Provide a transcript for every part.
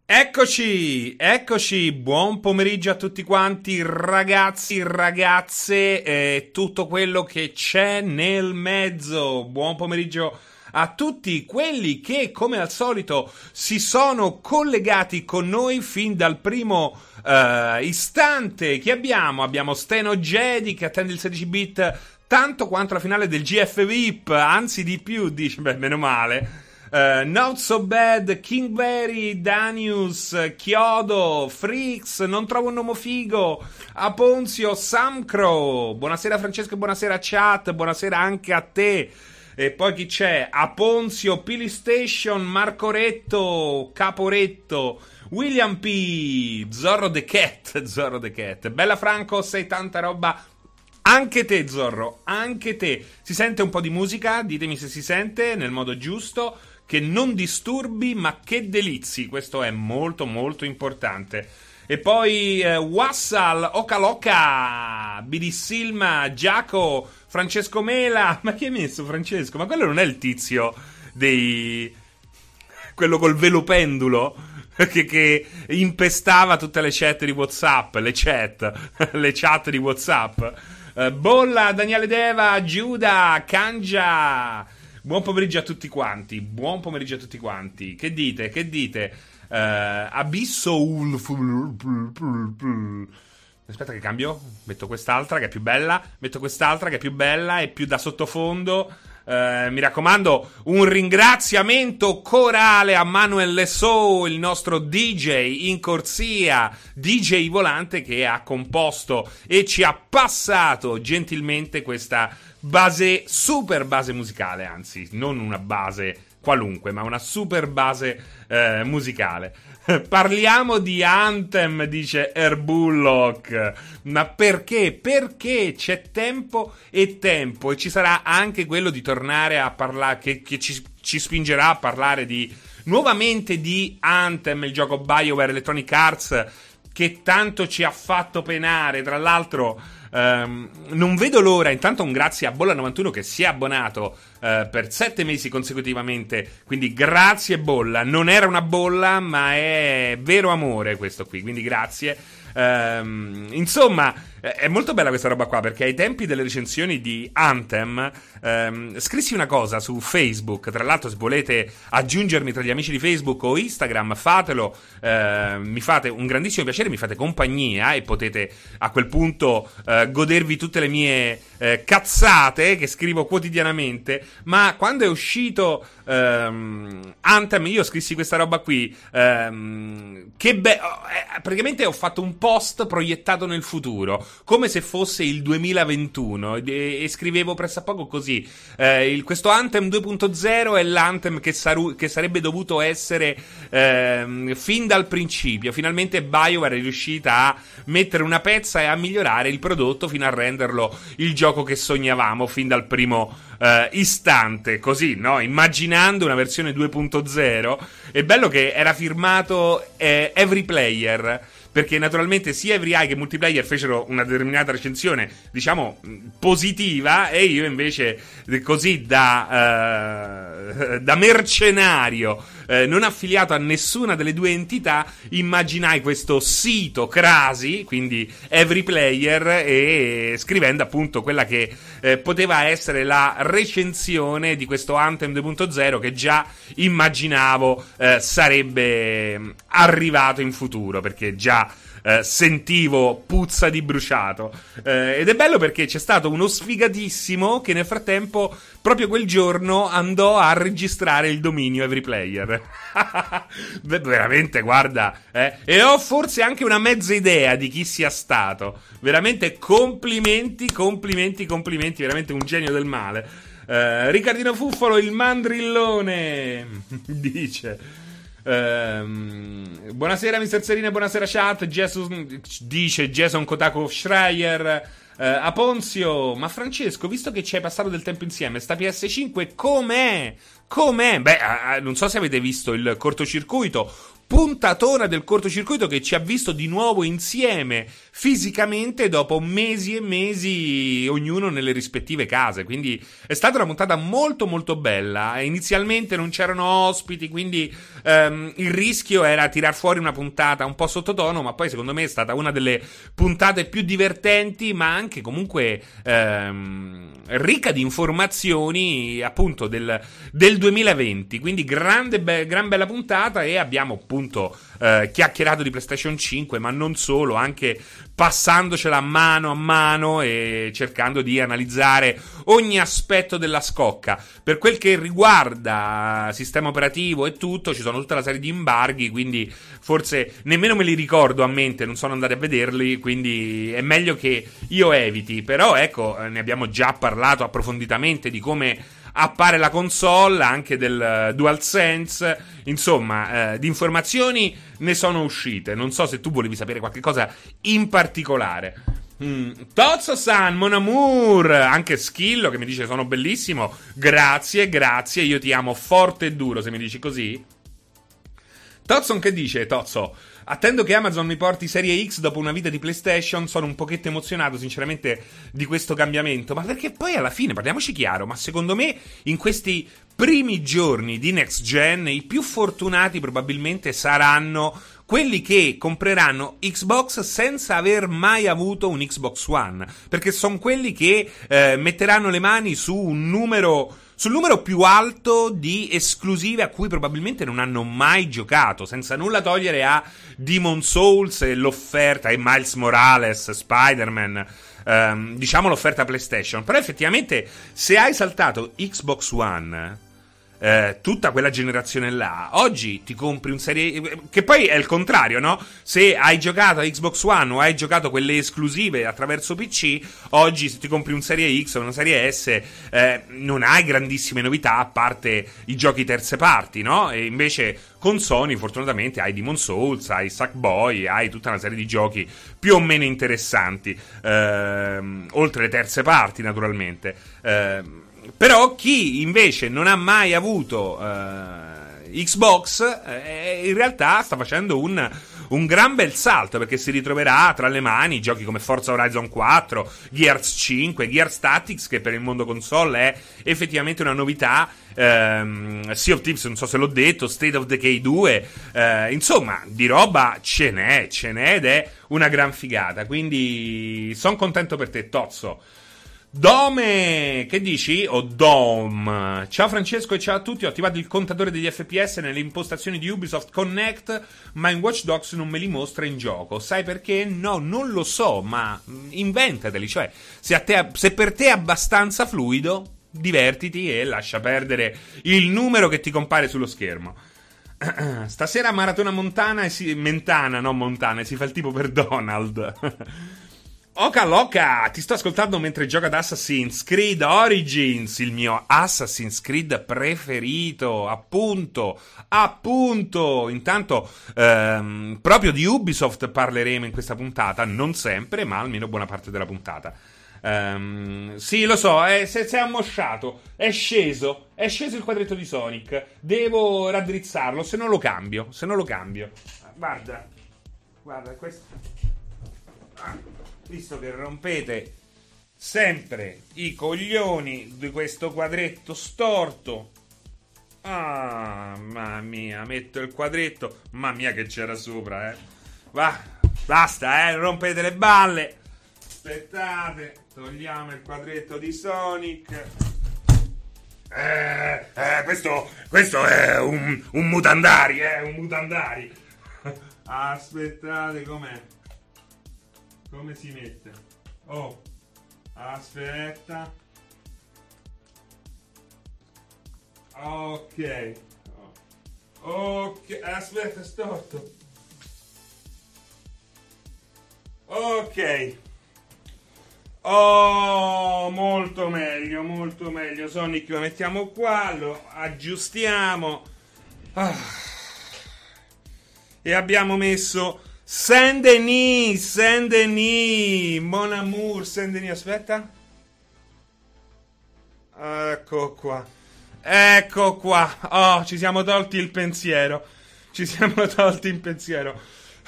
Eccoci, buon pomeriggio a tutti quanti, ragazzi, ragazze, tutto quello che c'è nel mezzo. Buon pomeriggio a tutti quelli che, come al solito, si sono collegati con noi fin dal primo istante che abbiamo. Abbiamo Steno Jedi che attende il 16-bit tanto quanto la finale del GF VIP, anzi di più, dice, beh, meno male. Not So Bad, Kingberry, Danius, Chiodo, Freaks, Non Trovo un Uomo Figo, Aponzio, Samcro. Buonasera Francesco e buonasera chat, buonasera anche a te. E poi chi c'è? Aponzio, Pilistation, Marco Retto, Caporetto, William P, Zorro the Cat. Bella Franco, sei tanta roba. Anche te Zorro, anche te. Si sente un po' di musica? Ditemi se si sente nel modo giusto, che non disturbi ma che delizi. Questo è molto molto importante. E poi Wassal, Ocaloca, Bidisilma, Giaco, Francesco Mela. Ma chi hai messo Francesco? Ma quello non è il tizio dei... quello col velo pendulo che impestava tutte le chat di WhatsApp, le chat di WhatsApp. Bolla, Daniele Deva, Giuda, Cangia. Buon pomeriggio a tutti quanti. Che dite? Abisso Ulf. Aspetta che cambio. Metto quest'altra che è più bella e più da sottofondo. Mi raccomando, un ringraziamento corale a Manuel Lesau, il nostro DJ in corsia, DJ volante, che ha composto e ci ha passato gentilmente questa super base musicale, anzi non una base qualunque, ma una super base musicale. Parliamo di Anthem, dice Erbullock. Ma perché? Perché c'è tempo e ci sarà anche quello di tornare a parlare, che ci spingerà a parlare nuovamente di Anthem, il gioco BioWare Electronic Arts che tanto ci ha fatto penare. Tra l'altro non vedo l'ora. Intanto un grazie a Bolla91 che si è abbonato per 7 mesi consecutivamente, quindi grazie Bolla. Non era una bolla ma è vero amore questo qui, quindi grazie. Insomma, è molto bella questa roba qua, perché ai tempi delle recensioni di Anthem scrissi una cosa su Facebook. Tra l'altro, se volete aggiungermi tra gli amici di Facebook o Instagram, fatelo. Mi fate un grandissimo piacere, mi fate compagnia e potete a quel punto godervi tutte le mie cazzate che scrivo quotidianamente. Ma quando è uscito Anthem, io scrissi questa roba qui, praticamente ho fatto un post proiettato nel futuro, come se fosse il 2021, e scrivevo pressappoco così: questo Anthem 2.0 è l'Anthem che sarebbe dovuto essere fin dal principio. Finalmente BioWare è riuscita a mettere una pezza e a migliorare il prodotto fino a renderlo il gioco che sognavamo fin dal primo istante, così, no? Immaginando una versione 2.0. È bello che era firmato Every Player, perché naturalmente sia EveryEye che Multiplayer fecero una determinata recensione, diciamo, positiva, e io invece, così da mercenario, non affiliato a nessuna delle due entità, immaginai questo sito Crasi, quindi Every Player, e scrivendo appunto quella che poteva essere la recensione di questo Anthem 2.0 che già immaginavo sarebbe arrivato in futuro, perché già sentivo puzza di bruciato. Ed è bello perché c'è stato uno sfigatissimo che nel frattempo, proprio quel giorno, andò a registrare il dominio Every Player. Veramente, guarda, e ho forse anche una mezza idea di chi sia stato. Veramente complimenti, veramente un genio del male. Riccardino Fuffolo, il mandrillone, dice: buonasera Mr. Serena, buonasera chat. Dice Jason Kotaku Schreier. Aponzio, ma Francesco, visto che ci hai passato del tempo insieme, sta PS5 com'è? Beh, non so se avete visto il cortocircuito. puntatona del cortocircuito che ci ha visto di nuovo insieme fisicamente dopo mesi e mesi, ognuno nelle rispettive case. Quindi è stata una puntata molto molto bella. Inizialmente non c'erano ospiti, quindi il rischio era tirar fuori una puntata un po' sottotono, ma poi secondo me è stata una delle puntate più divertenti, ma anche comunque ricca di informazioni, appunto del 2020. Quindi gran bella puntata, e abbiamo appunto chiacchierato di PlayStation 5, ma non solo, anche passandocela a mano e cercando di analizzare ogni aspetto della scocca. Per quel che riguarda sistema operativo e tutto, ci sono tutta una serie di embarghi, quindi forse nemmeno me li ricordo a mente, non sono andati a vederli, quindi è meglio che io eviti. Però ecco, ne abbiamo già parlato approfonditamente di come appare la console, anche del DualSense, insomma, di informazioni ne sono uscite. Non so se tu volevi sapere qualche cosa in particolare. Tozzo-san, Mon Amour, anche Schillo che mi dice sono bellissimo, grazie, io ti amo forte e duro, se mi dici così. Tozzo che dice, Tozzo, attendo che Amazon mi porti Serie X dopo una vita di PlayStation, sono un pochetto emozionato sinceramente di questo cambiamento, ma perché poi alla fine, parliamoci chiaro, ma secondo me in questi primi giorni di Next Gen i più fortunati probabilmente saranno quelli che compreranno Xbox senza aver mai avuto un Xbox One, perché sono quelli che metteranno le mani sul numero più alto di esclusive a cui probabilmente non hanno mai giocato, senza nulla togliere a Demon's Souls e l'offerta, e Miles Morales, Spider-Man, diciamo l'offerta PlayStation. Però effettivamente se hai saltato Xbox One, tutta quella generazione là, oggi ti compri un serie, che poi è il contrario, no? Se hai giocato a Xbox One o hai giocato quelle esclusive attraverso PC, oggi se ti compri un Serie X o una Serie S non hai grandissime novità a parte i giochi terze parti, no? E invece con Sony fortunatamente hai Demon's Souls, hai Sackboy, hai tutta una serie di giochi più o meno interessanti, oltre le terze parti naturalmente. Però chi invece non ha mai avuto Xbox in realtà sta facendo un gran bel salto, perché si ritroverà tra le mani giochi come Forza Horizon 4, Gears 5, Gears Tactics, che per il mondo console è effettivamente una novità, Sea of Thieves, non so se l'ho detto, State of Decay 2, insomma di roba ce n'è ed è una gran figata, quindi sono contento per te, Tozzo. Dome, che dici? O Dom. Ciao Francesco e ciao a tutti. Ho attivato il contatore degli FPS nelle impostazioni di Ubisoft Connect, ma in Watch Dogs non me li mostra in gioco. Sai perché? No, non lo so, ma inventateli. Cioè, se per te è abbastanza fluido, divertiti e lascia perdere il numero che ti compare sullo schermo. Stasera maratona Mentana, e si fa il tipo per Donald. Oca Loca, ti sto ascoltando mentre gioco ad Assassin's Creed Origins, il mio Assassin's Creed preferito, appunto. Intanto, proprio di Ubisoft parleremo in questa puntata, non sempre, ma almeno buona parte della puntata. Sì, lo so, si è ammosciato, è sceso il quadretto di Sonic, devo raddrizzarlo, se non lo cambio. Guarda, questo... Visto che rompete sempre i coglioni di questo quadretto storto. Ah, mamma mia, metto il quadretto. Mamma mia che c'era sopra, Va, basta, rompete le balle. Aspettate, togliamo il quadretto di Sonic. Questo è un mutandari, un mutandari. Aspettate, com'è? Come si mette? Oh, aspetta. Ok, aspetta, storto. Ok. Oh, molto meglio. Sonic lo mettiamo qua, lo aggiustiamo. E abbiamo messo Saint-Denis, Mon Amour, Saint-Denis, aspetta. Ecco qua. Oh, ci siamo tolti il pensiero. Ci siamo tolti in pensiero.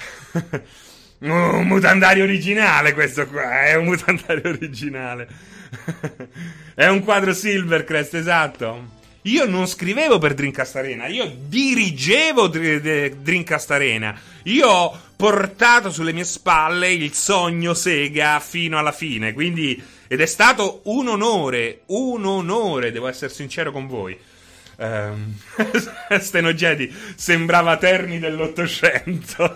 Un mutandario originale questo qua, è un mutandario originale. È un quadro Silvercrest, esatto. Io non scrivevo per Dreamcast Arena, io dirigevo Dreamcast Arena. Io ho portato sulle mie spalle il sogno Sega fino alla fine, quindi, ed è stato un onore, devo essere sincero con voi. Stenogedi sembrava Terni dell'800.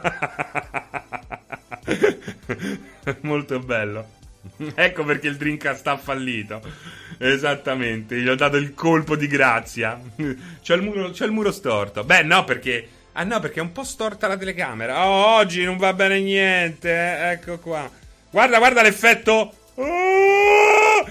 Molto bello. Ecco perché il Dreamcast ha fallito. Esattamente, gli ho dato il colpo di grazia. C'è il muro storto. Beh, no, perché ah no, perché è un po' storta la telecamera. Oh, oggi non va bene niente, eh? Ecco qua. Guarda l'effetto. Oh!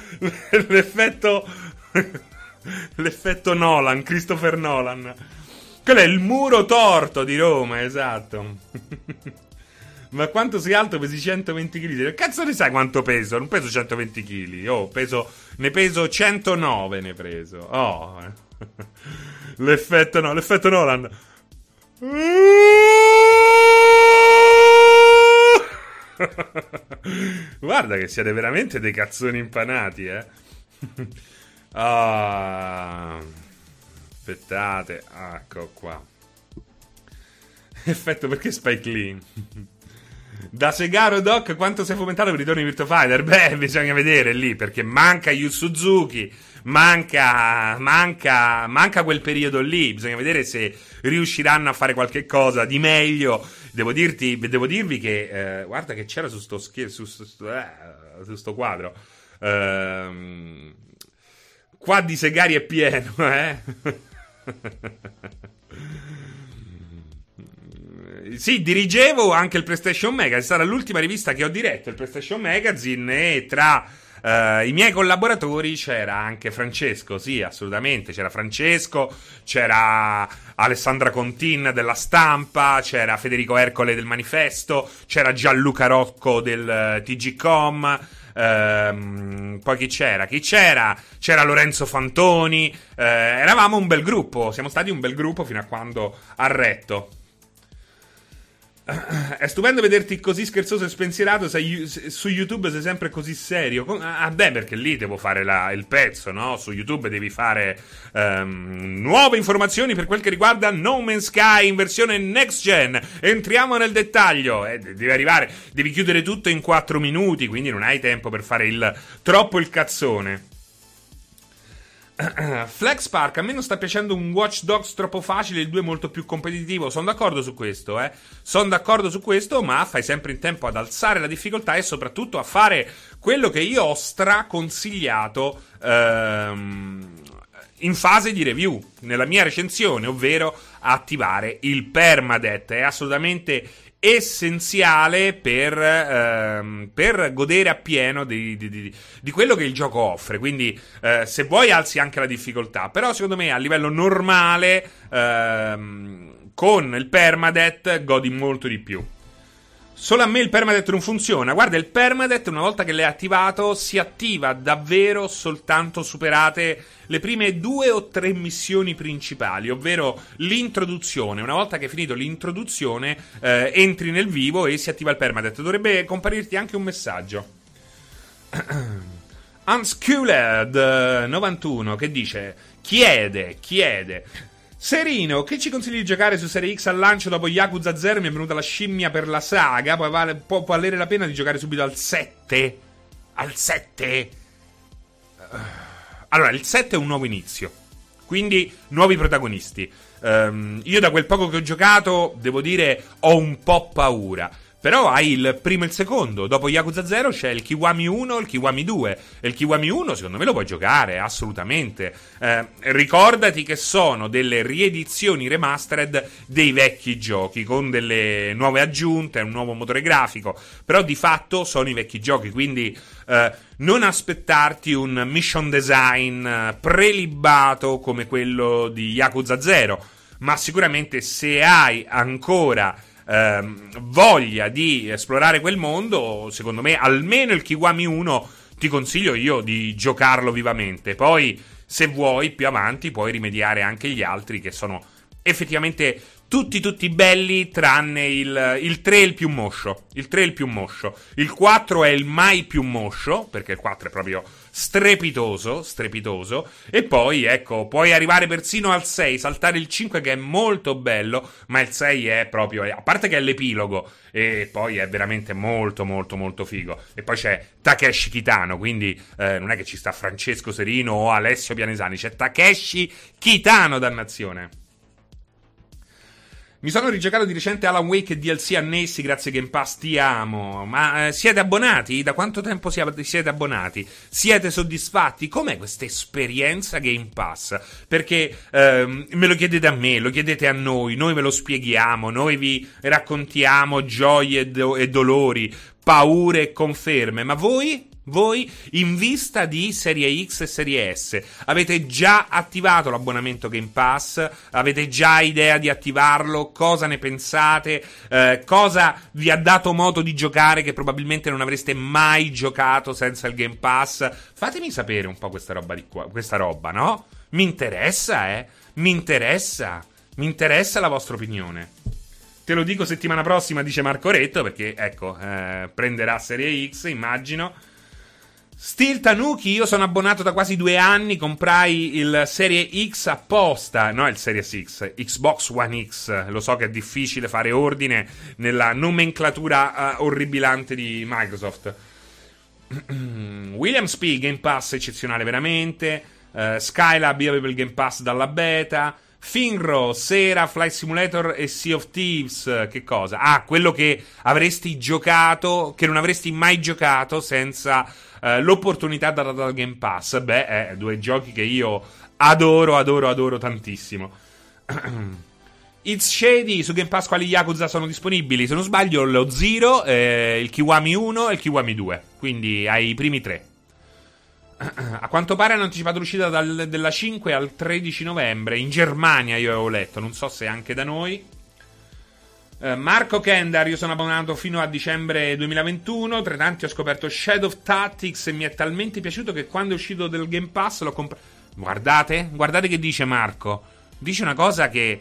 L'effetto Nolan, Christopher Nolan. Quello è il muro torto di Roma, esatto. Ma quanto sei alto? Pesi 120 kg. Che cazzo ne sai quanto peso? Non peso 120 kg. Oh, ne peso 109, ne preso. Oh. L'effetto Nolan. Guarda che siete veramente dei cazzoni impanati, eh. Aspettate, ecco qua. Effetto, perché Spike Lee? Da Segaro Doc, quanto sei fomentato per i ritorni di Virtua Fighter? Beh, bisogna vedere lì, perché manca Yu Suzuki, manca quel periodo lì. Bisogna vedere se riusciranno a fare qualche cosa di meglio. Devo dirvi che guarda che c'era su sto quadro. Qua di Segari è pieno, eh? Sì, dirigevo anche il PlayStation Magazine. È stata l'ultima rivista che ho diretto, il PlayStation Magazine, e tra i miei collaboratori c'era anche Francesco. Sì, assolutamente, c'era Francesco, c'era Alessandra Contin della Stampa, c'era Federico Ercole del Manifesto, c'era Gianluca Rocco del TGcom. Poi chi c'era? C'era Lorenzo Fantoni. Eravamo un bel gruppo. Siamo stati un bel gruppo fino a quando ha retto. È stupendo vederti così scherzoso e spensierato. Su YouTube sei sempre così serio. Beh, perché lì devo fare il pezzo, no? Su YouTube devi fare nuove informazioni per quel che riguarda No Man's Sky in versione next gen. Entriamo nel dettaglio. Devi chiudere tutto in 4 minuti, quindi non hai tempo per fare troppo il cazzone. Flex Park, a me non sta piacendo un Watch Dogs troppo facile, il 2 molto più competitivo. Sono d'accordo su questo, ma fai sempre in tempo ad alzare la difficoltà e soprattutto a fare quello che io ho straconsigliato in fase di review nella mia recensione, ovvero attivare il permadeath. È assolutamente essenziale per godere appieno di quello che il gioco offre. Quindi se vuoi alzi anche la difficoltà, però secondo me a livello normale con il permadeath godi molto di più. Solo a me il permadeath non funziona. Guarda, il permadeath una volta che l'hai attivato si attiva davvero soltanto superate le prime 2 o 3 missioni principali, ovvero l'introduzione. Una volta che hai finito l'introduzione entri nel vivo e si attiva il permadeath. Dovrebbe comparirti anche un messaggio. Unschooled 91 che dice chiede Serino, che ci consigli di giocare su Serie X al lancio dopo Yakuza 0? Mi è venuta la scimmia per la saga. Poi può valere la pena di giocare subito al 7? Al 7? Allora, il 7 è un nuovo inizio, quindi nuovi protagonisti. Io da quel poco che ho giocato, devo dire, ho un po' paura. Però hai il primo e il secondo. Dopo Yakuza 0 c'è il Kiwami 1 e il Kiwami 2. E il Kiwami 1 secondo me lo puoi giocare, assolutamente. Ricordati che sono delle riedizioni remastered dei vecchi giochi, con delle nuove aggiunte, un nuovo motore grafico. Però di fatto sono i vecchi giochi, quindi non aspettarti un mission design prelibato come quello di Yakuza 0. Ma sicuramente se hai ancora voglia di esplorare quel mondo, secondo me almeno il Kiwami 1 ti consiglio io di giocarlo vivamente. Poi se vuoi più avanti puoi rimediare anche gli altri che sono effettivamente tutti belli, tranne il 3 è il più moscio. Il 3 è il più moscio. Il 4 è il mai più moscio, perché il 4 è proprio strepitoso. E poi, ecco, puoi arrivare persino al 6, saltare il 5 che è molto bello, ma il 6 è proprio, a parte che è l'epilogo, e poi è veramente molto figo. E poi c'è Takeshi Kitano, quindi non è che ci sta Francesco Serino o Alessio Pianesani, c'è Takeshi Kitano, dannazione. Mi sono rigiocato di recente Alan Wake e DLC annessi, grazie Game Pass, ti amo. Ma siete abbonati? Da quanto tempo siete abbonati? Siete soddisfatti? Com'è questa esperienza Game Pass? Perché me lo chiedete a me, lo chiedete a noi ve lo spieghiamo, noi vi raccontiamo gioie e dolori, paure e conferme, ma voi, in vista di Serie X e Serie S, avete già attivato l'abbonamento Game Pass? Avete già idea di attivarlo? Cosa ne pensate? Cosa vi ha dato modo di giocare che probabilmente non avreste mai giocato senza il Game Pass? Fatemi sapere un po' questa roba di qua, questa roba, no? Mi interessa, Mi interessa la vostra opinione. Te lo dico settimana prossima, dice Marco Retto, perché, ecco, prenderà Serie X, immagino. Steel Tanuki, io sono abbonato da quasi 2 anni, comprai il Serie X apposta, no il Series X, Xbox One X, lo so che è difficile fare ordine nella nomenclatura orribilante di Microsoft. Williams P, Game Pass eccezionale veramente, Skylab, io avevo il Game Pass dalla beta, Finro, Sera, Flight Simulator e Sea of Thieves, che cosa? Ah, quello che avresti giocato, che non avresti mai giocato senza l'opportunità data dal Game Pass. Beh, 2 giochi che io adoro tantissimo. It's Shady, su Game Pass quali Yakuza sono disponibili? Se non sbaglio lo Zero, il Kiwami 1 e il Kiwami 2, quindi ai primi 3. A quanto pare hanno anticipato l'uscita della 5 al 13 novembre. In Germania io avevo letto, non so se anche da noi. Marco Kendar, io sono abbonato fino a dicembre 2021. Tra tanti ho scoperto Shadow of Tactics e mi è talmente piaciuto che quando è uscito del Game Pass l'ho comprato. Guardate che dice Marco. Dice una cosa che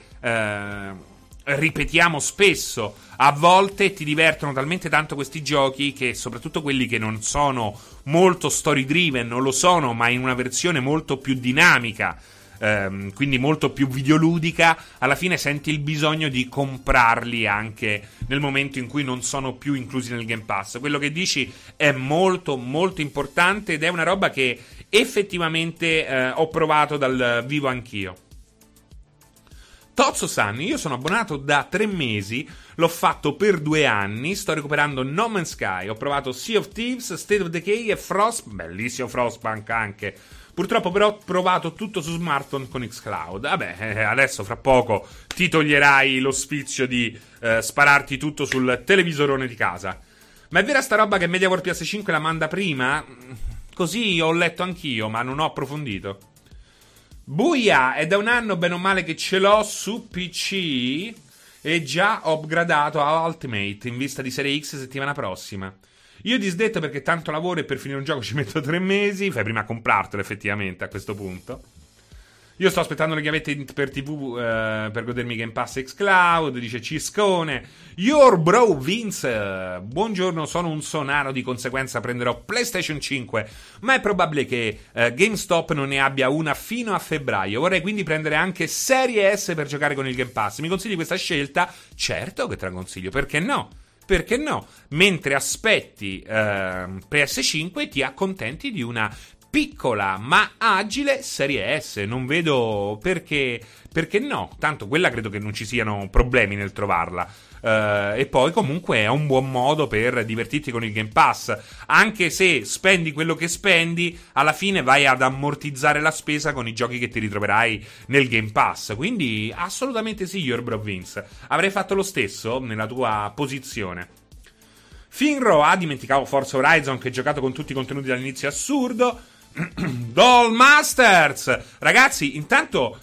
ripetiamo spesso. A volte ti divertono talmente tanto questi giochi che, soprattutto quelli che non sono molto story driven, non lo sono, ma in una versione molto più dinamica, quindi molto più videoludica, alla fine senti il bisogno di comprarli anche nel momento in cui non sono più inclusi nel Game Pass. Quello che dici è molto importante ed è una roba che effettivamente ho provato dal vivo anch'io. Tozzo-san, io sono abbonato da 3 mesi, l'ho fatto per 2 anni, sto recuperando No Man's Sky, ho provato Sea of Thieves, State of Decay e bellissimo Frostpunk anche. Purtroppo però ho provato tutto su smartphone con xCloud. Vabbè, adesso fra poco ti toglierai lo sfizio di spararti tutto sul televisorone di casa. Ma è vera sta roba che MediaWorld PS5 la manda prima? Così ho letto anch'io, ma non ho approfondito. Buia, è da 1 anno bene o male che ce l'ho su PC e già ho upgradato a Ultimate in vista di Serie X settimana prossima. Io disdetto perché tanto lavoro e per finire un gioco ci metto 3 mesi. Fai prima a comprartelo effettivamente a questo punto. Io sto aspettando le chiavette per TV per godermi Game Pass xCloud, dice Ciscone. Your bro Vince, buongiorno, sono un sonaro, di conseguenza prenderò PlayStation 5, ma è probabile che GameStop non ne abbia una fino a febbraio. Vorrei quindi prendere anche Serie S per giocare con il Game Pass. Mi consigli questa scelta? Certo che te la consiglio, perché no? Perché no? Mentre aspetti PS5 ti accontenti di una piccola ma agile Serie S. Non vedo perché no. Tanto quella credo che non ci siano problemi nel trovarla. E poi comunque è un buon modo per divertirti con il Game Pass. Anche se spendi quello che spendi, alla fine vai ad ammortizzare la spesa con i giochi che ti ritroverai nel Game Pass. Quindi assolutamente sì, Your Bro Vince. Avrei fatto lo stesso nella tua posizione. Finro, dimenticavo Forza Horizon, che ho giocato con tutti i contenuti dall'inizio, assurdo. Doll Masters, ragazzi, intanto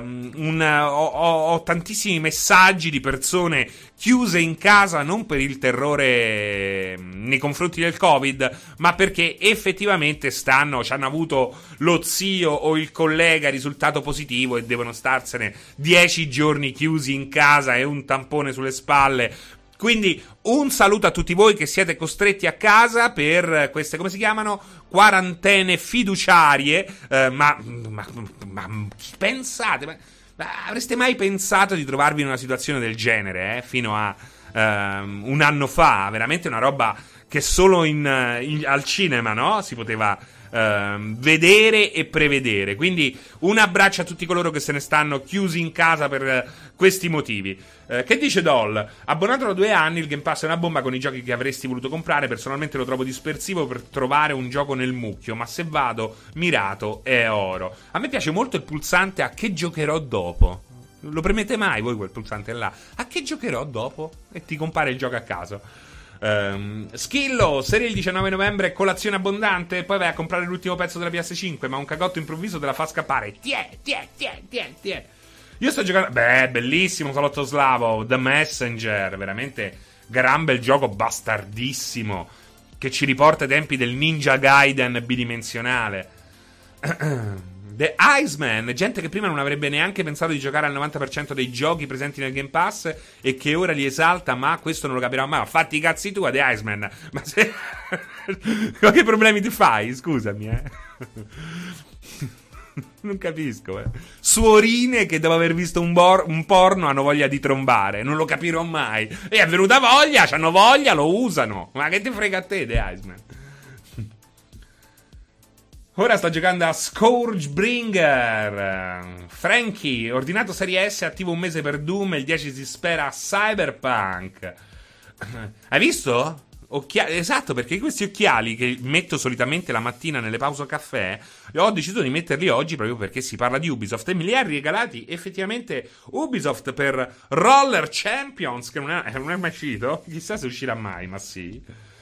ho tantissimi messaggi di persone chiuse in casa non per il terrore nei confronti del Covid, ma perché effettivamente ci hanno avuto lo zio o il collega risultato positivo e devono starsene 10 giorni chiusi in casa e un tampone sulle spalle. Quindi un saluto a tutti voi che siete costretti a casa per queste, come si chiamano? Quarantene fiduciarie. Ma pensate, ma avreste mai pensato di trovarvi in una situazione del genere, fino a un anno fa? Veramente una roba che solo al cinema, no? Si poteva vedere e prevedere. Quindi un abbraccio a tutti coloro che se ne stanno chiusi in casa per questi motivi. Che dice Doll? Abbonato da 2 anni, il Game Pass è una bomba con i giochi che avresti voluto comprare. Personalmente lo trovo dispersivo per trovare un gioco nel mucchio, ma se vado mirato è oro. A me piace molto il pulsante a che giocherò dopo. Lo premete mai voi quel pulsante là? A che giocherò dopo? E ti compare il gioco a caso. Schillo, serie il 19 novembre, colazione abbondante. Poi vai a comprare l'ultimo pezzo della PS5, ma un cagotto improvviso te la fa scappare. Tiè. Io sto giocando. Bellissimo salotto slavo, The Messenger. Veramente gran bel gioco, bastardissimo, che ci riporta ai tempi del Ninja Gaiden bidimensionale. The Iceman, gente che prima non avrebbe neanche pensato di giocare al 90% dei giochi presenti nel Game Pass e che ora li esalta, ma questo non lo capirà mai. Fatti i cazzi tu, The Iceman. Ma se... ma che problemi ti fai? Scusami, Non capisco, Suorine che dopo aver visto un porno hanno voglia di trombare. Non lo capirò mai. E è venuta voglia, c'hanno voglia, lo usano. Ma che ti frega a te, The Iceman? Ora sto giocando a Scourgebringer. Frankie, ordinato Serie S, attivo un mese per Doom, il 10 si spera a Cyberpunk. Hai visto? Esatto, perché questi occhiali che metto solitamente la mattina nelle pause caffè, ho deciso di metterli oggi proprio perché si parla di Ubisoft e me li ha regalati effettivamente Ubisoft per Roller Champions, che non è mai uscito. Chissà se uscirà mai, ma sì.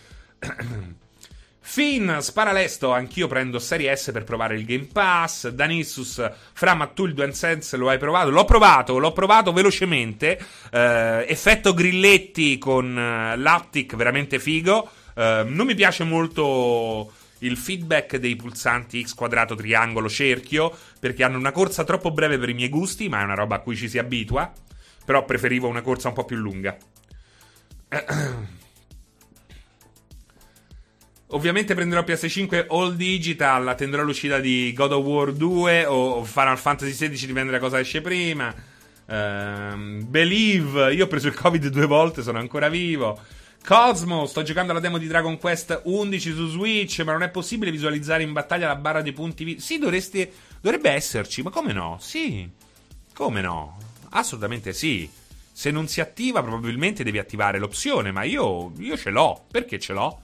Finn, spara lesto, anch'io prendo Serie S per provare il Game Pass. Danissus, Fra, ma tu il DualSense lo hai provato? L'ho provato velocemente. Effetto grilletti con l'haptic veramente figo. Non mi piace molto il feedback dei pulsanti X quadrato, triangolo, cerchio, perché hanno una corsa troppo breve per i miei gusti, ma è una roba a cui ci si abitua. Però preferivo una corsa un po' più lunga. Ovviamente prenderò PS5 All Digital, attenderò l'uscita di God of War 2 o Final Fantasy XVI, dipende da cosa esce prima. Believe, io ho preso il Covid 2 volte, sono ancora vivo. Cosmo, sto giocando alla demo di Dragon Quest 11 su Switch, ma non è possibile visualizzare in battaglia la barra dei punti. Sì, dovrebbe esserci, ma come no? Sì, come no? Assolutamente sì. Se non si attiva probabilmente devi attivare l'opzione, ma io ce l'ho. Perché ce l'ho?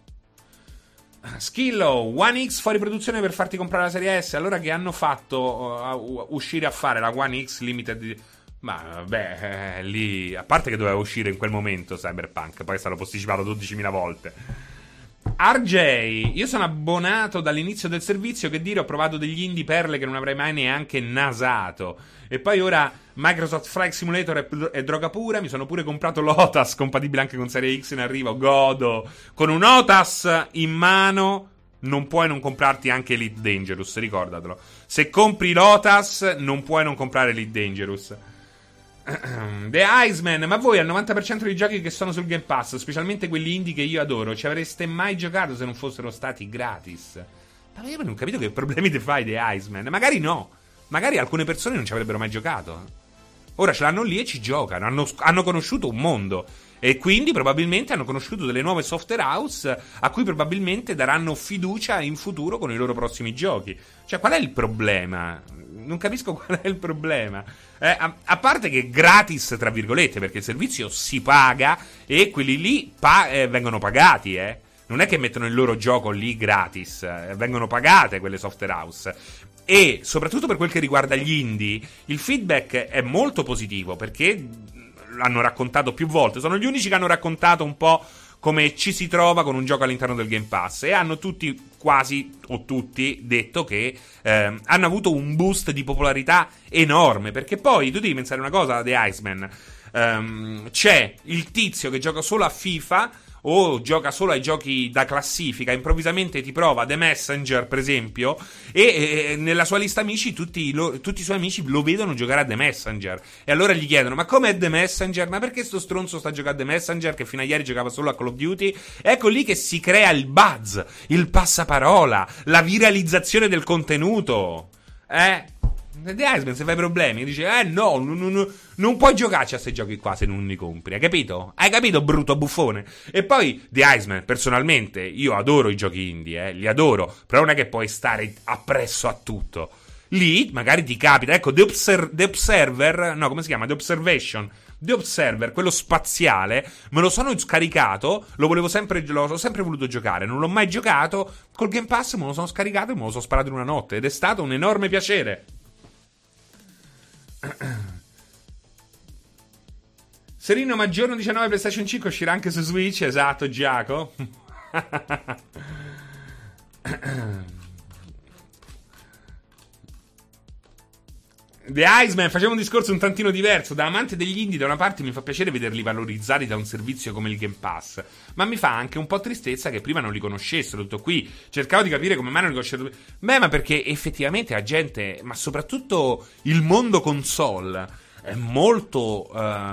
Skillo, One X fuori produzione per farti comprare la serie S. Allora che hanno fatto uscire a fare la One X Limited? Ma vabbè, lì, a parte che doveva uscire in quel momento Cyberpunk, poi è stato posticipato 12.000 volte. RJ, io sono abbonato dall'inizio del servizio, che dire, ho provato degli indie perle che non avrei mai neanche nasato. E poi ora Microsoft Flight Simulator è droga pura. Mi sono pure comprato l'Otas, compatibile anche con Serie X in arrivo. Godo. Con un Otas in mano non puoi non comprarti anche Elite Dangerous, ricordatelo. Se compri l'Otas non puoi non comprare Elite Dangerous. The Iceman, ma voi al 90% dei giochi che sono sul Game Pass, specialmente quelli indie che io adoro, ci avreste mai giocato se non fossero stati gratis? Ma io non ho capito che problemi ti fai The Iceman. Magari no, magari alcune persone non ci avrebbero mai giocato. Ora ce l'hanno lì e ci giocano, hanno conosciuto un mondo e quindi probabilmente hanno conosciuto delle nuove software house a cui probabilmente daranno fiducia in futuro con i loro prossimi giochi. Cioè, qual è il problema? Non capisco qual è il problema. A parte che gratis, tra virgolette, perché il servizio si paga e quelli lì vengono pagati, Non è che mettono il loro gioco lì gratis, vengono pagate quelle software house. E soprattutto per quel che riguarda gli indie, il feedback è molto positivo, perché l'hanno raccontato più volte. Sono gli unici che hanno raccontato un po' come ci si trova con un gioco all'interno del Game Pass, e hanno tutti, quasi o tutti, detto che hanno avuto un boost di popolarità enorme, perché poi tu devi pensare una cosa, The Iceman, c'è il tizio che gioca solo a FIFA o gioca solo ai giochi da classifica, improvvisamente ti prova The Messenger, per esempio, e nella sua lista amici tutti i suoi amici lo vedono giocare a The Messenger, e allora gli chiedono: ma com'è The Messenger? Ma perché sto stronzo sta giocando a The Messenger che fino a ieri giocava solo a Call of Duty? Ecco lì che si crea il buzz, il passaparola, la viralizzazione del contenuto. The Iceman, se fai problemi, dice: no, non puoi giocarci a questi giochi qua se non li compri. Hai capito? Hai capito, brutto buffone? E poi The Iceman, personalmente, io adoro i giochi indie, li adoro, però non è che puoi stare appresso a tutto. Lì magari ti capita, ecco, The Observer, no, come si chiama? The Observation. The Observer, quello spaziale, me lo sono scaricato, l'ho sempre voluto giocare, non l'ho mai giocato, col Game Pass me lo sono scaricato e me lo sono sparato in una notte, ed è stato un enorme piacere. Serino, ma giorno 19 PlayStation 5 uscirà anche su Switch, esatto, Giacomo. The Iceman, faceva un discorso un tantino diverso. Da amante degli indie, da una parte mi fa piacere vederli valorizzati da un servizio come il Game Pass, ma mi fa anche un po' tristezza che prima non li conoscessero. Tutto qui, cercavo di capire come mai non li conoscessero. Beh, ma perché effettivamente la gente, ma soprattutto il mondo console, è molto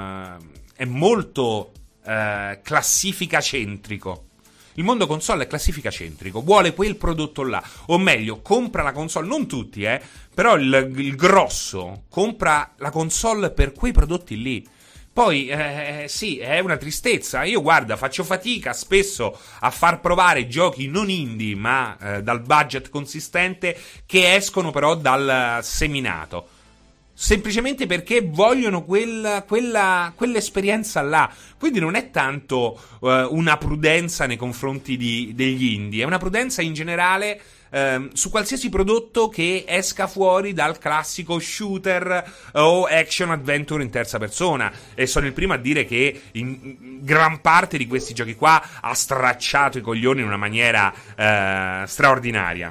classifica centrico. Il mondo console è classifica centrico, vuole quel prodotto là, o meglio, compra la console, non tutti, però il grosso compra la console per quei prodotti lì. Poi, sì, è una tristezza. Io, guarda, faccio fatica spesso a far provare giochi non indie, ma dal budget consistente, che escono però dal seminato. Semplicemente perché vogliono quell'esperienza là. Quindi non è tanto una prudenza nei confronti degli indie, è una prudenza in generale su qualsiasi prodotto che esca fuori dal classico shooter o action adventure in terza persona. E sono il primo a dire che in gran parte di questi giochi qua ha stracciato i coglioni in una maniera straordinaria.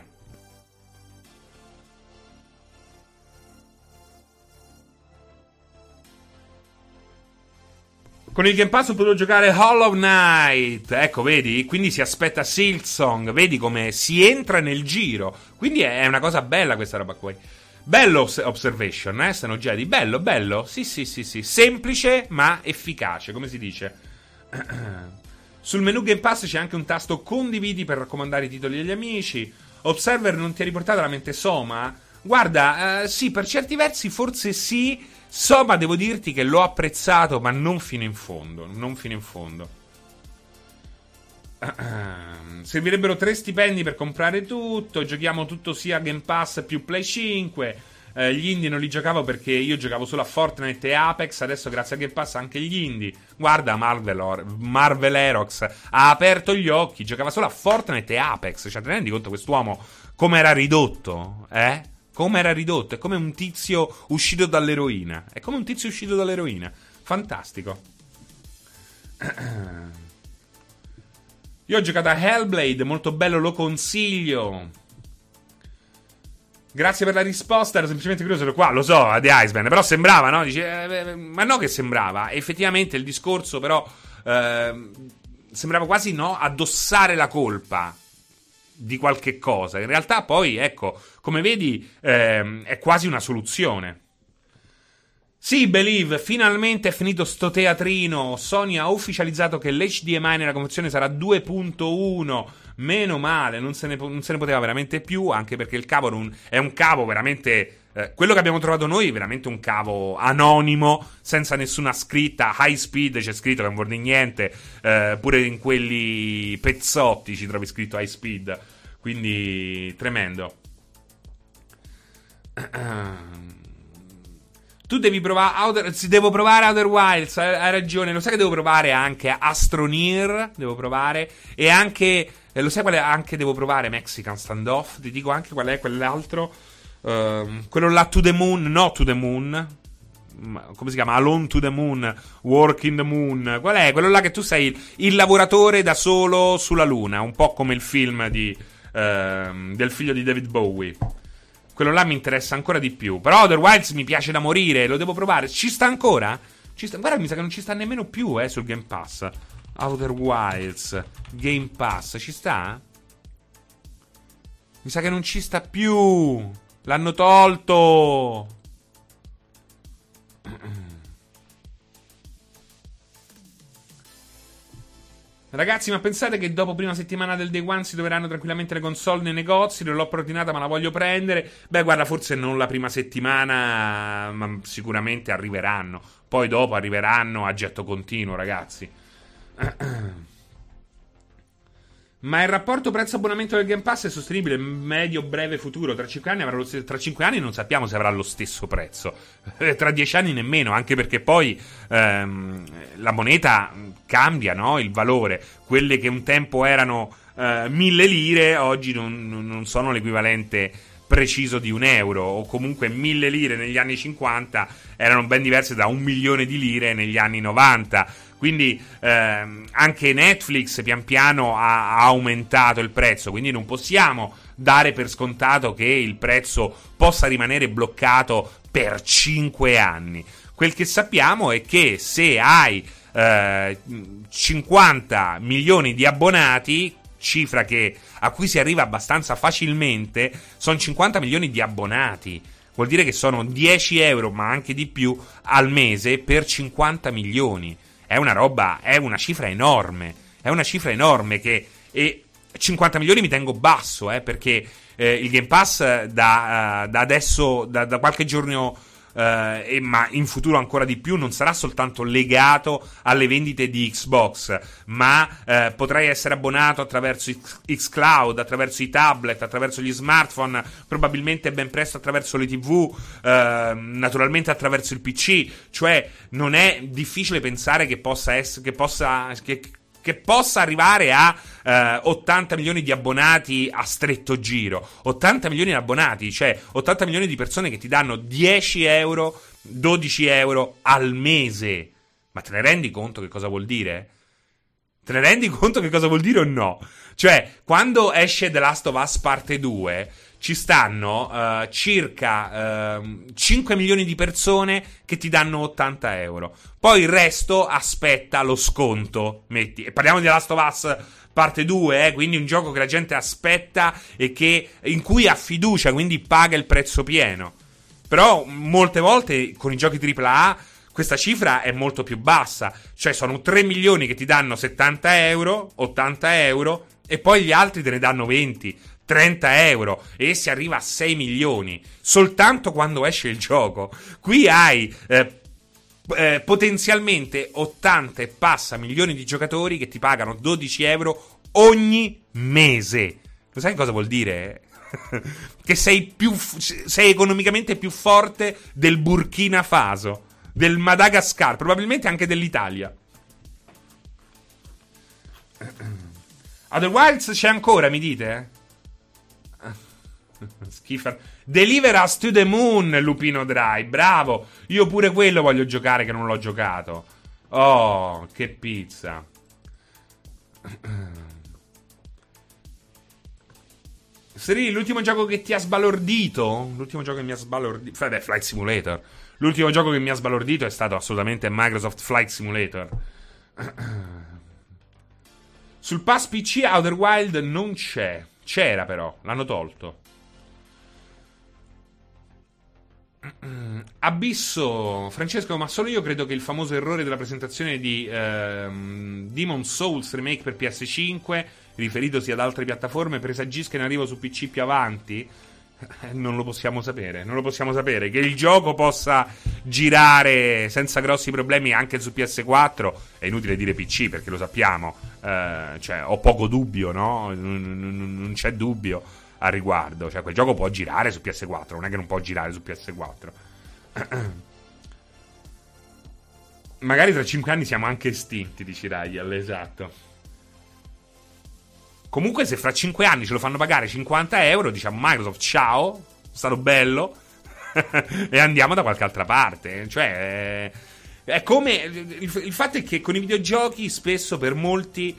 Con il Game Pass ho potuto giocare Hollow Knight. Ecco, vedi? Quindi si aspetta Silksong. Vedi come si entra nel giro. Quindi è una cosa bella questa roba qui. Bello Observation, Sono Jedi. Bello, bello. Sì. Semplice ma efficace, come si dice. Sul menu Game Pass c'è anche un tasto condividi per raccomandare i titoli agli amici. Observer non ti ha riportato la mente Soma? Guarda, sì, per certi versi forse sì. Soma, devo dirti che l'ho apprezzato, ma non fino in fondo. Servirebbero 3 stipendi per comprare tutto. Giochiamo tutto sia Game Pass più Play 5. Gli indie non li giocavo perché io giocavo solo a Fortnite e Apex. Adesso grazie a Game Pass anche gli indie. Guarda, Marvel Heroes ha aperto gli occhi. Giocava solo a Fortnite e Apex. Cioè, te ne rendi conto quest'uomo come era ridotto? Come era ridotto? È come un tizio uscito dall'eroina. Fantastico. Io ho giocato a Hellblade, molto bello, lo consiglio. Grazie per la risposta, ero semplicemente curioso, ero qua, lo so, a The Iceman, però sembrava, no? Dice, ma no che sembrava, effettivamente il discorso però sembrava quasi, no, addossare la colpa di qualche cosa. In realtà poi, ecco, come vedi, è quasi una soluzione. Sì, Believe, finalmente è finito sto teatrino. Sony ha ufficializzato che l'HDMI nella conversione sarà 2.1. Meno male, non se ne poteva veramente più, anche perché il cavo è un cavo veramente... quello che abbiamo trovato noi è veramente un cavo anonimo, senza nessuna scritta. High speed c'è scritto, che non vuol dire niente. Pure in quelli pezzotti ci trovi scritto high speed. Quindi tremendo. Tu devi provare devo provare Outer Wilds, hai ragione. Lo sai che devo provare anche Astroneer, devo provare. E anche lo sai quale anche devo provare? Mexican Standoff. Ti dico anche qual è quell'altro, quello là, To the Moon. No, To the Moon come si chiama? Alone to the Moon, Work in the Moon. Qual è? Quello là che tu sei il lavoratore da solo sulla luna, un po' come il film del figlio di David Bowie. Quello là mi interessa ancora di più. Però Outer Wilds mi piace da morire, lo devo provare. Ci sta ancora? Guarda, mi sa che non ci sta nemmeno più sul Game Pass. Outer Wilds Game Pass, ci sta? Mi sa che non ci sta più. L'hanno tolto. Ragazzi, ma pensate che dopo prima settimana del Day One si troveranno tranquillamente le console nei negozi? Non l'ho preordinata ma la voglio prendere. Beh, guarda, forse non la prima settimana, ma sicuramente arriveranno. Poi dopo arriveranno a getto continuo, ragazzi. Ma il rapporto prezzo-abbonamento del Game Pass è sostenibile medio-breve futuro? Tra 5 anni tra 5 anni non sappiamo se avrà lo stesso prezzo. Tra 10 anni nemmeno, anche perché poi la moneta cambia, no? Il valore. Quelle che un tempo erano 1000 lire, oggi non sono l'equivalente preciso di €1, o comunque 1000 lire negli anni 50 erano ben diverse da 1 milione di lire negli anni 90. Quindi anche Netflix pian piano ha aumentato il prezzo, quindi non possiamo dare per scontato che il prezzo possa rimanere bloccato per 5 anni. Quel che sappiamo è che se hai 50 milioni di abbonati, cifra a cui si arriva abbastanza facilmente, sono 50 milioni di abbonati. Vuol dire che sono €10, ma anche di più, al mese per 50 milioni. È una cifra enorme. È una cifra enorme e 50 milioni mi tengo basso, perché il Game Pass da adesso, da qualche giorno, ma in futuro ancora di più, non sarà soltanto legato alle vendite di Xbox, ma potrai essere abbonato attraverso xCloud, attraverso i tablet, attraverso gli smartphone, probabilmente ben presto attraverso le TV, naturalmente attraverso il PC. Cioè non è difficile pensare che possa arrivare a 80 milioni di abbonati a stretto giro. 80 milioni di abbonati, cioè 80 milioni di persone che ti danno €10, €12 al mese. Ma te ne rendi conto che cosa vuol dire? Te ne rendi conto che cosa vuol dire o no? Cioè, quando esce The Last of Us parte 2, ci stanno circa 5 milioni di persone che ti danno €80. Poi il resto aspetta lo sconto, metti. E parliamo di The Last of Us parte 2, quindi un gioco che la gente aspetta e in cui ha fiducia, quindi paga il prezzo pieno. Però molte volte con i giochi AAA questa cifra è molto più bassa. Cioè sono 3 milioni che ti danno €70, €80, e poi gli altri te ne danno 20, €30, e si arriva a 6 milioni soltanto quando esce il gioco. Qui hai potenzialmente 80 e passa milioni di giocatori che ti pagano €12 ogni mese. Lo sai cosa vuol dire? Che sei economicamente più forte del Burkina Faso, del Madagascar, probabilmente anche dell'Italia. Outer Wilds c'è ancora, mi dite? Schifo. Deliver Us to the Moon, Lupino Dry, bravo. Io pure quello voglio giocare, che non l'ho giocato. Oh, che pizza. Seri, l'ultimo gioco che ti ha sbalordito? L'ultimo gioco che mi ha sbalordito, vabbè, Flight Simulator. L'ultimo gioco che mi ha sbalordito è stato assolutamente Microsoft Flight Simulator. Sul Pass PC Outer Wild non c'è. C'era però, l'hanno tolto. Abisso, Francesco, ma solo io credo che il famoso errore della presentazione di Demon's Souls Remake per PS5, riferitosi ad altre piattaforme, presagisca in arrivo su PC più avanti? Non lo possiamo sapere. Non lo possiamo sapere. Che il gioco possa girare senza grossi problemi anche su PS4 è inutile dire PC, perché lo sappiamo. Cioè, ho poco dubbio, no? Non c'è dubbio a riguardo. Cioè, quel gioco può girare su PS4, non è che non può girare su PS4. Magari tra 5 anni siamo anche estinti, dici Ryan, esatto. Comunque, se fra 5 anni ce lo fanno pagare €50, diciamo Microsoft, ciao, è stato bello. e andiamo da qualche altra parte. Cioè, è come il fatto è che con i videogiochi spesso per molti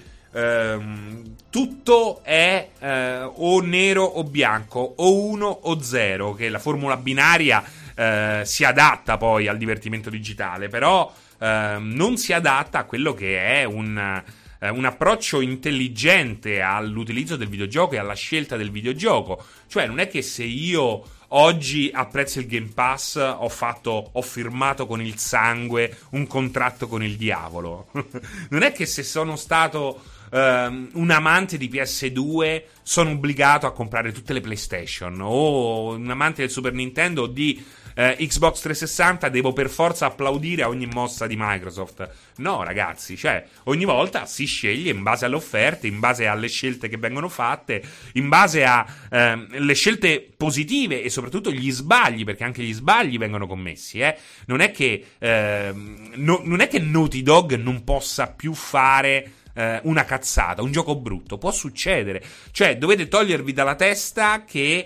tutto è o nero o bianco, o 1 o 0, che la formula binaria si adatta poi al divertimento digitale, però non si adatta a quello che è un approccio intelligente all'utilizzo del videogioco e alla scelta del videogioco. Cioè non è che se io oggi apprezzo il Game Pass ho firmato con il sangue un contratto con il diavolo. Non è che se sono stato un amante di PS2 sono obbligato a comprare tutte le PlayStation, o un amante del Super Nintendo o di Xbox 360 devo per forza applaudire a ogni mossa di Microsoft. No, ragazzi, cioè ogni volta si sceglie in base alle offerte, in base alle scelte che vengono fatte, in base a le scelte positive e soprattutto gli sbagli, perché anche gli sbagli vengono commessi. Non è che non è che Naughty Dog non possa più fare una cazzata, un gioco brutto. Può succedere. Cioè dovete togliervi dalla testa che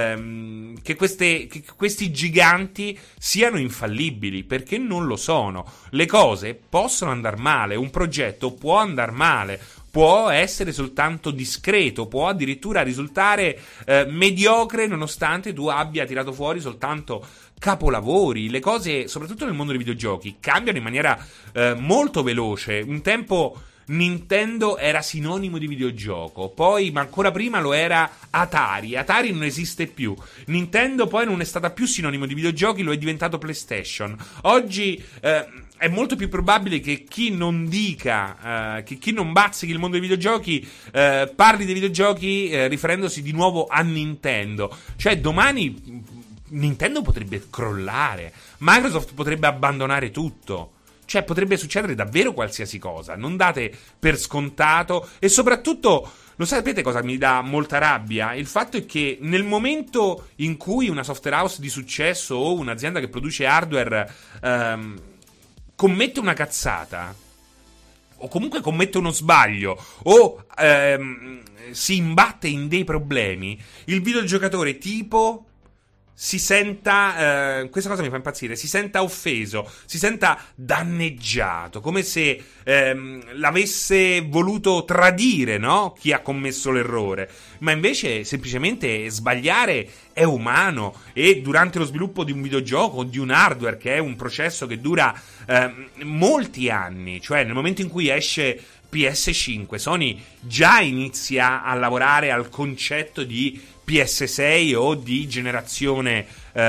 questi giganti siano infallibili, perché non lo sono. Le cose possono andare male, un progetto può andare male, può essere soltanto discreto, può addirittura risultare mediocre nonostante tu abbia tirato fuori soltanto capolavori. Le cose, soprattutto nel mondo dei videogiochi, cambiano in maniera molto veloce. Un tempo Nintendo era sinonimo di videogioco, poi, ma ancora prima lo era Atari. Atari non esiste più. Nintendo poi non è stata più sinonimo di videogiochi, lo è diventato PlayStation. Oggi è molto più probabile che chi non dica, che chi non bazzichi il mondo dei videogiochi parli dei videogiochi riferendosi di nuovo a Nintendo. Cioè domani Nintendo potrebbe crollare, Microsoft potrebbe abbandonare tutto. Cioè potrebbe succedere davvero qualsiasi cosa. Non date per scontato. E soprattutto, lo sapete cosa mi dà molta rabbia? Il fatto è che nel momento in cui una software house di successo o un'azienda che produce hardware commette una cazzata, o comunque commette uno sbaglio, o si imbatte in dei problemi, il videogiocatore tipo si senta, questa cosa mi fa impazzire, si senta offeso, si senta danneggiato, come se l'avesse voluto tradire, no? Chi ha commesso l'errore. Ma invece semplicemente sbagliare è umano, e durante lo sviluppo di un videogioco o di un hardware, che è un processo che dura molti anni, cioè nel momento in cui esce PS5, Sony già inizia a lavorare al concetto di PS6 o di generazione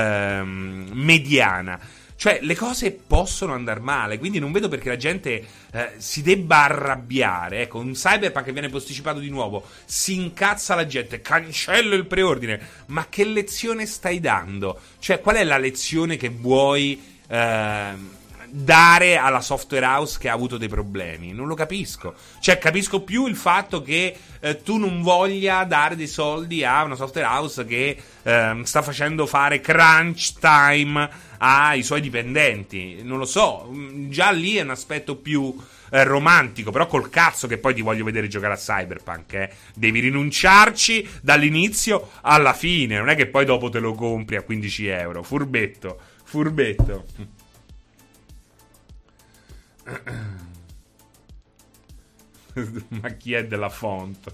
mediana. Cioè le cose possono andare male, quindi non vedo perché la gente si debba arrabbiare. Ecco, un Cyberpunk che viene posticipato di nuovo, si incazza la gente, cancello il preordine. Ma che lezione stai dando? Cioè qual è la lezione che vuoi dare alla software house che ha avuto dei problemi? Non lo capisco. Cioè capisco più il fatto che tu non voglia dare dei soldi a una software house che sta facendo fare crunch time ai suoi dipendenti. Non lo so, già lì è un aspetto più romantico. Però col cazzo che poi ti voglio vedere giocare a Cyberpunk, devi rinunciarci dall'inizio alla fine. Non è che poi dopo te lo compri a 15 euro. Furbetto. Ma chi è della font?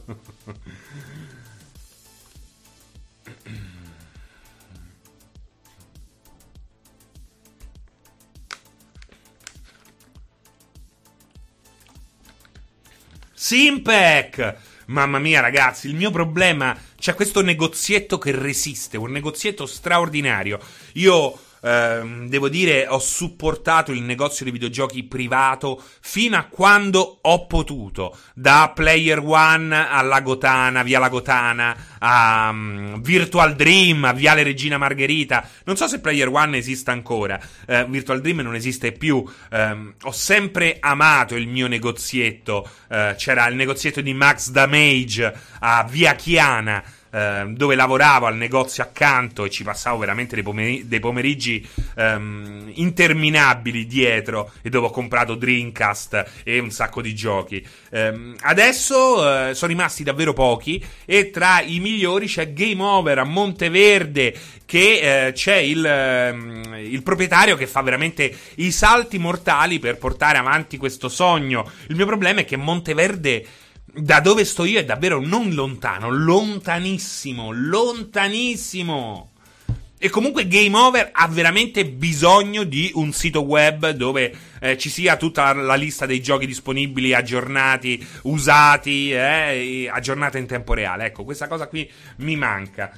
Simpec! Mamma mia, ragazzi, il mio problema, c'è questo negozietto che resiste, un negozietto straordinario. Io devo dire, ho supportato il negozio di videogiochi privato fino a quando ho potuto, da Player One a Lagotana, via Lagotana, a Virtual Dream, a Viale Regina Margherita. Non so se Player One esista ancora, Virtual Dream non esiste più. Ho sempre amato il mio negozietto. C'era il negozietto di Max Damage a via Chiana. dove lavoravo al negozio accanto e ci passavo veramente dei pomeriggi interminabili dietro, e dove ho comprato Dreamcast e un sacco di giochi. Adesso sono rimasti davvero pochi, e tra i migliori c'è Game Over a Monteverde, che c'è il proprietario che fa veramente i salti mortali per portare avanti questo sogno. Il mio problema è che Monteverde, da dove sto io, è davvero non lontano, lontanissimo, lontanissimo. E comunque Game Over ha veramente bisogno di un sito web dove ci sia tutta la lista dei giochi disponibili, aggiornati, usati, aggiornata in tempo reale. Ecco, questa cosa qui mi manca.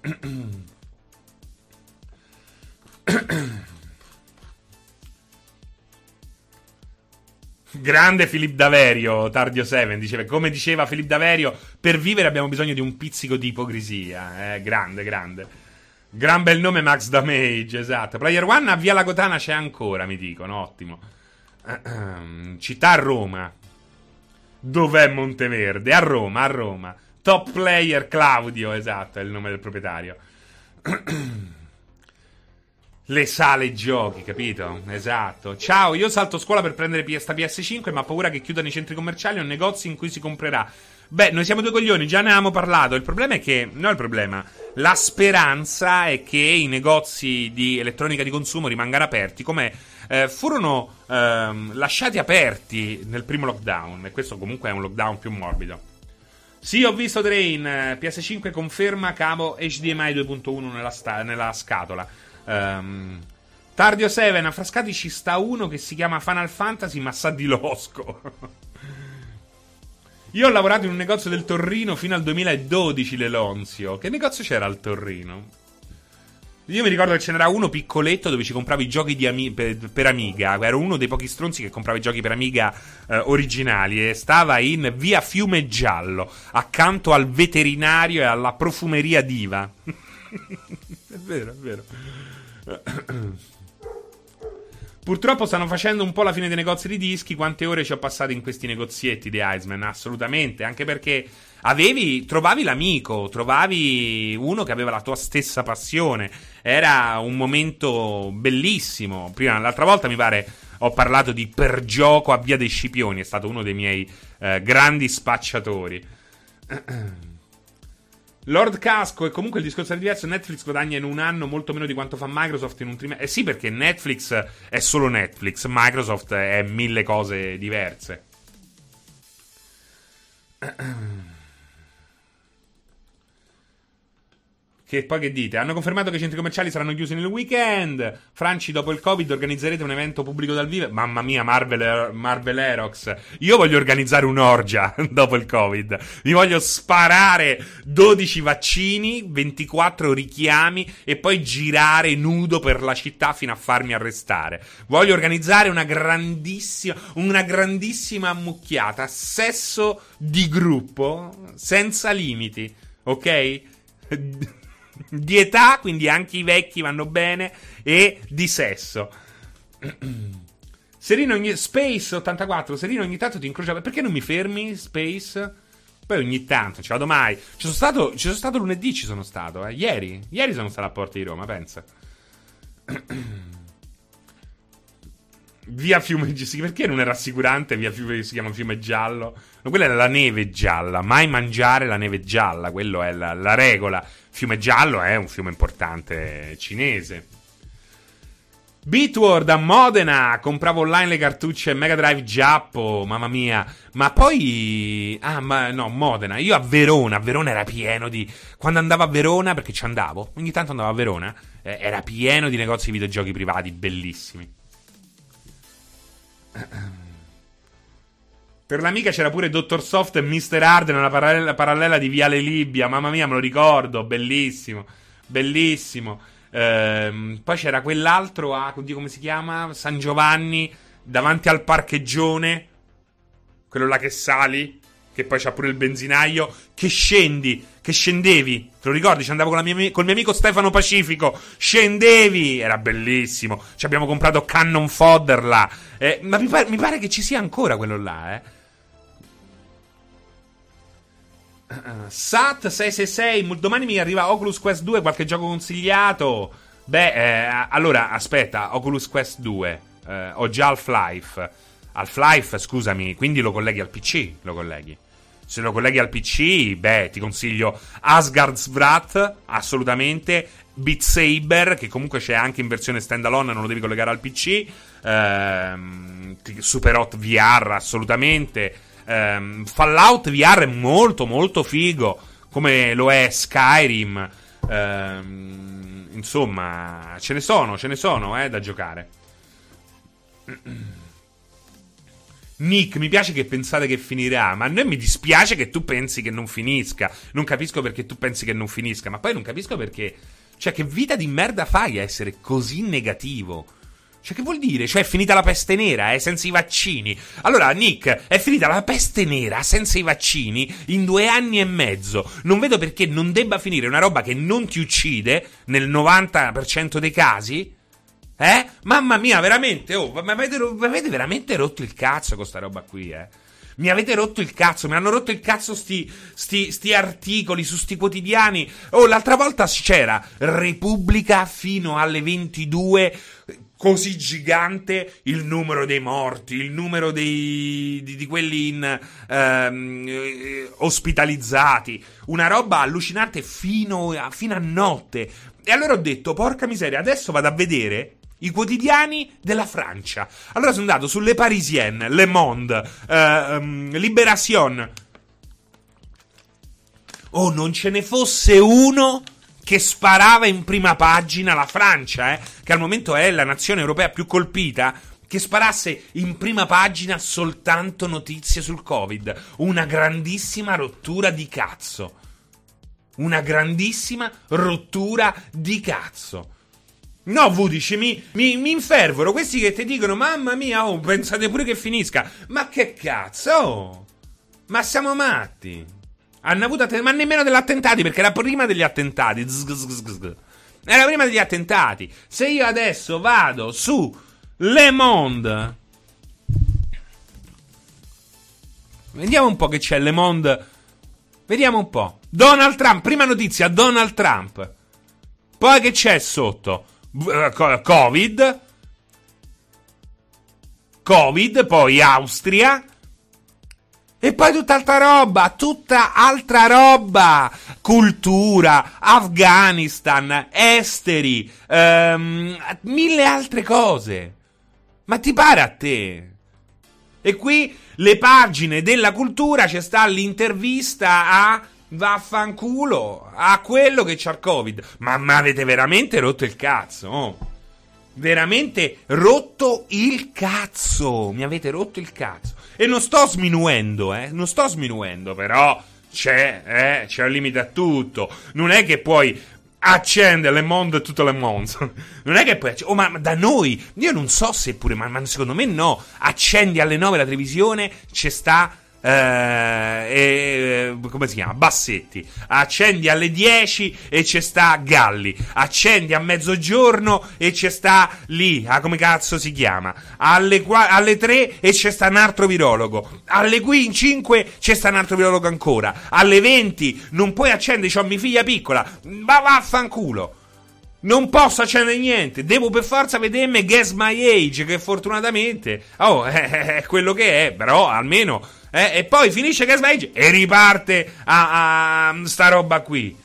Grande Filippo Daverio, Tardio 7 diceva, come diceva Filippo Daverio, per vivere abbiamo bisogno di un pizzico di ipocrisia. Grande, grande. Gran bel nome Max Damage, esatto. Player One a Via Lagotana c'è ancora, mi dicono, ottimo. Città a Roma. Dov'è Monteverde? A Roma, a Roma. Top Player Claudio, esatto, è il nome del proprietario. Le sale giochi, capito? Esatto. Ciao, io salto scuola per prendere sta PS5, ma ho paura che chiudano i centri commerciali o negozi in cui si comprerà. Beh, noi siamo due coglioni, già ne avevamo parlato. Il problema è che, no, il problema, la speranza è che i negozi di elettronica di consumo rimangano aperti, come furono lasciati aperti nel primo lockdown. E questo comunque è un lockdown più morbido. Sì, ho visto Drain, PS5 conferma cavo HDMI 2.1 nella scatola. Tardio 7, a Frascati ci sta uno che si chiama Final Fantasy, ma sa di losco. Io ho lavorato in un negozio del Torrino fino al 2012, Lelonzio. Che negozio c'era al Torrino? Io mi ricordo che ce n'era uno piccoletto dove ci compravi i giochi per Amiga. Ero uno dei pochi stronzi che comprava i giochi per Amiga originali, e stava in via Fiumegiallo, accanto al veterinario e alla profumeria Diva. È vero, è vero. Purtroppo stanno facendo un po' la fine dei negozi di dischi. Quante ore ci ho passato in questi negozietti di Iceman? Assolutamente, anche perché trovavi l'amico, trovavi uno che aveva la tua stessa passione. Era un momento bellissimo. Prima, l'altra volta mi pare, ho parlato di Per Gioco a Via dei Scipioni. È stato uno dei miei grandi spacciatori. Lord Casco, e comunque il discorso è diverso. Netflix guadagna in un anno molto meno di quanto fa Microsoft in un trimestre. Sì, perché Netflix è solo Netflix, Microsoft è 1000 cose diverse. Che poi che dite? Hanno confermato che i centri commerciali saranno chiusi nel weekend. Franci, dopo il Covid organizzerete un evento pubblico dal vivo? Mamma mia, Marvel Aerox. Io voglio organizzare un'orgia dopo il Covid. Mi voglio sparare 12 vaccini, 24 richiami e poi girare nudo per la città fino a farmi arrestare. Voglio organizzare una grandissima ammucchiata. Sesso di gruppo senza limiti. Ok? Di età, quindi anche i vecchi vanno bene, e di sesso. Serino Space 84, Serino, ogni tanto ti incrocio. Perché non mi fermi, Space? Poi ogni tanto, ci vado mai. Ci sono stato lunedì, ci sono stato, Ieri sono stato a Porta di Roma, pensa. Via Fiumegiallo, perché non è rassicurante? Via Fiume, si chiama Fiumegiallo. No, quella è la neve gialla. Mai mangiare la neve gialla, quello è la regola. Fiumegiallo è un fiume importante cinese. Bitward a Modena. Compravo online le cartucce Mega Drive Giappo. Mamma mia. Ma poi Modena. Io a Verona era pieno di... Quando andavo a Verona, perché ci andavo, ogni tanto andavo a Verona, era pieno di negozi di videogiochi privati bellissimi. Per l'amica c'era pure Dr. Soft e Mr. Hard nella parallela di Viale Libia. Mamma mia, me lo ricordo. Bellissimo. Bellissimo. Poi c'era quell'altro oddio, come si chiama? San Giovanni, davanti al parcheggione. Quello là che sali, che poi c'ha pure il benzinaio. Che scendevi. Te lo ricordi? Ci andavo col mio amico Stefano Pacifico. Scendevi. Era bellissimo. Ci abbiamo comprato Cannon Fodder là. Ma mi pare che ci sia ancora quello là, Sat666, domani mi arriva Oculus Quest 2, qualche gioco consigliato? Beh, allora, aspetta, Oculus Quest 2, ho già Half-Life. Half-Life, scusami, quindi lo colleghi al PC, lo colleghi. Se lo colleghi al PC, beh, ti consiglio Asgard's Wrath, assolutamente. Beat Saber, che comunque c'è anche in versione standalone, non lo devi collegare al PC. Super Hot VR, assolutamente. Fallout VR è molto molto figo, come lo è Skyrim. Insomma, ce ne sono da giocare. Nick, mi piace che pensate che finirà, ma a noi mi dispiace che tu pensi che non finisca. Non capisco perché tu pensi che non finisca, ma poi non capisco perché... Cioè, che vita di merda fai a essere così negativo? Cioè, che vuol dire? Cioè, è finita la peste nera, senza i vaccini. Allora, Nick, è finita la peste nera senza i vaccini in 2 anni e mezzo. Non vedo perché non debba finire una roba che non ti uccide nel 90% dei casi. Mamma mia, veramente, mi avete veramente rotto il cazzo con sta roba qui, Mi avete rotto il cazzo, mi hanno rotto il cazzo sti articoli su sti quotidiani. Oh, l'altra volta c'era Repubblica fino alle 22, così gigante il numero dei morti, il numero di quelli ospitalizzati, una roba allucinante fino a notte. E allora ho detto, porca miseria, adesso vado a vedere i quotidiani della Francia. Allora sono andato sulle Parisienne, Le Monde, Libération. Oh, non ce ne fosse uno che sparava in prima pagina la Francia, che al momento è la nazione europea più colpita, che sparasse in prima pagina soltanto notizie sul Covid. Una grandissima rottura di cazzo. Una grandissima rottura di cazzo. No, V dici, mi infervoro. Questi che ti dicono, mamma mia, oh, pensate pure che finisca. Ma che cazzo, oh? Ma siamo matti. Hanno avuto ma nemmeno degli attentati, perché era prima degli attentati. Era prima degli attentati. Se io adesso vado su Le Monde, vediamo un po' che c'è Le Monde. Vediamo un po'. Donald Trump, prima notizia, Donald Trump. Poi che c'è sotto? Covid, poi Austria. E poi tutta altra roba. Cultura, Afghanistan, esteri, 1000 altre cose. Ma ti pare a te? E qui le pagine della cultura, c'è sta l'intervista a vaffanculo, a quello che c'ha il Covid. Ma avete veramente rotto il cazzo, oh. Veramente rotto il cazzo. Mi avete rotto il cazzo. E non sto sminuendo, non sto sminuendo, però c'è un limite a tutto. Non è che puoi accendere Le Monde tutte le Monde. Non è che puoi ma da noi, io non so se pure, ma secondo me no. Accendi alle 9 la televisione, c'è sta come si chiama? Bassetti. Accendi alle 10 e c'è sta Galli. Accendi a mezzogiorno e c'è sta lì, come cazzo si chiama? Alle 3 e c'è sta un altro virologo. Alle 5 c'è sta un altro virologo ancora. Alle 20 non puoi accendere, c'ho mia figlia piccola. Ma vaffanculo. Non posso accendere niente, devo per forza vedermi Guess My Age, che fortunatamente è quello che è, però almeno e poi finisce Guess My Age e riparte a sta roba qui.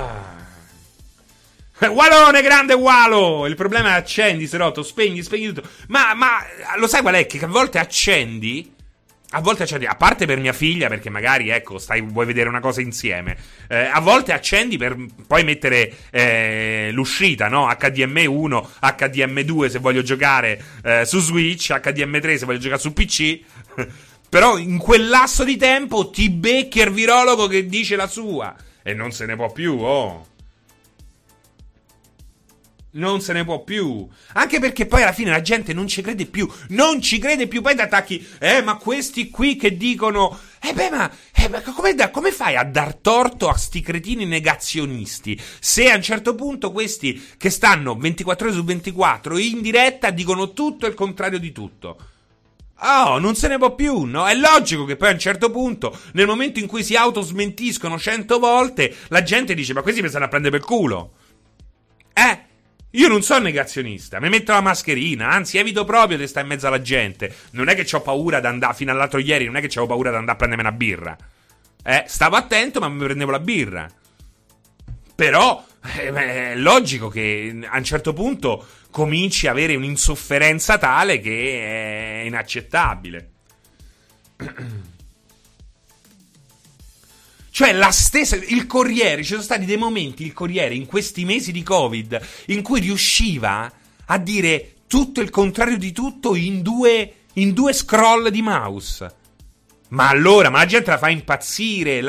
Walone, grande Walo! Il problema è accendi, serotto, spegni tutto. Ma lo sai qual è? Che a volte accendi, a parte per mia figlia, perché magari, ecco, vuoi vedere una cosa insieme. A volte accendi per poi mettere l'uscita, no? HDMI 1, HDMI 2 se voglio giocare su Switch, HDMI 3 se voglio giocare su PC. Però in quel lasso di tempo ti becchi il virologo che dice la sua. E non se ne può più, oh. Non se ne può più. Anche perché poi alla fine la gente non ci crede più. Non ci crede più. Poi ti attacchi. Ma questi qui che dicono. Come fai a dar torto a sti cretini negazionisti? Se a un certo punto questi che stanno 24 ore su 24 in diretta dicono tutto e il contrario di tutto. Oh, non se ne può più, no? È logico che poi a un certo punto, nel momento in cui si autosmentiscono 100 volte, la gente dice, ma questi mi stanno a prendere per culo. Io non sono negazionista, mi metto la mascherina, anzi evito proprio di stare in mezzo alla gente. Non è che ho paura di andare, fino all'altro ieri, non è che avevo paura di andare a prendermi una birra. Stavo attento, ma mi prendevo la birra. Però è logico che a un certo punto cominci a avere un'insofferenza tale che è inaccettabile. Cioè la stessa, il Corriere, ci sono stati dei momenti, il Corriere in questi mesi di Covid, in cui riusciva a dire tutto il contrario di tutto in due scroll di mouse. Ma allora, ma la gente la fa impazzire,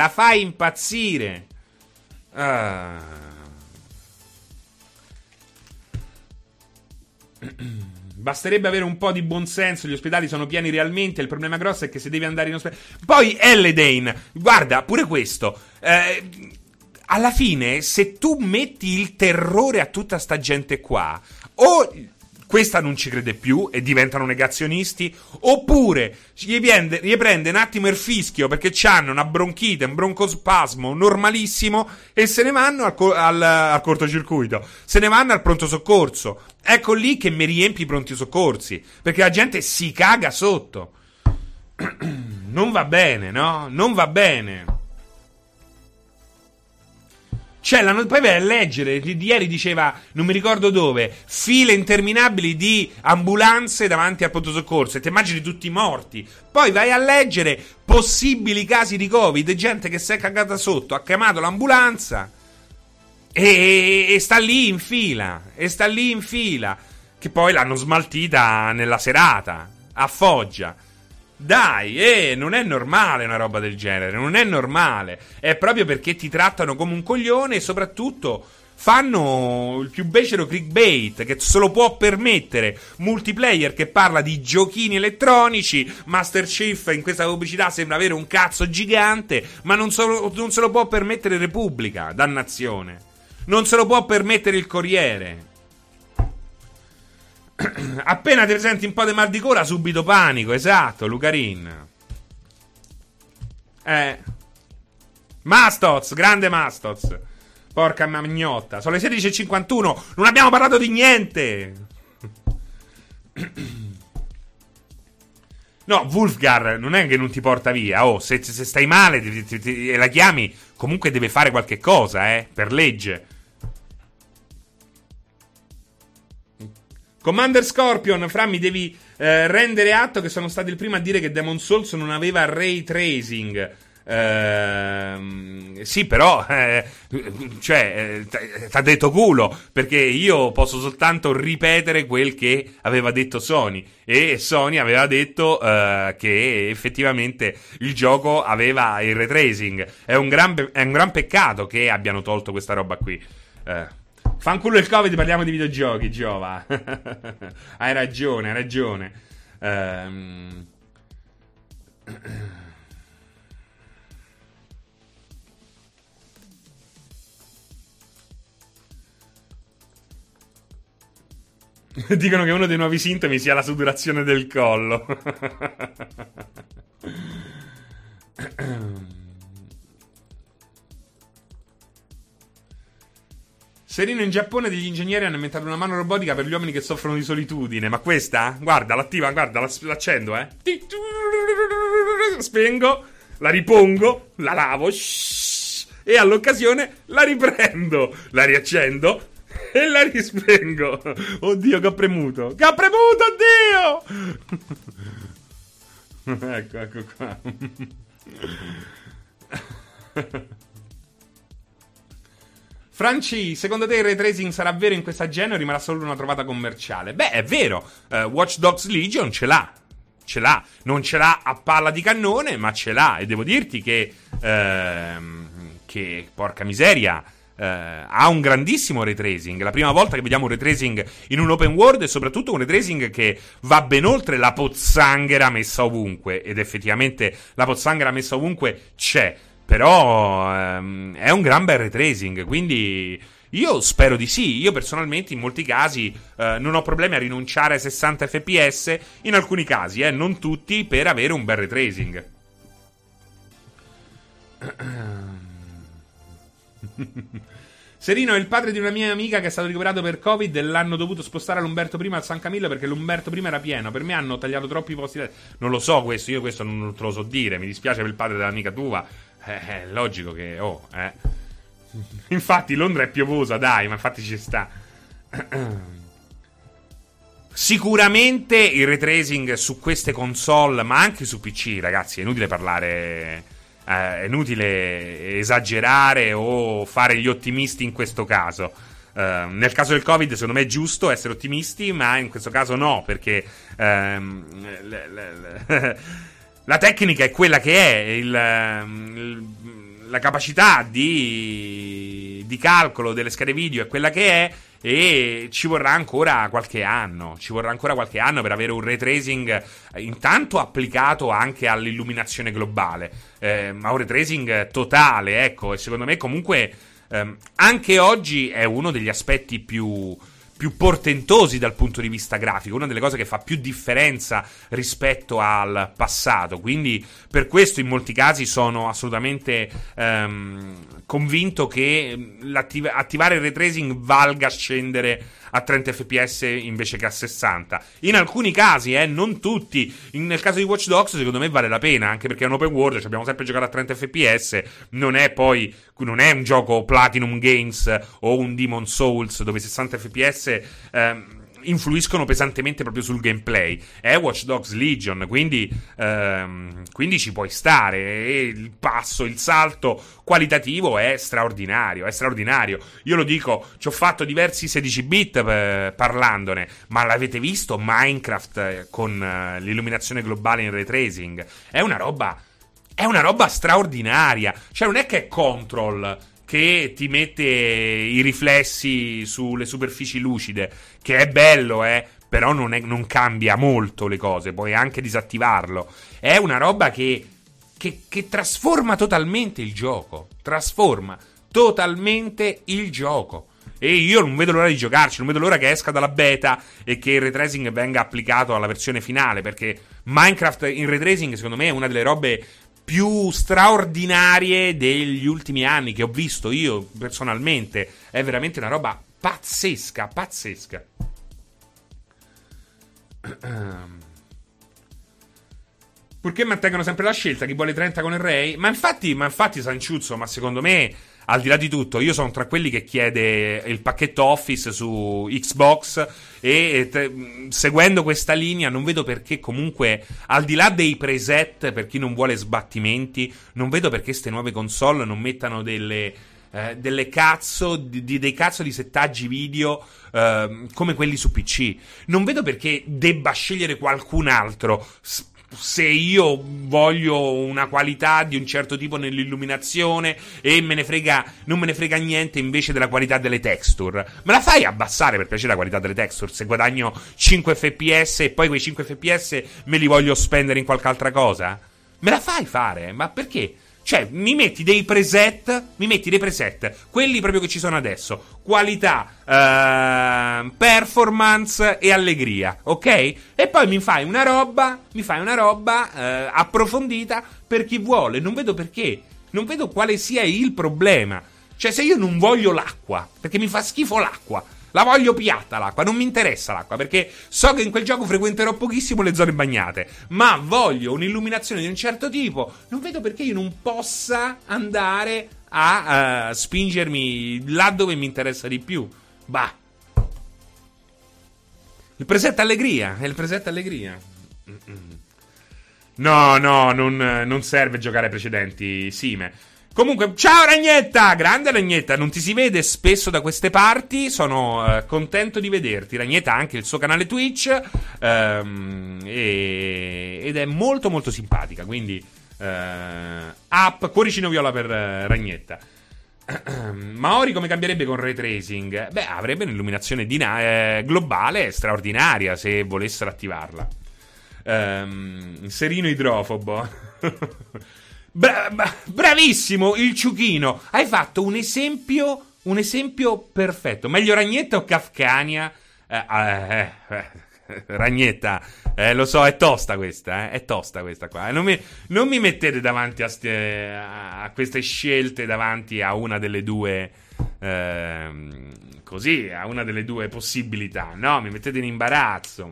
Basterebbe avere un po' di buonsenso, gli ospedali sono pieni realmente, il problema grosso è che se devi andare in ospedale... Poi Elledane, guarda, pure questo, alla fine se tu metti il terrore a tutta sta gente qua, o questa non ci crede più e diventano negazionisti, oppure gli prende un attimo il fischio perché hanno una bronchite, un broncospasmo normalissimo e se ne vanno al cortocircuito, se ne vanno al pronto soccorso. Ecco lì che mi riempi i pronti soccorsi, perché la gente si caga sotto. Non va bene, no? Non va bene. Cioè, poi vai a leggere, di ieri diceva, non mi ricordo dove, file interminabili di ambulanze davanti al pronto soccorso, e ti immagini tutti morti. Poi vai a leggere possibili casi di Covid, gente che si è cagata sotto, ha chiamato l'ambulanza e sta lì in fila, che poi l'hanno smaltita nella serata, a Foggia. Dai, non è normale una roba del genere, non è normale. È proprio perché ti trattano come un coglione e soprattutto fanno il più becero clickbait che se lo può permettere. Multiplayer che parla di giochini elettronici, Masterchef in questa pubblicità sembra avere un cazzo gigante, ma non se lo può permettere Repubblica, dannazione. Non se lo può permettere il Corriere. Appena ti senti un po' di mal di gola, subito panico, esatto, Lucarin. Mastoz, grande Mastoz. Porca magnotta, sono le 16:51, non abbiamo parlato di niente. No, Wolfgar non è che non ti porta via. Oh, se stai male e la chiami, comunque deve fare qualche cosa, per legge. Commander Scorpion, Fra, mi devi rendere atto che sono stato il primo a dire che Demon's Souls non aveva ray tracing. Sì, però t'ha detto culo, perché io posso soltanto ripetere quel che aveva detto Sony, e Sony aveva detto che effettivamente il gioco aveva il ray tracing. È un gran peccato che abbiano tolto questa roba qui. Fanculo il Covid, parliamo di videogiochi, Giova. Hai ragione. Dicono che uno dei nuovi sintomi sia la sudorazione del collo. Serino, in Giappone degli ingegneri hanno inventato una mano robotica per gli uomini che soffrono di solitudine. Ma questa? Guarda, l'accendo, Spengo, la ripongo, la lavo, e all'occasione la riprendo, la riaccendo e la rispengo. Oddio, che ho premuto, oddio! Ecco qua. Franci, secondo te il ray tracing sarà vero in questa gen o rimarrà solo una trovata commerciale? Beh, è vero, Watch Dogs Legion ce l'ha, non ce l'ha a palla di cannone, ma ce l'ha, e devo dirti che porca miseria, ha un grandissimo ray tracing. La prima volta che vediamo un ray tracing in un open world, e soprattutto un ray tracing che va ben oltre la pozzanghera messa ovunque, ed effettivamente la pozzanghera messa ovunque c'è. Però è un gran bel ray tracing, quindi Io spero di sì. Io personalmente in molti casi non ho problemi a rinunciare ai 60 fps, in alcuni casi, non tutti, per avere un bel ray tracing. Serino è il padre di una mia amica che è stato ricoverato per Covid e l'hanno dovuto spostare all'Umberto I al San Camillo perché l'Umberto I era pieno. Per me hanno tagliato troppi posti. Non lo so questo, io questo non te lo so dire. Mi dispiace per il padre dell'amica tua. È logico che... Infatti Londra è piovosa, dai, ma infatti ci sta. Sicuramente il ray tracing su queste console, ma anche su PC, ragazzi, è inutile parlare... è inutile esagerare o fare gli ottimisti in questo caso. Nel caso del Covid secondo me è giusto essere ottimisti, ma in questo caso no, perché la tecnica è quella che è, la capacità di calcolo delle schede video è quella che è, e ci vorrà ancora qualche anno. Ci vorrà ancora qualche anno per avere un ray tracing intanto applicato anche all'illuminazione globale, ma un ray tracing totale, ecco. E secondo me comunque anche oggi è uno degli aspetti più portentosi dal punto di vista grafico, una delle cose che fa più differenza rispetto al passato. Quindi per questo in molti casi sono assolutamente convinto che attivare il ray tracing valga scendere a 30 fps invece che a 60. In alcuni casi, non tutti. Nel caso di Watch Dogs secondo me vale la pena, anche perché è un open world, ci abbiamo sempre giocato a 30 fps, non è un gioco Platinum Games o un Demon Souls dove 60 fps influiscono pesantemente proprio sul gameplay. È Watch Dogs Legion, quindi ci puoi stare, e il salto qualitativo è straordinario, Io lo dico, ci ho fatto diversi 16 bit parlandone, ma l'avete visto Minecraft con l'illuminazione globale in ray tracing? È una roba straordinaria. Cioè non è che è Control che ti mette i riflessi sulle superfici lucide, che è bello, però non cambia molto le cose, puoi anche disattivarlo. È una roba che trasforma totalmente il gioco. E io non vedo l'ora di giocarci, non vedo l'ora che esca dalla beta e che il ray tracing venga applicato alla versione finale, perché Minecraft in ray tracing secondo me è una delle robe più straordinarie degli ultimi anni che ho visto io personalmente. È veramente una roba pazzesca. Purché mantengono sempre la scelta, chi vuole 30 con il Ray. Ma infatti Sanciuzzo, ma secondo me, al di là di tutto, io sono tra quelli che chiede il pacchetto Office su Xbox, e seguendo questa linea non vedo perché comunque, al di là dei preset per chi non vuole sbattimenti, non vedo perché queste nuove console non mettano dei cazzo di settaggi video come quelli su PC. Non vedo perché debba scegliere qualcun altro se io voglio una qualità di un certo tipo nell'illuminazione e non me ne frega niente invece della qualità delle texture. Me la fai abbassare per piacere la qualità delle texture se guadagno 5 fps e poi quei 5 fps me li voglio spendere in qualche altra cosa? Me la fai fare? Ma perché? Cioè, mi metti dei preset, quelli proprio che ci sono adesso, qualità, performance e allegria, ok? E poi mi fai una roba approfondita per chi vuole. Non vedo perché, non vedo quale sia il problema. Cioè, se io non voglio l'acqua, perché mi fa schifo l'acqua, la voglio piatta l'acqua, non mi interessa l'acqua, perché so che in quel gioco frequenterò pochissimo le zone bagnate, ma voglio un'illuminazione di un certo tipo, non vedo perché io non possa andare a spingermi là dove mi interessa di più. Bah. Il preset allegria. No, non serve giocare ai precedenti, Sime. Comunque, ciao Ragnetta, grande Ragnetta, non ti si vede spesso da queste parti, sono contento di vederti. Ragnetta ha anche il suo canale Twitch ed è molto molto simpatica, quindi cuoricino viola per Ragnetta. Maori come cambierebbe con ray tracing? Beh, avrebbe un'illuminazione globale straordinaria se volessero attivarla. Serino idrofobo. Bravissimo il Ciuchino, hai fatto un esempio Un esempio perfetto. Meglio Ragnetta o Kafkania? Ragnetta, lo so, è tosta questa, è tosta questa qua. Non mi mettete davanti a queste scelte, davanti a una delle due, così, a una delle due possibilità. No, mi mettete in imbarazzo.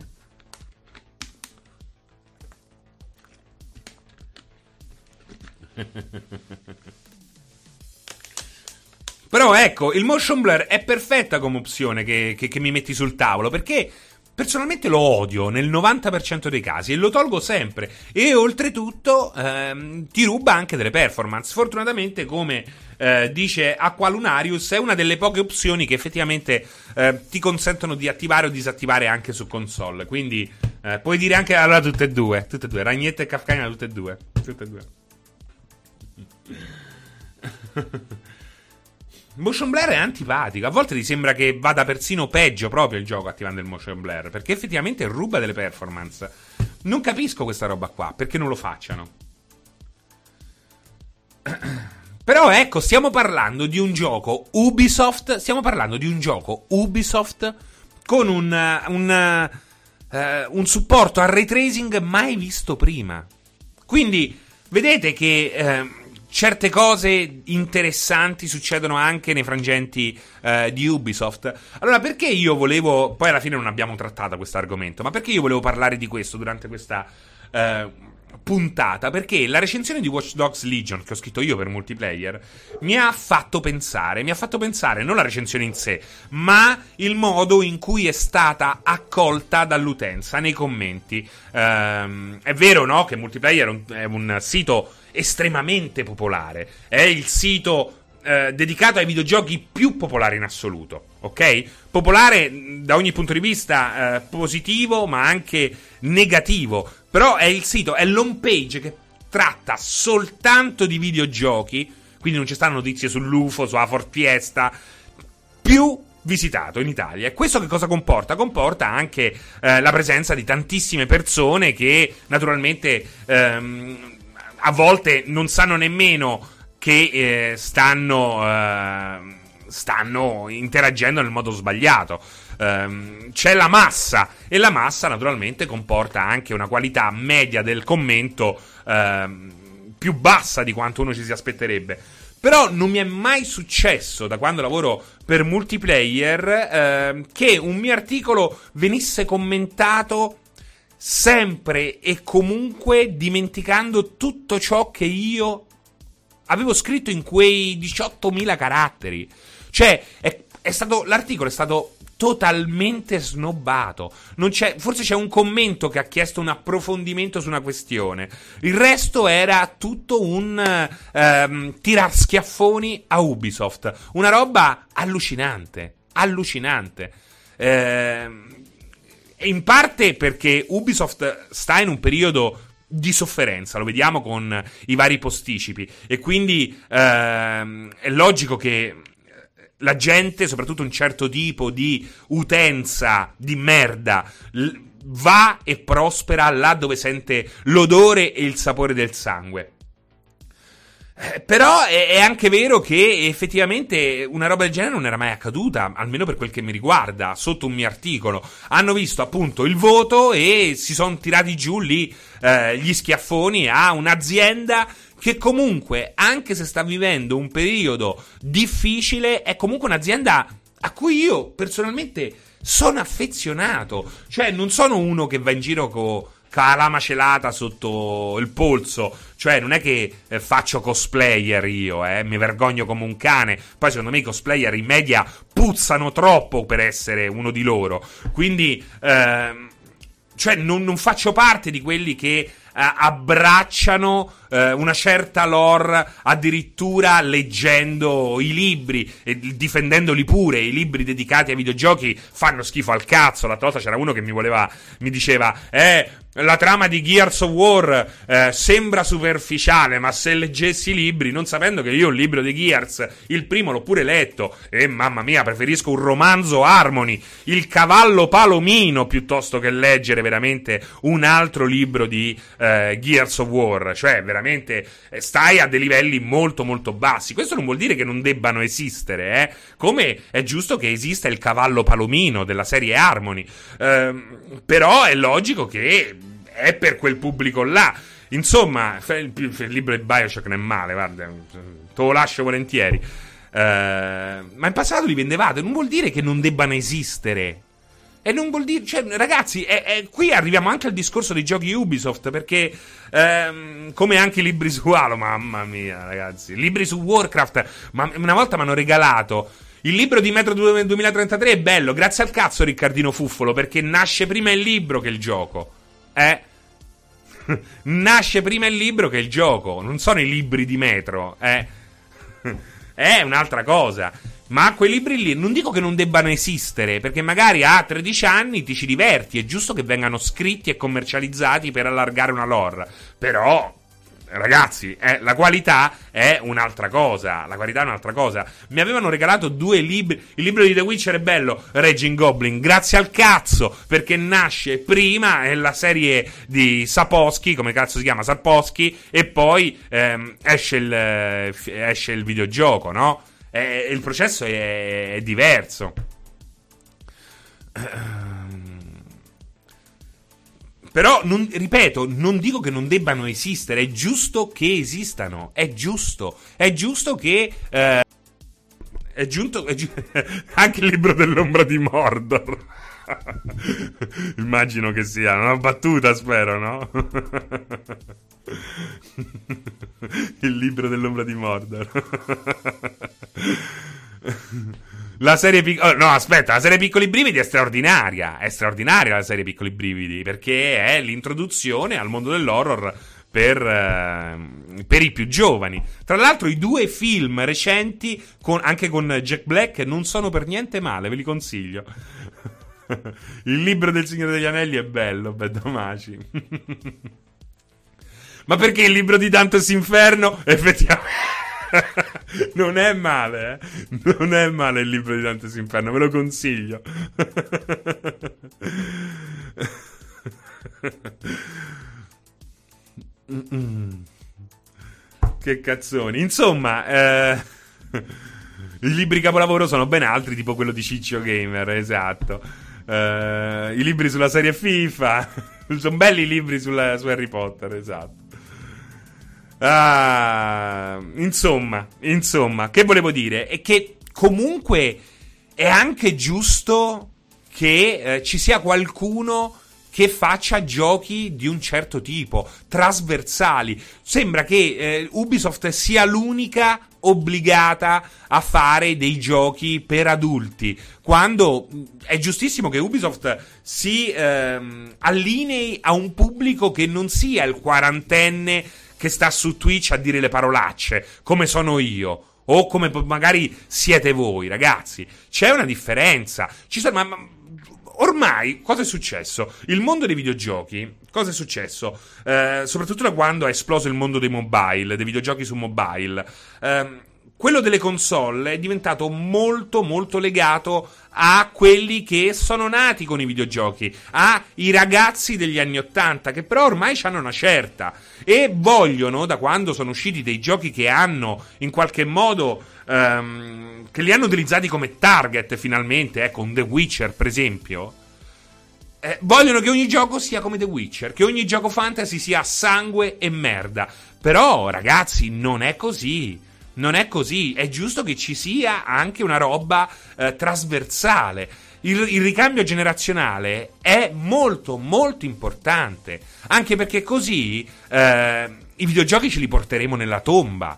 Però ecco, il motion blur è perfetta come opzione che mi metti sul tavolo, perché personalmente lo odio nel 90% dei casi e lo tolgo sempre. E oltretutto ti ruba anche delle performance. Fortunatamente, come dice Aqualunarius, è una delle poche opzioni che effettivamente ti consentono di attivare o disattivare anche su console. Quindi puoi dire anche allora tutte e due, Ragnetta e Kafkania tutte e due. Motion blur è antipatico. A volte ti sembra che vada persino peggio proprio il gioco attivando il motion blur, perché effettivamente ruba delle performance. Non capisco questa roba qua, perché non lo facciano. Però ecco, stiamo parlando di un gioco Ubisoft. Stiamo parlando di un gioco Ubisoft con un supporto al ray tracing mai visto prima. Quindi vedete che certe cose interessanti succedono anche nei frangenti di Ubisoft. Allora, perché io volevo... Poi alla fine non abbiamo trattato questo argomento, ma perché io volevo parlare di questo durante questa puntata? Perché la recensione di Watch Dogs Legion, che ho scritto io per Multiplayer, mi ha fatto pensare non la recensione in sé, ma il modo in cui è stata accolta dall'utenza nei commenti. È vero, no, che Multiplayer è un sito estremamente popolare, è il sito dedicato ai videogiochi più popolare in assoluto, ok? Popolare da ogni punto di vista positivo, ma anche negativo. Però è il sito, è l'home page che tratta soltanto di videogiochi, quindi non ci stanno notizie sull'UFO, sulla Ford Fiesta, più visitato in Italia. E questo che cosa comporta? Comporta anche la presenza di tantissime persone che naturalmente a volte non sanno nemmeno che stanno interagendo nel modo sbagliato. C'è la massa, e la massa naturalmente comporta anche una qualità media del commento più bassa di quanto uno ci si aspetterebbe. Però non mi è mai successo, da quando lavoro per Multiplayer, che un mio articolo venisse commentato sempre e comunque dimenticando tutto ciò che io avevo scritto in quei 18.000 caratteri. Cioè, l'articolo è stato totalmente snobbato. Forse c'è un commento che ha chiesto un approfondimento su una questione. Il resto era tutto un tirar schiaffoni a Ubisoft. Una roba allucinante. E in parte perché Ubisoft sta in un periodo di sofferenza, lo vediamo con i vari posticipi, e quindi è logico che la gente, soprattutto un certo tipo di utenza di merda, va e prospera là dove sente l'odore e il sapore del sangue. Però è anche vero che effettivamente una roba del genere non era mai accaduta, almeno per quel che mi riguarda, sotto un mio articolo. Hanno visto appunto il voto e si sono tirati giù lì gli schiaffoni a un'azienda che comunque, anche se sta vivendo un periodo difficile, è comunque un'azienda a cui io personalmente sono affezionato. Cioè non sono uno che va in giro con la lama celata sotto il polso. Cioè non è che faccio cosplayer io, mi vergogno come un cane. Poi secondo me i cosplayer in media puzzano troppo per essere uno di loro. Quindi cioè non faccio parte di quelli che abbracciano una certa lore, addirittura leggendo i libri e difendendoli pure. I libri dedicati ai videogiochi fanno schifo al cazzo. L'altra volta c'era uno che mi diceva la trama di Gears of War sembra superficiale, ma se leggessi i libri, non sapendo che io il libro di Gears, il primo l'ho pure letto, e mamma mia, preferisco un romanzo Harmony, il cavallo palomino, piuttosto che leggere veramente un altro libro di Gears of War. Cioè veramente veramente stai a dei livelli molto molto bassi. Questo non vuol dire che non debbano esistere, come è giusto che esista il cavallo palomino della serie Harmony, però è logico che è per quel pubblico là. Insomma, il libro di BioShock non è male, guarda, te lo lascio volentieri. Ma in passato li vendevate, non vuol dire che non debbano esistere. E non vuol dire, cioè, ragazzi, qui arriviamo anche al discorso dei giochi Ubisoft, perché come anche i libri su Halo, mamma mia, ragazzi, libri su Warcraft, ma una volta mi hanno regalato il libro di Metro 2033, è bello, grazie al cazzo Riccardino Fuffolo, perché nasce prima il libro che il gioco. Nasce prima il libro che il gioco, non sono i libri di Metro, è un'altra cosa. Ma quei libri lì non dico che non debbano esistere, perché magari a 13 anni ti ci diverti, è giusto che vengano scritti e commercializzati per allargare una lore. Però, ragazzi, la qualità è un'altra cosa. La qualità è un'altra cosa. Mi avevano regalato 2 libri. Il libro di The Witcher è bello, Raging Goblin, grazie al cazzo, perché nasce prima è la serie di Sapkowski, come cazzo si chiama, Sapkowski, e poi esce il videogioco, no? Il processo è diverso. Però, ripeto, non dico che non debbano esistere, è giusto che esistano, è giusto che... anche il libro dell'ombra di Mordor. Immagino che sia una battuta, spero, no? Il libro dell'ombra di Mordor. La serie la serie Piccoli Brividi è straordinaria. È straordinaria la serie Piccoli Brividi, perché è l'introduzione al mondo dell'horror per i più giovani. Tra l'altro i 2 film recenti anche con Jack Black non sono per niente male, ve li consiglio. Il libro del Signore degli Anelli è bello, Bedomaci. Ma perché il libro di Dante's Inferno effettivamente non è male, non è male il libro di Dante's Inferno, ve lo consiglio. Che cazzoni. Insomma, i libri capolavoro sono ben altri, tipo quello di Ciccio Gamer, esatto. I libri sulla serie FIFA. Sono belli i libri su Harry Potter, esatto. Insomma, che volevo dire? È che comunque è anche giusto che ci sia qualcuno che faccia giochi di un certo tipo, trasversali. Sembra che Ubisoft sia l'unica obbligata a fare dei giochi per adulti, quando è giustissimo che Ubisoft si allinei a un pubblico che non sia il quarantenne che sta su Twitch a dire le parolacce, come sono io, o come magari siete voi, ragazzi. C'è una differenza. Ma ormai, cosa è successo? Il mondo dei videogiochi, cosa è successo? Soprattutto da quando è esploso il mondo dei mobile, dei videogiochi su mobile. Quello delle console è diventato molto molto legato a quelli che sono nati con i videogiochi, ai ragazzi degli anni '80, che però ormai hanno una certa e vogliono, da quando sono usciti dei giochi che hanno in qualche modo che li hanno utilizzati come target finalmente, con The Witcher per esempio, vogliono che ogni gioco sia come The Witcher, che ogni gioco fantasy sia sangue e merda. Però ragazzi, non è così. Non è così, è giusto che ci sia anche una roba trasversale. Il ricambio generazionale è molto molto importante, anche perché così i videogiochi ce li porteremo nella tomba.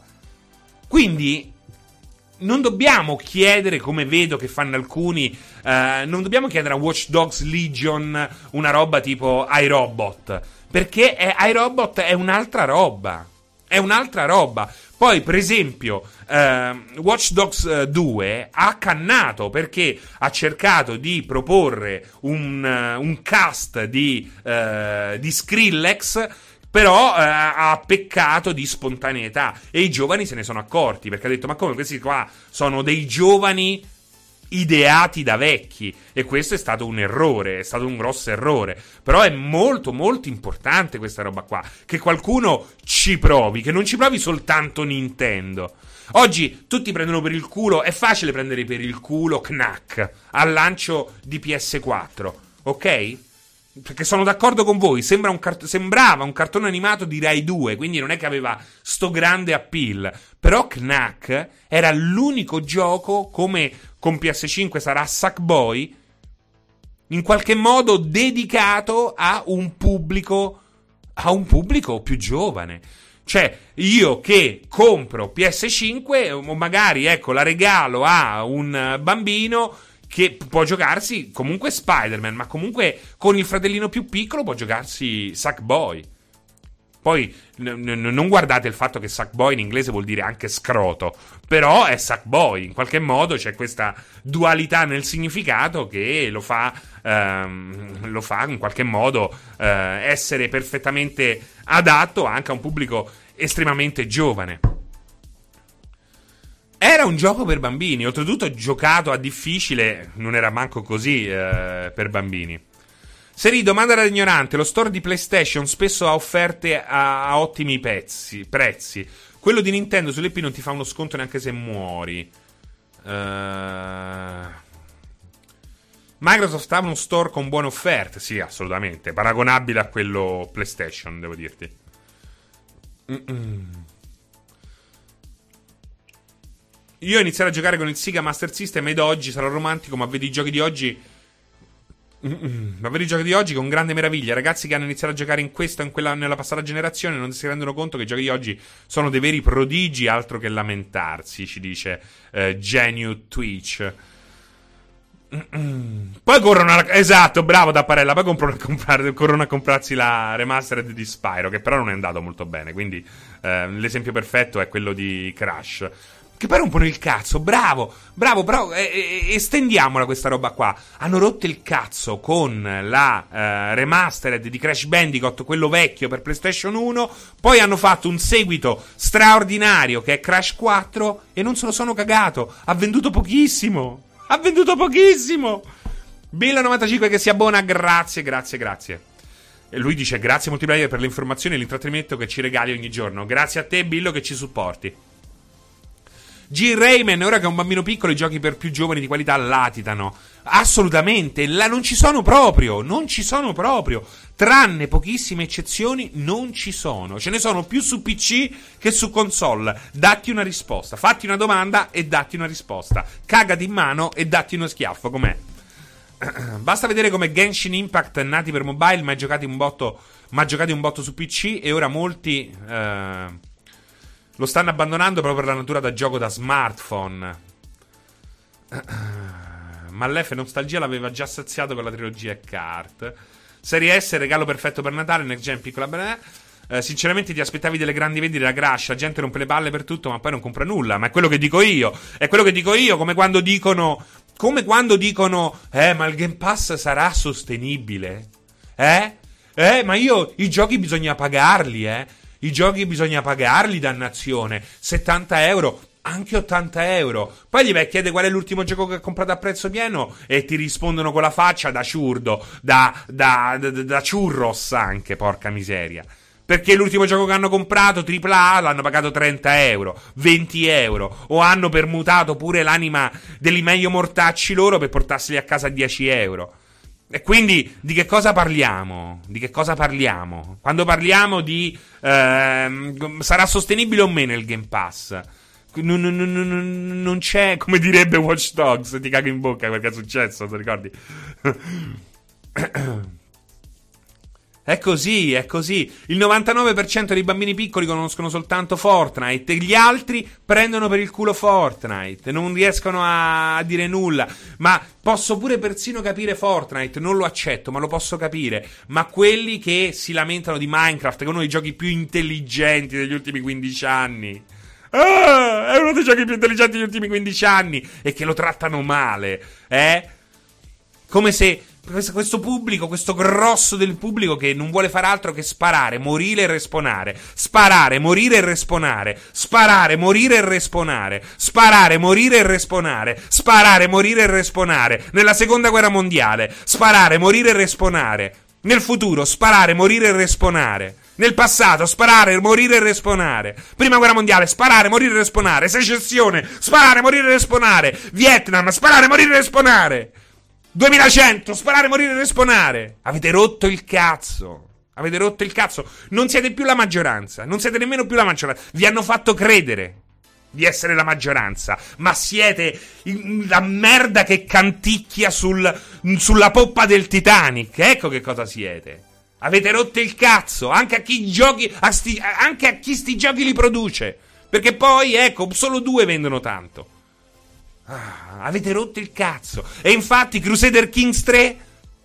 Quindi non dobbiamo chiedere, come vedo che fanno alcuni, non dobbiamo chiedere a Watch Dogs Legion una roba tipo iRobot, perché iRobot è un'altra roba. È un'altra roba. Poi, per esempio, Watch Dogs 2 ha cannato perché ha cercato di proporre un cast di Skrillex, però ha peccato di spontaneità e i giovani se ne sono accorti, perché ha detto: ma come, questi qua sono dei giovani ideati da vecchi, e questo è stato un errore, è stato un grosso errore. Però è molto molto importante questa roba qua, che qualcuno ci provi, che non ci provi soltanto Nintendo. Oggi tutti prendono per il culo, è facile prendere per il culo Knack al lancio di PS4, ok? Perché sono d'accordo con voi, sembrava un cartone animato di Rai 2, quindi non è che aveva sto grande appeal. Però Knack era l'unico gioco, come con PS5 sarà Sackboy, in qualche modo dedicato a un pubblico più giovane. Cioè, io che compro PS5, o magari, ecco, la regalo a un bambino che può giocarsi comunque Spider-Man, ma comunque con il fratellino più piccolo può giocarsi Sackboy. Poi non guardate il fatto che Sackboy in inglese vuol dire anche scroto, però è Sackboy, in qualche modo c'è questa dualità nel significato che lo fa in qualche modo essere perfettamente adatto anche a un pubblico estremamente giovane. Era un gioco per bambini, oltretutto giocato a difficile, non era manco così per bambini. Seri, domanda da ignorante, lo store di PlayStation spesso ha offerte a ottimi prezzi. Quello di Nintendo sull'EP non ti fa uno sconto neanche se muori. Microsoft ha uno store con buone offerte, sì, assolutamente, paragonabile a quello PlayStation, devo dirti. Io iniziare a giocare con il Sega Master System ed oggi sarò romantico, ma vedo i giochi di oggi. Ma vedo i giochi di oggi con grande meraviglia. Ragazzi che hanno iniziato a giocare in questa o in quella, nella passata generazione, non si rendono conto che i giochi di oggi sono dei veri prodigi, altro che lamentarsi, ci dice Genu Twitch. Poi corrono esatto, bravo Tapparella. Poi corrono a comprarsi la remastered di Spyro, che però non è andato molto bene. Quindi l'esempio perfetto è quello di Crash, che poi rompono il cazzo. Bravo, però estendiamola questa roba qua. Hanno rotto il cazzo con la remastered di Crash Bandicoot, quello vecchio per PlayStation 1. Poi hanno fatto un seguito straordinario che è Crash 4 e non se lo sono cagato. Ha venduto pochissimo. Bill95 che si abbona, grazie. E lui dice grazie Multiplayer per le informazioni e l'intrattenimento che ci regali ogni giorno. Grazie a te Billo che ci supporti. G. Rayman, ora che è un bambino piccolo i giochi per più giovani di qualità latitano. Assolutamente, non ci sono proprio. Tranne pochissime eccezioni non ci sono. Ce ne sono più su PC che su console. Datti una risposta, fatti una domanda e datti una risposta. Cagati in mano e datti uno schiaffo, com'è? Basta vedere come Genshin Impact, nati per mobile, ma giocati un botto su PC, e ora molti lo stanno abbandonando proprio per la natura da gioco da smartphone. Ma l'F Nostalgia l'aveva già saziato per la trilogia Kart. Serie S, regalo perfetto per Natale, Next Gen piccola. Sinceramente ti aspettavi delle grandi vendite da Crash. La gente rompe le palle per tutto ma poi non compra nulla. Ma è quello che dico io. Come quando dicono ma il Game Pass sarà sostenibile. Ma i giochi bisogna pagarli, I giochi bisogna pagarli, dannazione. 70 euro, anche 80 euro. Poi gli vai a chiedere qual è l'ultimo gioco che ha comprato a prezzo pieno e ti rispondono con la faccia da ciurdo, da churros anche, porca miseria. Perché l'ultimo gioco che hanno comprato, AAA, l'hanno pagato 30 euro, 20 euro. O hanno permutato pure l'anima degli meglio mortacci loro per portarseli a casa a 10 euro. E quindi di che cosa parliamo? Quando parliamo di sarà sostenibile o meno il Game Pass? Non c'è, come direbbe Watch Dogs, ti cago in bocca perché è successo, ti ricordi? È così. Il 99% dei bambini piccoli conoscono soltanto Fortnite e gli altri prendono per il culo Fortnite. Non riescono a dire nulla. Ma posso pure persino capire Fortnite, non lo accetto, ma lo posso capire. Ma quelli che si lamentano di Minecraft, che è uno dei giochi più intelligenti degli ultimi 15 anni. È uno dei giochi più intelligenti degli ultimi 15 anni e che lo trattano male, Come se questo pubblico, questo grosso del pubblico che non vuole fare altro che sparare, morire e respawnare, sparare, morire e respawnare, sparare, morire e respawnare, sparare, morire e respawnare, sparare, morire e respawnare, nella seconda guerra mondiale, sparare, morire e respawnare, nel futuro, sparare, morire e respawnare, nel passato, sparare, morire e respawnare, prima guerra mondiale, sparare, morire e respawnare, secessione, sparare, morire e respawnare, Vietnam, sparare, morire e respawnare, 2100, sparare, morire e respawnare. Avete rotto il cazzo. Avete rotto il cazzo. Non siete più la maggioranza. Non siete nemmeno più la maggioranza. Vi hanno fatto credere di essere la maggioranza, ma siete la merda che canticchia sulla poppa del Titanic. Ecco che cosa siete. Avete rotto il cazzo anche a chi giochi, anche a chi sti giochi li produce. Perché poi, ecco, solo 2 vendono tanto. Avete rotto il cazzo. E infatti Crusader Kings 3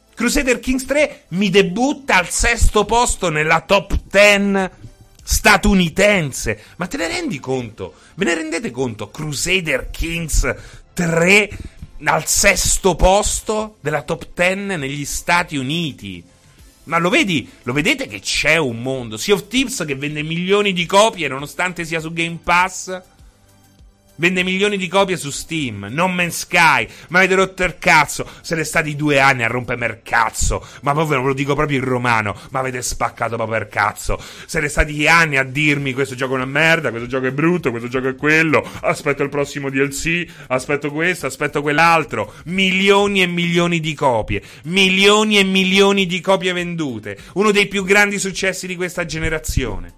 mi debutta al 6° posto nella top 10 statunitense. Ma te ne rendi conto? Ve ne rendete conto? Crusader Kings 3 al 6° posto della top 10 negli Stati Uniti. Ma lo vedi? Lo vedete che c'è un mondo? Sea of Thieves che vende milioni di copie nonostante sia su Game Pass. Vende milioni di copie su Steam. No Man's Sky. Ma avete rotto il cazzo. Siete stati 2 anni a rompermi il cazzo. Ma poi ve lo dico proprio in romano. Ma avete spaccato proprio il cazzo. Siete stati anni a dirmi questo gioco è una merda, questo gioco è brutto, questo gioco è quello. Aspetto il prossimo DLC. Aspetto questo, aspetto quell'altro. Milioni e milioni di copie. Milioni e milioni di copie vendute. Uno dei più grandi successi di questa generazione.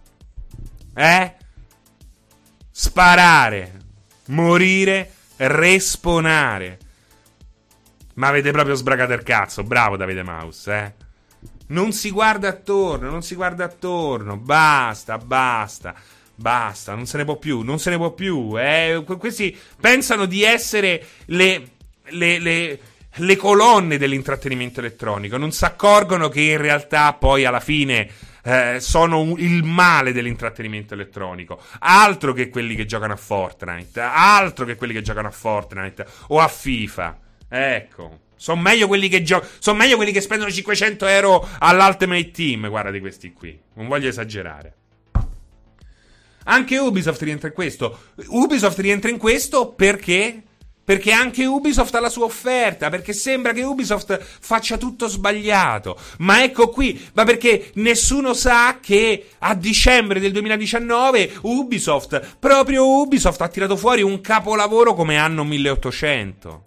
Sparare, morire, respawnare. Ma avete proprio sbragato il cazzo. Bravo Davide Mouse, Non si guarda attorno, non si guarda attorno. Basta, non se ne può più, non se ne può più. Questi pensano di essere le colonne dell'intrattenimento elettronico. Non si accorgono che in realtà poi alla fine sono il male dell'intrattenimento elettronico. Altro che quelli che giocano a Fortnite. Altro che quelli che giocano a Fortnite o a FIFA. Ecco. Sono meglio quelli che sono meglio quelli che spendono 500 euro all'Ultimate Team. Guarda di questi qui. Non voglio esagerare. Anche Ubisoft rientra in questo. Ubisoft rientra in questo perché anche Ubisoft ha la sua offerta, perché sembra che Ubisoft faccia tutto sbagliato. Ma ecco qui, ma perché nessuno sa che a dicembre del 2019 proprio Ubisoft ha tirato fuori un capolavoro come Anno 1800.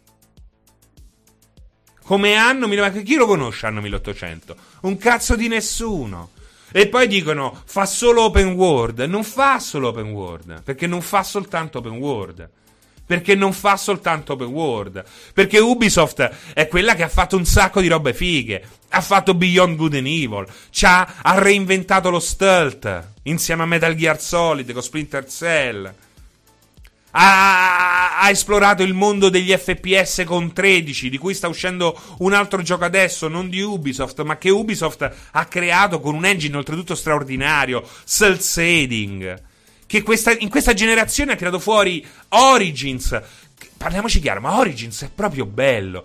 Ma chi lo conosce Anno 1800? Un cazzo di nessuno. E poi dicono, fa solo open world. Non fa solo open world, perché non fa soltanto open world. Perché Ubisoft è quella che ha fatto un sacco di robe fighe. Ha fatto Beyond Good and Evil. Ha reinventato lo stealth insieme a Metal Gear Solid con Splinter Cell. Ha esplorato il mondo degli FPS con 13, di cui sta uscendo un altro gioco adesso, non di Ubisoft, ma che Ubisoft ha creato con un engine oltretutto straordinario, Cell Shading. Che in questa generazione ha tirato fuori Origins. Parliamoci chiaro, ma Origins è proprio bello.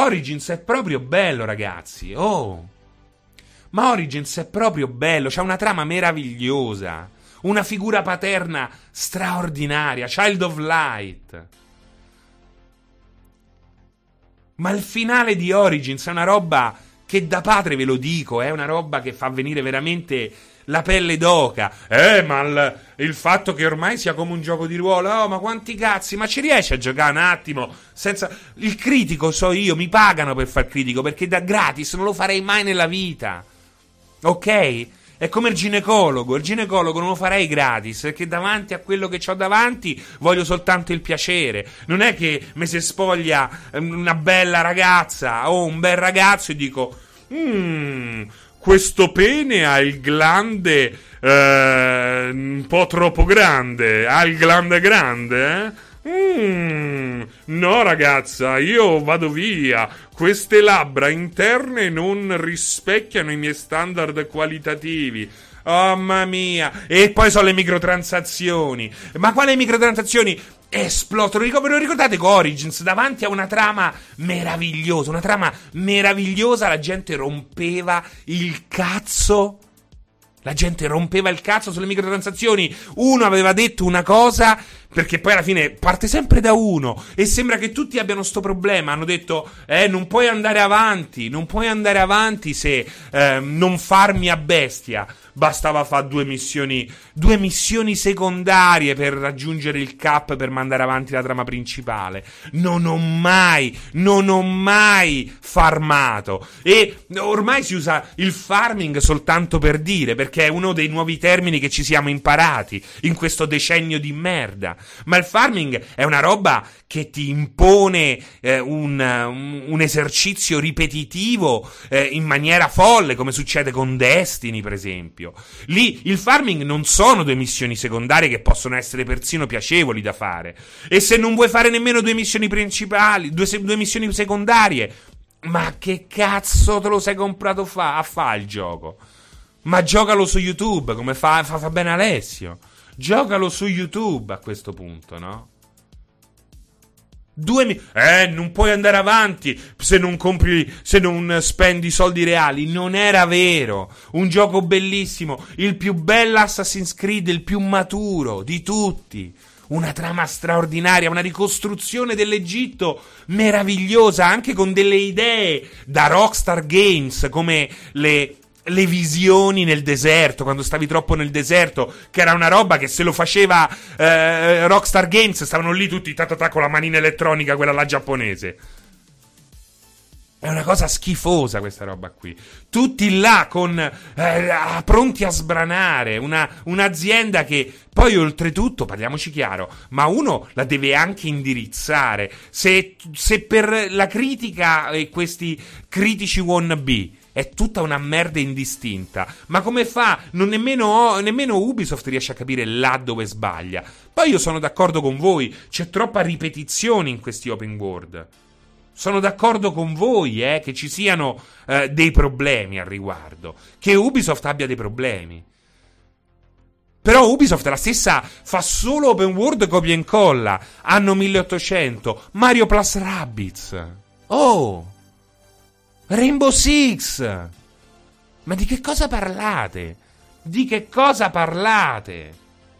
Ragazzi. Ma Origins è proprio bello. C'ha una trama meravigliosa. Una figura paterna straordinaria. Child of Light. Ma il finale di Origins è una roba che da padre ve lo dico. È una roba che fa venire veramente la pelle d'oca. Ma il fatto che ormai sia come un gioco di ruolo. Ma quanti cazzi. Ma ci riesci a giocare un attimo senza... Il critico so io. Mi pagano per far critico, perché da gratis non lo farei mai nella vita. Ok? È come il ginecologo non lo farei gratis, perché davanti a quello che ho davanti voglio soltanto il piacere. Non è che mi si spoglia una bella ragazza o un bel ragazzo e dico questo pene ha il glande un po' troppo grande. Ha il glande grande, no ragazza, io vado via. Queste labbra interne non rispecchiano i miei standard qualitativi. Oh, mamma mia. E poi sono le microtransazioni. Ma quale microtransazioni? Esplodono. Ve lo ricordate con Origins? Davanti a una trama meravigliosa. Una trama meravigliosa. La gente rompeva il cazzo. La gente rompeva il cazzo sulle microtransazioni. Uno aveva detto una cosa, perché poi alla fine parte sempre da uno. E sembra che tutti abbiano sto problema. Hanno detto, non puoi andare avanti. Non puoi andare avanti se non farmi a bestia. Bastava fare due missioni secondarie per raggiungere il cap, per mandare avanti la trama principale. Non ho mai farmato. E ormai si usa il farming soltanto per dire, perché è uno dei nuovi termini che ci siamo imparati in questo decennio di merda. Ma il farming è una roba che ti impone un esercizio ripetitivo in maniera folle, come succede con Destiny, per esempio. Lì il farming non sono due missioni secondarie che possono essere persino piacevoli da fare. E se non vuoi fare nemmeno due missioni principali, due missioni secondarie, ma che cazzo te lo sei comprato a fa il gioco? Ma giocalo su YouTube, come fa bene Alessio. Giocalo su YouTube a questo punto, no? Non puoi andare avanti se non spendi soldi reali. Non era vero. Un gioco bellissimo, il più bello Assassin's Creed, il più maturo di tutti. Una trama straordinaria, una ricostruzione dell'Egitto meravigliosa, anche con delle idee da Rockstar Games, come le visioni nel deserto, quando stavi troppo nel deserto, che era una roba che se lo faceva Rockstar Games stavano lì tutti con la manina elettronica, quella là giapponese. È una cosa schifosa questa roba qui. Tutti là pronti a sbranare un'azienda che poi oltretutto, parliamoci chiaro, ma uno la deve anche indirizzare. Se per la critica e questi critici wannabe è tutta una merda indistinta, ma come fa? Nemmeno Ubisoft riesce a capire là dove sbaglia. Poi io sono d'accordo con voi, c'è troppa ripetizione in questi open world. Sono d'accordo con voi che ci siano dei problemi al riguardo, che Ubisoft abbia dei problemi. Però Ubisoft è la stessa, fa solo open world copia e incolla. Anno 1800, Mario Plus Rabbids. Oh, Rainbow Six. Ma di che cosa parlate? Di che cosa parlate?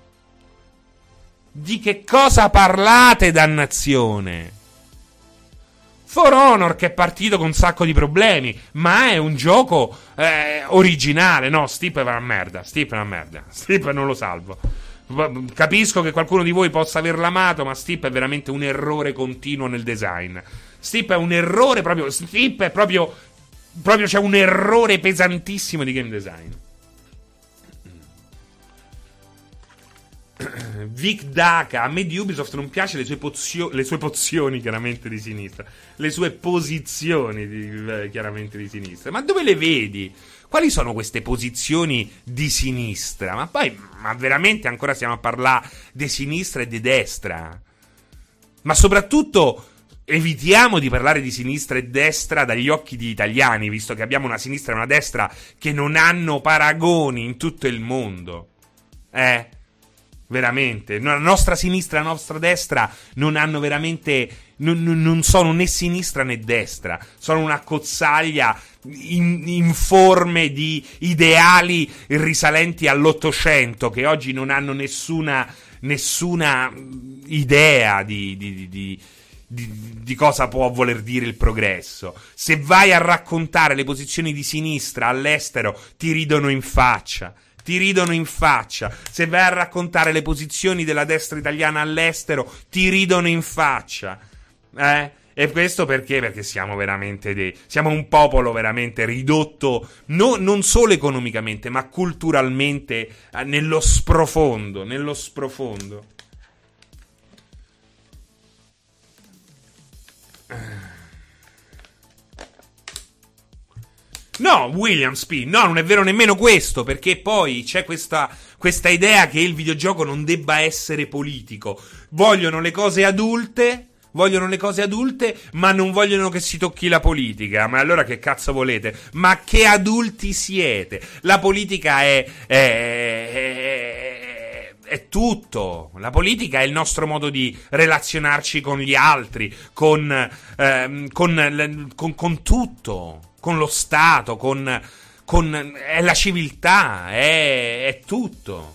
Di che cosa parlate, dannazione? For Honor, che è partito con un sacco di problemi, ma è un gioco originale. No, Steep è una merda. Steep non lo salvo. Capisco che qualcuno di voi possa averlo amato, ma Steep è veramente un errore continuo nel design. Steep è un errore proprio. Steep è proprio c'è un errore pesantissimo di game design. Vic Daka, a me di Ubisoft non piace le sue pozioni chiaramente di sinistra, le sue posizioni chiaramente di sinistra. Ma dove le vedi? Quali sono queste posizioni di sinistra? Ma veramente ancora stiamo a parlare di sinistra e di destra? Ma soprattutto evitiamo di parlare di sinistra e destra dagli occhi di italiani, visto che abbiamo una sinistra e una destra che non hanno paragoni in tutto il mondo. Veramente, la nostra sinistra e la nostra destra non hanno veramente, non sono né sinistra né destra, sono una cozzaglia informe di ideali risalenti all'Ottocento, che oggi non hanno nessuna idea di cosa può voler dire il progresso. Se vai a raccontare le posizioni di sinistra all'estero, ti ridono in faccia. Se vai a raccontare le posizioni della destra italiana all'estero, ti ridono in faccia. E questo perché? Perché siamo veramente siamo un popolo veramente ridotto, non solo economicamente, ma culturalmente, nello sprofondo. No, Williams P. No, non è vero nemmeno questo, perché poi c'è questa idea che il videogioco non debba essere politico. Vogliono le cose adulte, Vogliono le cose adulte, ma non vogliono che si tocchi la politica. Ma allora che cazzo volete? Ma che adulti siete? La politica è tutto. La politica è il nostro modo di relazionarci con gli altri, con tutto, con lo Stato, è la civiltà, è tutto.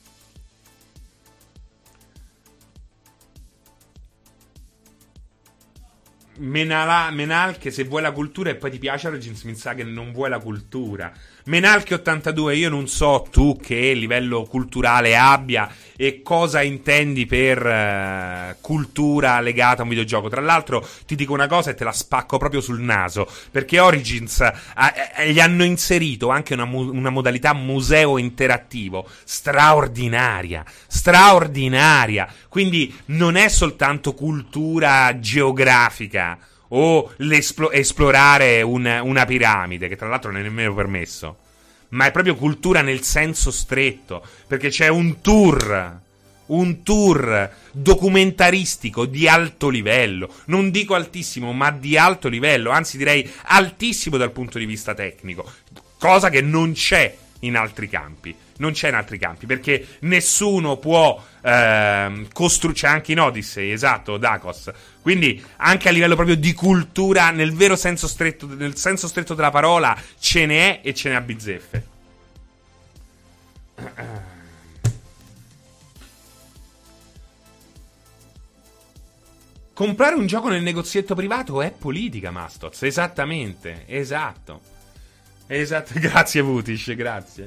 Menal che se vuoi la cultura e poi ti piace Origins mi sa che non vuoi la cultura. Menal che 82, io non so tu che livello culturale abbia e cosa intendi per cultura legata a un videogioco. Tra l'altro ti dico una cosa e te la spacco proprio sul naso, perché Origins gli hanno inserito anche una modalità museo interattivo straordinaria, quindi non è soltanto cultura geografica o esplorare una piramide, che tra l'altro non è nemmeno permesso, ma è proprio cultura nel senso stretto, perché c'è un tour documentaristico di alto livello, non dico altissimo, ma di alto livello, anzi direi altissimo dal punto di vista tecnico, cosa che non c'è in altri campi. Non c'è in altri campi, perché nessuno può costruire, c'è anche in Odyssey, esatto, Dakos. Quindi anche a livello proprio di cultura, nel vero senso stretto, nel senso stretto della parola, ce n'è e ce n'è a bizzeffe. Comprare un gioco nel negozietto privato è politica, Mastoz, esattamente, esatto, grazie Vutish, grazie.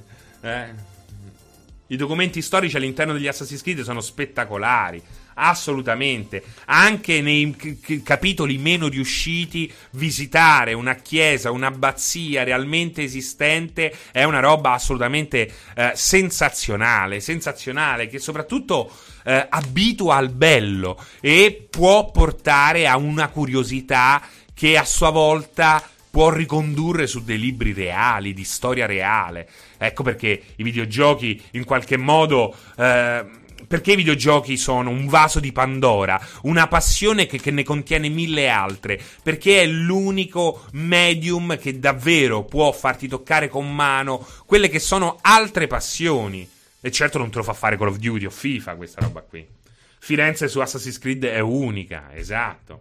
I documenti storici all'interno degli Assassin's Creed sono spettacolari, assolutamente. Anche nei capitoli meno riusciti, visitare una chiesa, un'abbazia realmente esistente è una roba assolutamente sensazionale, che soprattutto abitua al bello e può portare a una curiosità che a sua volta può ricondurre su dei libri reali, di storia reale. Ecco perché i videogiochi in qualche modo perché i videogiochi sono un vaso di Pandora, una passione che ne contiene mille altre, perché è l'unico medium che davvero può farti toccare con mano quelle che sono altre passioni. E certo non te lo fa fare Call of Duty o FIFA questa roba qui. Firenze su Assassin's Creed è unica, esatto.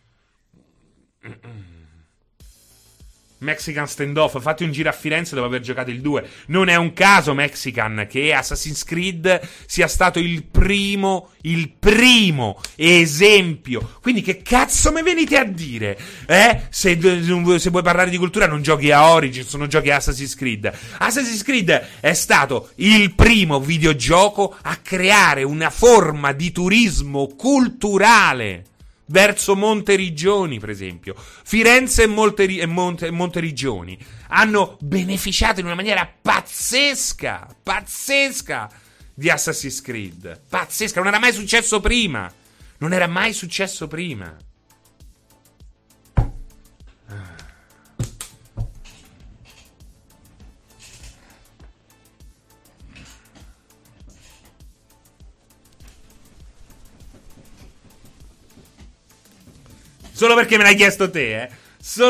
Mexican Standoff, fate un giro a Firenze dopo aver giocato il 2. Non è un caso, Mexican, che Assassin's Creed sia stato il primo esempio. Quindi che cazzo mi venite a dire? Se vuoi parlare di cultura non giochi a Origins, non giochi a Assassin's Creed. Assassin's Creed è stato il primo videogioco a creare una forma di turismo culturale verso Monteriggioni, per esempio. Firenze e Monteriggioni hanno beneficiato in una maniera pazzesca di Assassin's Creed. Pazzesca, non era mai successo prima. Solo perché me l'hai chiesto te, eh?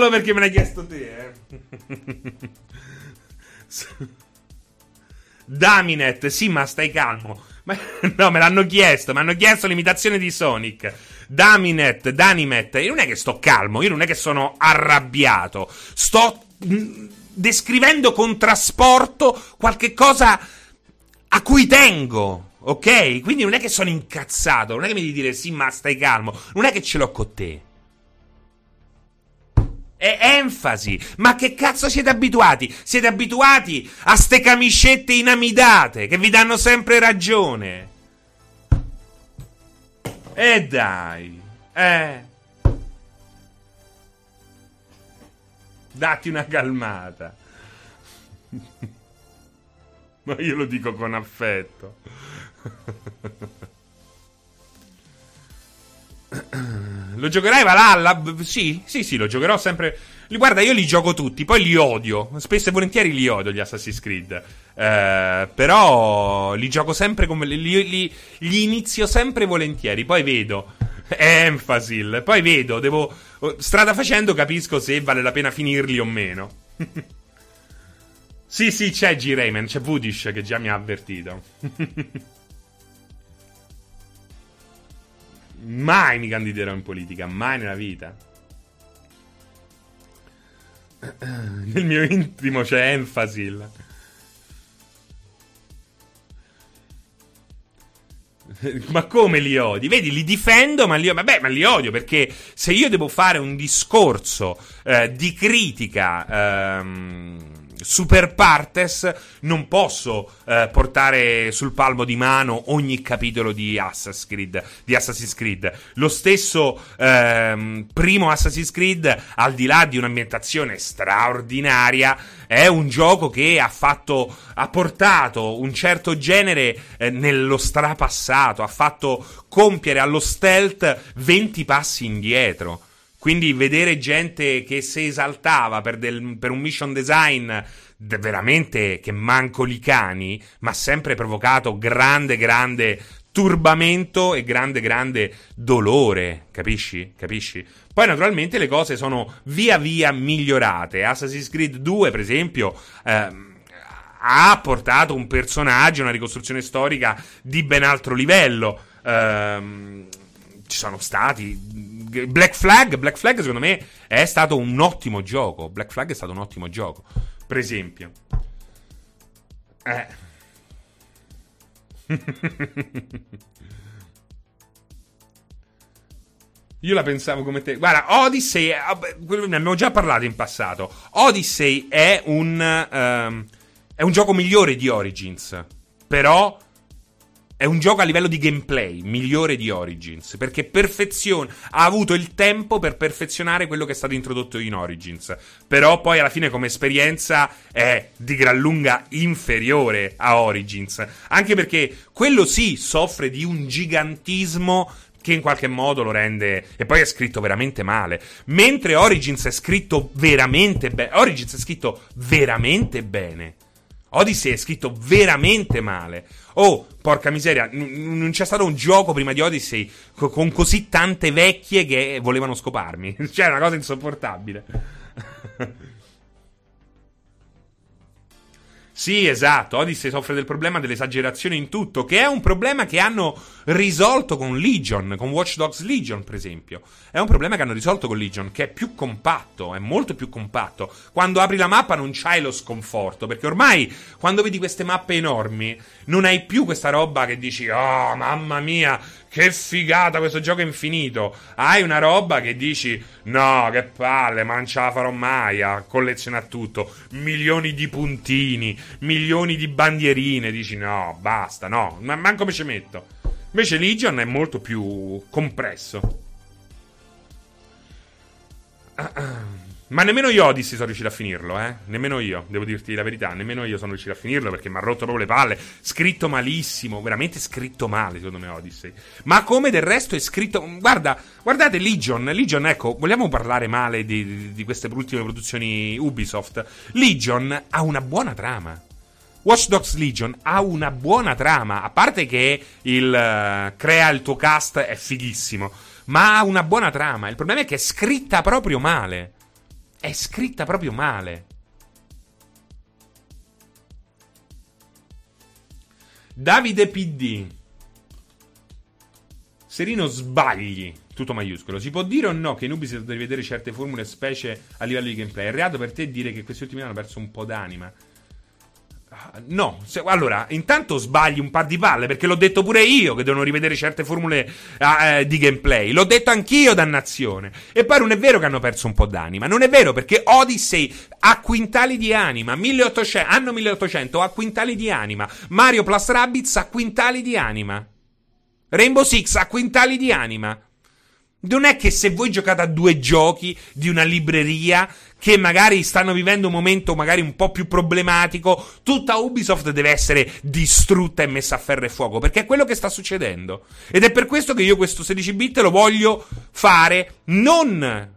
Daminet, sì, ma stai calmo. No, me l'hanno chiesto, mi hanno chiesto l'imitazione di Sonic. Danimet, io non è che sto calmo, io non è che sono arrabbiato. Sto descrivendo con trasporto qualche cosa a cui tengo, ok? Quindi non è che sono incazzato, non è che mi devi dire sì, ma stai calmo. Non è che ce l'ho con te. È enfasi. Ma che cazzo siete abituati? Siete abituati a ste camicette inamidate che vi danno sempre ragione. Dai. Datti una calmata. Ma io lo dico con affetto. Lo giocherai Valhalla? Sì, lo giocherò sempre. Guarda, io li gioco tutti, poi li odio. Spesso e volentieri li odio gli Assassin's Creed. Però li gioco sempre come. Li inizio sempre volentieri. Poi vedo Enfasil. Poi vedo, strada facendo capisco se vale la pena finirli o meno. Sì, c'è G-Rayman, c'è Vudish che già mi ha avvertito. Mai mi candiderò in politica, mai nella vita. Nel mio intimo c'è Enfasil. Ma come li odi? Vedi, li difendo, ma li odio perché se io devo fare un discorso di critica super partes, non posso portare sul palmo di mano ogni capitolo di Assassin's Creed. Lo stesso primo Assassin's Creed, al di là di un'ambientazione straordinaria, è un gioco che ha portato un certo genere nello strapassato, ha fatto compiere allo stealth 20 passi indietro. Quindi vedere gente che si esaltava per un mission design veramente che manco li cani, ma ha sempre provocato grande turbamento e grande dolore, capisci? Poi naturalmente le cose sono via via migliorate. Assassin's Creed 2, per esempio, ha portato un personaggio, una ricostruzione storica di ben altro livello. Ci sono stati Black Flag secondo me è stato un ottimo gioco. Black Flag è stato un ottimo gioco, per esempio. Io la pensavo come te. Guarda, Odyssey ne abbiamo già parlato in passato. Odyssey è un gioco migliore di Origins, però è un gioco a livello di gameplay migliore di Origins, perché ha avuto il tempo per perfezionare quello che è stato introdotto in Origins. Però poi alla fine come esperienza è di gran lunga inferiore a Origins, anche perché quello sì soffre di un gigantismo che in qualche modo lo rende, e poi è scritto veramente male, mentre Origins è scritto veramente bene. Origins è scritto veramente bene, Odyssey è scritto veramente male. Oh, porca miseria, non c'è stato un gioco prima di Odyssey con così tante vecchie che volevano scoparmi. Cioè, è una cosa insopportabile. Sì, esatto, Odyssey soffre del problema dell'esagerazione in tutto, che è un problema che hanno risolto con Legion, con Watch Dogs Legion, per esempio. È un problema che hanno risolto con Legion, che è più compatto, è molto più compatto. Quando apri la mappa non c'hai lo sconforto, perché ormai, quando vedi queste mappe enormi, non hai più questa roba che dici, oh, mamma mia, che figata, questo gioco è infinito. Hai una roba che dici, no, che palle, ma non ce la farò mai a collezionare tutto. Milioni di puntini, milioni di bandierine. Dici, no, basta, no, ma manco me ci metto. Invece Legion è molto più compresso. Ma nemmeno io Odyssey sono riuscito a finirlo, nemmeno io, devo dirti la verità. Nemmeno io sono riuscito a finirlo perché mi ha rotto proprio le palle. Scritto malissimo, veramente scritto male secondo me Odyssey. Ma come del resto è scritto. Guardate Legion, ecco, vogliamo parlare male di queste ultime produzioni Ubisoft. Legion ha una buona trama. Watch Dogs Legion ha una buona trama, a parte che crea il tuo cast è fighissimo, ma ha una buona trama. Il problema è che è scritta proprio male. È scritta proprio male. Davide PD. Serino, sbagli. Tutto maiuscolo. Si può dire o no che in Ubisoft devi vedere certe formule, specie a livello di gameplay? È reato per te dire che questi ultimi anni hanno perso un po' d'anima? No, allora, intanto sbagli un par di palle, perché l'ho detto pure io che devono rivedere certe formule di gameplay. L'ho detto anch'io, dannazione. E poi non è vero che hanno perso un po' d'anima. Non è vero, perché Odyssey ha quintali di anima, 1800, anno 1800 ha quintali di anima, Mario Plus Rabbids ha quintali di anima, Rainbow Six ha quintali di anima. Non è che se voi giocate a due giochi di una libreria che magari stanno vivendo un momento magari un po' più problematico, tutta Ubisoft deve essere distrutta e messa a ferro e fuoco, perché è quello che sta succedendo. Ed è per questo che io questo 16 bit lo voglio fare non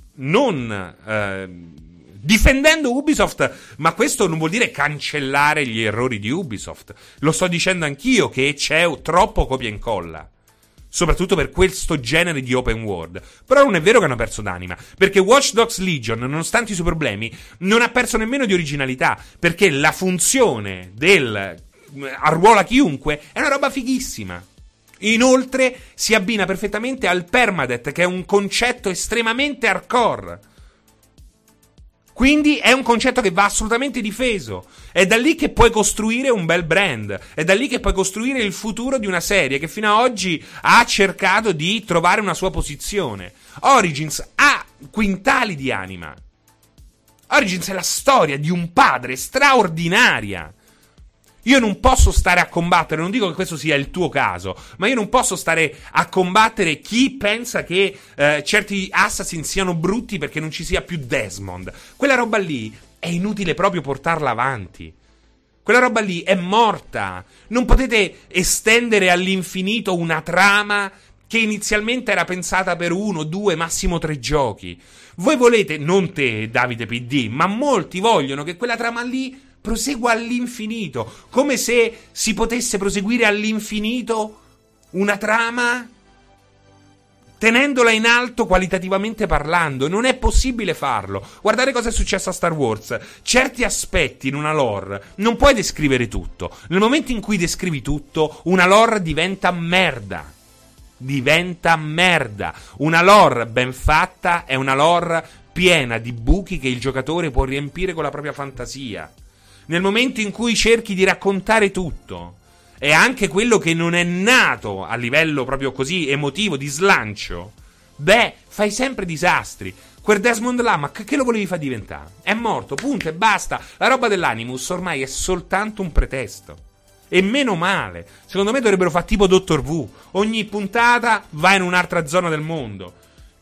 difendendo Ubisoft, ma questo non vuol dire cancellare gli errori di Ubisoft. Lo sto dicendo anch'io che c'è troppo copia e incolla. soprattutto per questo genere di open world. Però non è vero che hanno perso d'anima, perché Watch Dogs Legion, nonostante i suoi problemi, non ha perso nemmeno di originalità, perché la funzione del arruola chiunque è una roba fighissima. Inoltre si abbina perfettamente al permadeath, che è un concetto estremamente hardcore. Quindi è un concetto che va assolutamente difeso. È da lì che puoi costruire un bel brand. È da lì che puoi costruire il futuro di una serie che fino ad oggi ha cercato di trovare una sua posizione. Origins ha quintali di anima. Origins è la storia di un padre straordinaria. Io non posso stare a combattere, non dico che questo sia il tuo caso, ma io non posso stare a combattere chi pensa che certi assassin siano brutti perché non ci sia più Desmond. Quella roba lì è inutile proprio portarla avanti. Quella roba lì è morta. Non potete estendere all'infinito una trama che inizialmente era pensata per 1, 2, massimo 3 giochi. Voi volete, non te, Davide PD, ma molti vogliono che quella trama lì prosegua all'infinito, come se si potesse proseguire all'infinito una trama tenendola in alto qualitativamente parlando. Non è possibile farlo. Guardate cosa è successo a Star Wars. Certi aspetti in una lore non puoi descrivere tutto. Nel momento in cui descrivi tutto, una lore diventa merda. Diventa merda. Una lore ben fatta è una lore piena di buchi che il giocatore può riempire con la propria fantasia. Nel momento in cui cerchi di raccontare tutto, e anche quello che non è nato a livello proprio così emotivo, di slancio, beh, fai sempre disastri. Quel Desmond là, ma che lo volevi far diventare? È morto, punto e basta. La roba dell'Animus ormai è soltanto un pretesto. E meno male. Secondo me dovrebbero fare tipo Dottor Who. Ogni puntata va in un'altra zona del mondo.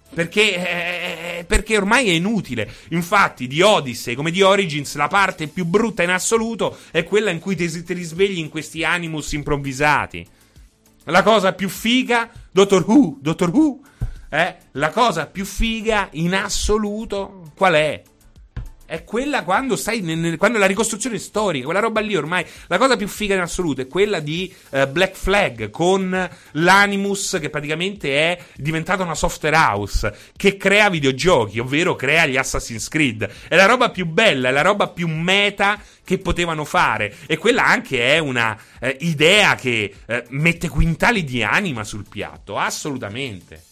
Perché ormai è inutile. Infatti di Odyssey come di Origins la parte più brutta in assoluto è quella in cui ti risvegli in questi Animus improvvisati. La cosa più figa, Dottor Who, la cosa più figa in assoluto qual è? È quella quando stai quando la ricostruzione storica, quella roba lì ormai. La cosa più figa in assoluto è quella di Black Flag, con l'Animus che praticamente è diventata una software house che crea videogiochi, ovvero crea gli Assassin's Creed. È la roba più bella, è la roba più meta che potevano fare. E quella anche è una idea che mette quintali di anima sul piatto, assolutamente.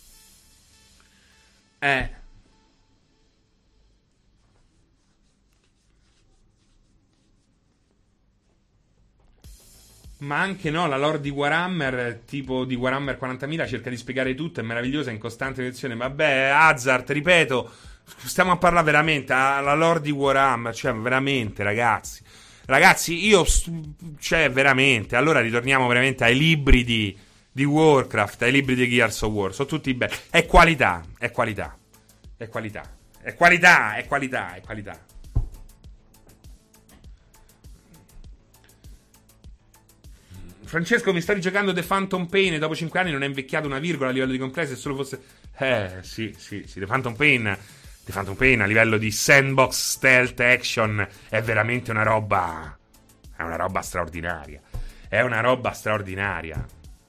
Ma anche no, la lore di Warhammer, tipo di Warhammer 40.000, cerca di spiegare tutto, è meravigliosa, è in costante evoluzione. Vabbè, Hazard, ripeto, stiamo a parlare veramente, la lore di Warhammer, cioè veramente, ragazzi. Ragazzi, cioè veramente, allora ritorniamo veramente ai libri di Warcraft, ai libri di Gears of War, sono tutti belli. È qualità, è qualità, è qualità, è qualità, è qualità, è qualità. Francesco, mi sto rigiocando The Phantom Pain e dopo 5 anni non è invecchiato una virgola a livello di complesso, se solo fosse... sì, The Phantom Pain a livello di sandbox stealth action è veramente una roba... È una roba straordinaria. È una roba straordinaria.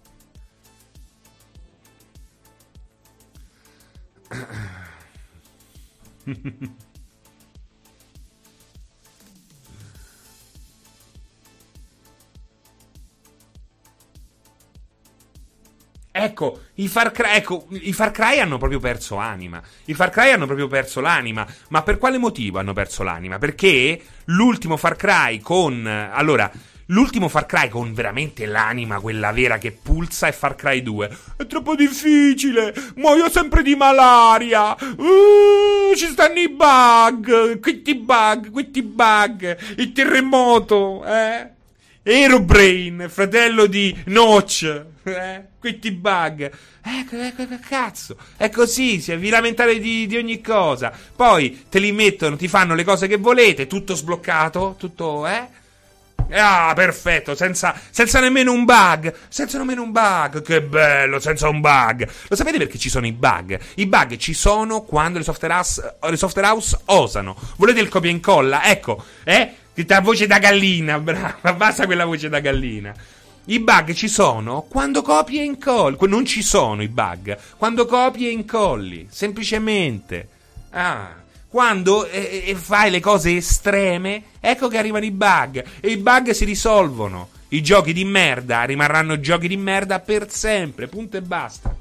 Ecco, i Far Cry hanno proprio perso anima. I Far Cry hanno proprio perso l'anima. Ma per quale motivo hanno perso l'anima? Perché l'ultimo Far Cry con... l'ultimo Far Cry con veramente l'anima, quella vera che pulsa, è Far Cry 2. È troppo difficile, muoio sempre di malaria, ci stanno i bug, questi bug, il terremoto, Aerobrain, fratello di Notch, questi bug. Cazzo, è così, vi lamentate di ogni cosa. Poi te li mettono, ti fanno le cose che volete, tutto sbloccato, tutto, perfetto, senza nemmeno un bug. Senza nemmeno un bug. Che bello, senza un bug. Lo sapete perché ci sono i bug? I bug ci sono quando le software house osano. Volete il copia e incolla? Ecco, la voce da gallina, brava, basta quella voce da gallina. I bug ci sono quando copi e incolli. Non ci sono i bug quando copi e incolli, semplicemente. Quando fai le cose estreme, ecco che arrivano i bug. E i bug si risolvono. I giochi di merda rimarranno giochi di merda per sempre, punto e basta.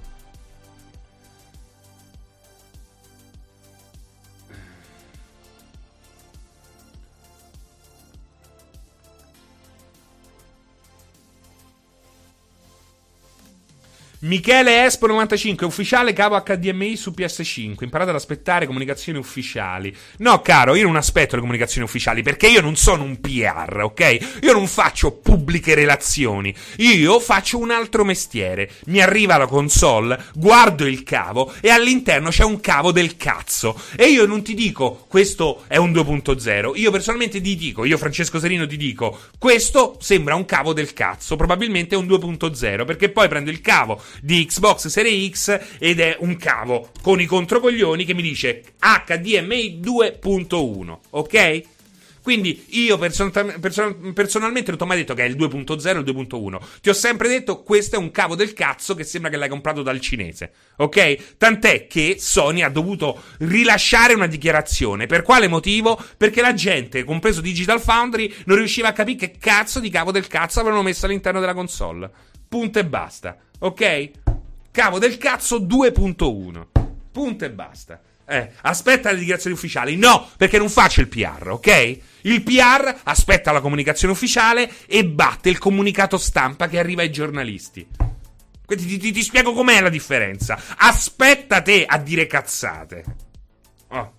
Michele Espo 95, ufficiale cavo HDMI su PS5. Imparate ad aspettare comunicazioni ufficiali. No, caro, io non aspetto le comunicazioni ufficiali perché io non sono un PR, ok? Io non faccio pubbliche relazioni. Io faccio un altro mestiere. Mi arriva la console, guardo il cavo e all'interno c'è un cavo del cazzo. E io non ti dico questo è un 2.0. Io personalmente ti dico, io Francesco Serino ti dico, questo sembra un cavo del cazzo. Probabilmente è un 2.0 perché poi prendo il cavo di Xbox Series X ed è un cavo con i controcoglioni che mi dice HDMI 2.1, ok? Quindi io personalmente non ti ho mai detto che è il 2.0 e il 2.1. Ti ho sempre detto questo è un cavo del cazzo che sembra che l'hai comprato dal cinese, ok? Tant'è che Sony ha dovuto rilasciare una dichiarazione. Per quale motivo? Perché la gente, compreso Digital Foundry, non riusciva a capire che cazzo di cavo del cazzo avevano messo all'interno della console. Punto e basta. Ok? Cavo del cazzo 2.1. Punto e basta. Aspetta le dichiarazioni ufficiali. No, perché non faccio il PR, ok? Il PR aspetta la comunicazione ufficiale e batte il comunicato stampa che arriva ai giornalisti. Quindi ti spiego com'è la differenza. Aspetta te a dire cazzate. Oh.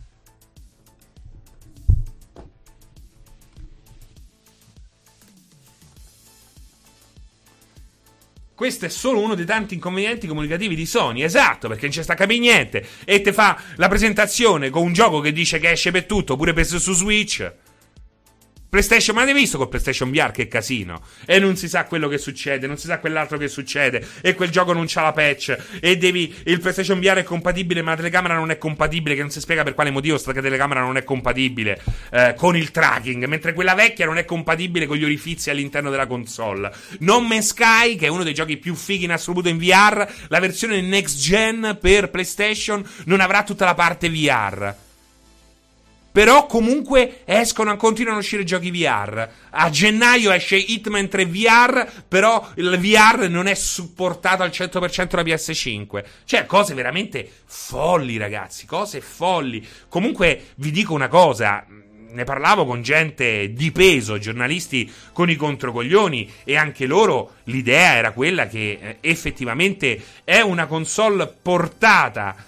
Questo è solo uno dei tanti inconvenienti comunicativi di Sony, esatto, perché non ci sta a capire niente. E te fa la presentazione con un gioco che dice che esce per tutto, pure per su Switch. PlayStation, ma avete visto col PlayStation VR che casino? E non si sa quello che succede, non si sa quell'altro che succede, e quel gioco non c'ha la patch, e il PlayStation VR è compatibile ma la telecamera non è compatibile, che non si spiega per quale motivo sta telecamera non è compatibile con il tracking, mentre quella vecchia non è compatibile con gli orifizi all'interno della console. No Man's Sky, che è uno dei giochi più fighi in assoluto in VR, la versione next gen per PlayStation non avrà tutta la parte VR. Però comunque continuano a uscire giochi VR. A gennaio esce Hitman 3 VR, però il VR non è supportato al 100% da PS5. Cioè, cose veramente folli, ragazzi, cose folli. Comunque, vi dico una cosa, ne parlavo con gente di peso, giornalisti con i controcoglioni, e anche loro l'idea era quella che effettivamente è una console portata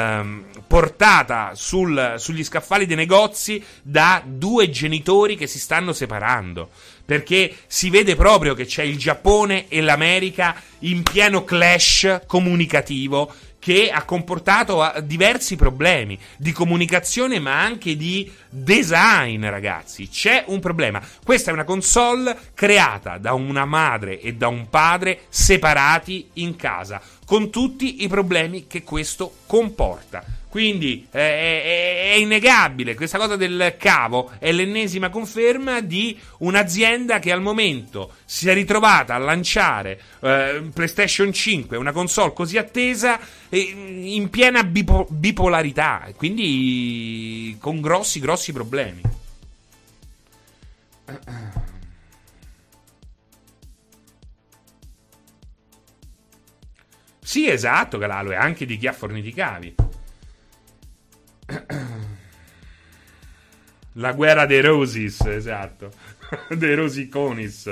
sugli scaffali dei negozi da due genitori che si stanno separando, perché si vede proprio che c'è il Giappone e l'America in pieno clash comunicativo che ha comportato diversi problemi di comunicazione ma anche di design, ragazzi. C'è un problema. Questa è una console creata da una madre e da un padre separati in casa, con tutti i problemi che questo comporta. Quindi è innegabile, questa cosa del cavo è l'ennesima conferma di un'azienda che al momento si è ritrovata a lanciare PlayStation 5, una console così attesa, in piena bipolarità, quindi con grossi problemi. Sì, esatto, Galalo, e anche di chi ha fornito i cavi. La guerra dei Rosis, esatto. Dei Rosiconis.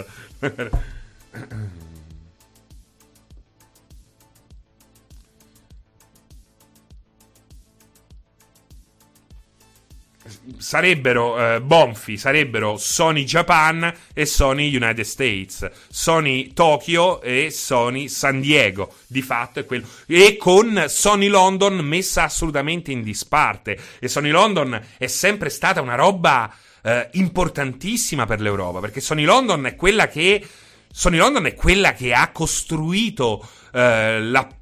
Sarebbero Bonfi, sarebbero Sony Japan e Sony United States, Sony Tokyo e Sony San Diego, di fatto è quello, e con Sony London messa assolutamente in disparte. E Sony London è sempre stata una roba importantissima per l'Europa, perché Sony London è quella che ha costruito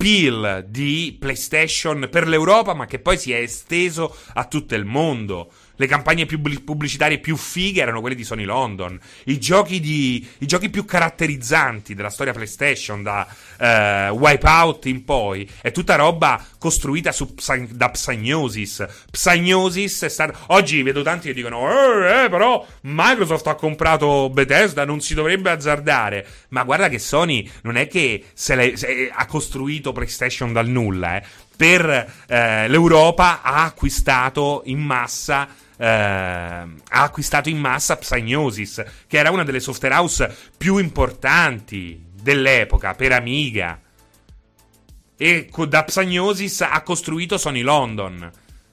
l'appeal di PlayStation per l'Europa, ma che poi si è esteso a tutto il mondo. Le campagne pubblicitarie più fighe erano quelle di Sony London. I giochi più caratterizzanti della storia PlayStation, da Wipeout in poi, è tutta roba costruita da Psygnosis. Psygnosis è stato... Oggi vedo tanti che dicono però Microsoft ha comprato Bethesda, non si dovrebbe azzardare. Ma guarda che Sony non è che ha costruito PlayStation dal nulla, Per l'Europa ha acquistato in massa Psygnosis, che era una delle software house più importanti dell'epoca per Amiga, e da Psygnosis ha costruito Sony London.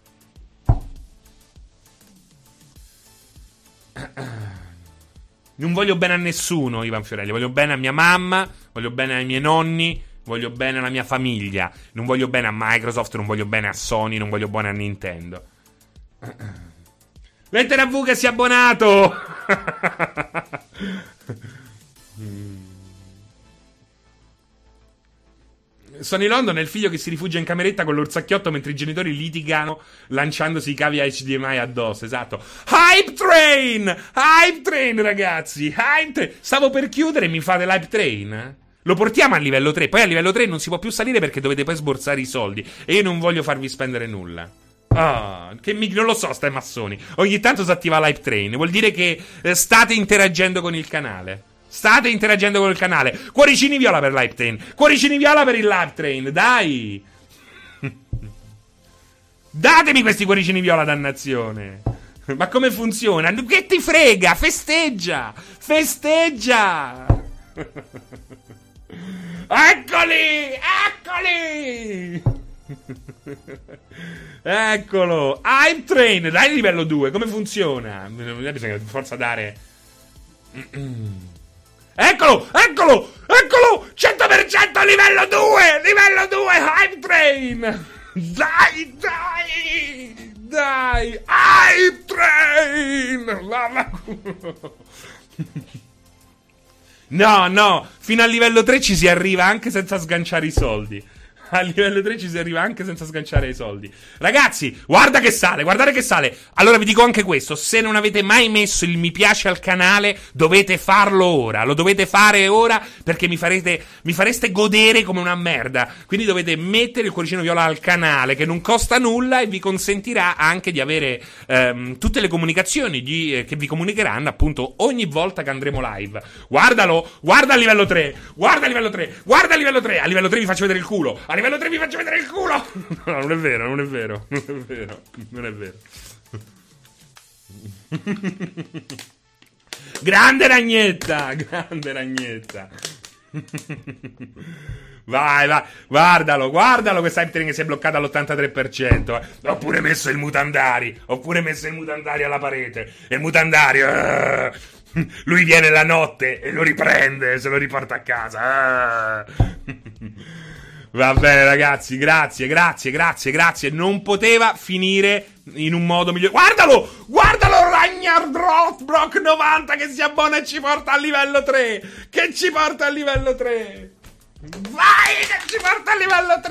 Non voglio bene a nessuno, Ivan Fiorelli. Voglio bene a mia mamma, voglio bene ai miei nonni, voglio bene alla mia famiglia. Non voglio bene a Microsoft, non voglio bene a Sony, non voglio bene a Nintendo. Lettera V che si è abbonato. Sony London è il figlio che si rifugia in cameretta con l'orsacchiotto mentre i genitori litigano lanciandosi i cavi HDMI addosso. Esatto. Hype Train, ragazzi. Hype Train. Stavo per chiudere e mi fate l'Hype Train? Lo portiamo a livello 3. Poi a livello 3 non si può più salire perché dovete poi sborsare i soldi. E io non voglio farvi spendere nulla. Non lo so, stai massoni. Ogni tanto si attiva l'Hype Train. Vuol dire che state interagendo con il canale. Cuoricini viola per l'Hype Train. Cuoricini viola per il Hype Train. Dai. Datemi questi cuoricini viola, dannazione. Ma come funziona? Che ti frega? Festeggia. Eccoli. Eccolo. Hype Train. Dai livello 2. Come funziona? Bisogna per forza dare. Eccolo. 100% livello 2. Hype Train. Dai. Hype Train. No. Fino al livello 3 ci si arriva anche senza sganciare i soldi. A livello 3 ci si arriva anche senza sganciare i soldi. Ragazzi, guardate che sale. Allora vi dico anche questo: se non avete mai messo il mi piace al canale, dovete farlo ora. Lo dovete fare ora, perché mi fareste godere come una merda. Quindi dovete mettere il cuoricino viola al canale, che non costa nulla e vi consentirà anche di avere tutte le comunicazioni che vi comunicheranno appunto ogni volta che andremo live. Guarda a livello 3. A livello 3 vi faccio vedere il culo. A livello 3 vi faccio vedere il culo. No, non è vero. Grande ragnetta. Vai. Guardalo questa Hype Train che si è bloccata all'83%. Ho pure messo il mutandari alla parete. E il mutandario lui viene la notte e lo riprende, se lo riporta a casa. Va bene ragazzi, grazie. Non poteva finire in un modo migliore. Guardalo Ragnard Rothbrock 90 che si abbona e ci porta al livello 3. Vai, che ci porta al livello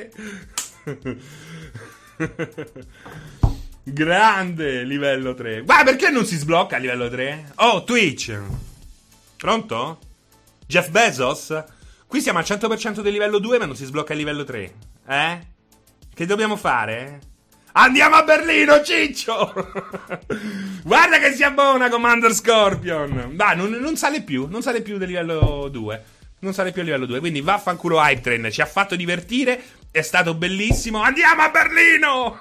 3. Grande livello 3. Ma perché non si sblocca a livello 3? Oh, Twitch. Pronto? Jeff Bezos? Qui siamo al 100% del livello 2, ma non si sblocca il livello 3. Che dobbiamo fare? Andiamo a Berlino, ciccio! Guarda che si abbona Commander Scorpion. Va, non sale più del livello 2. Quindi vaffanculo Hype Train. Ci ha fatto divertire, è stato bellissimo. Andiamo a Berlino!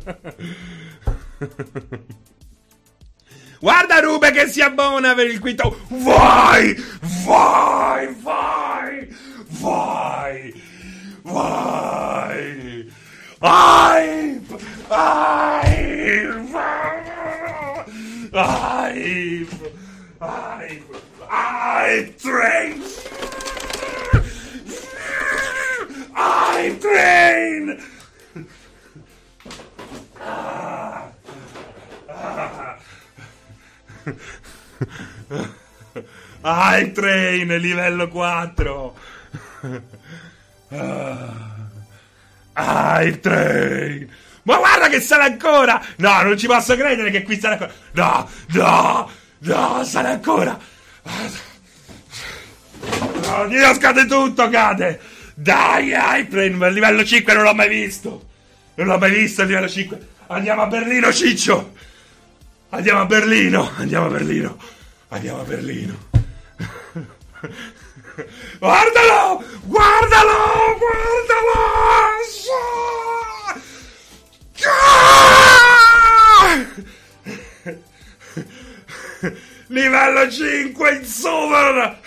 Guarda Rube che si abbona per il quinto. Vai! Train! Hype Train livello 4. Hype Train. Ma guarda che sale ancora. No, non ci posso credere che qui sale ancora. No, sale ancora. Oddio, scade tutto, cade. Dai, Hype Train, ma il livello 5 non l'ho mai visto. Non l'ho mai visto il livello 5. Andiamo a Berlino, Ciccio. Andiamo a Berlino. Guardalo. Livello 5 in super.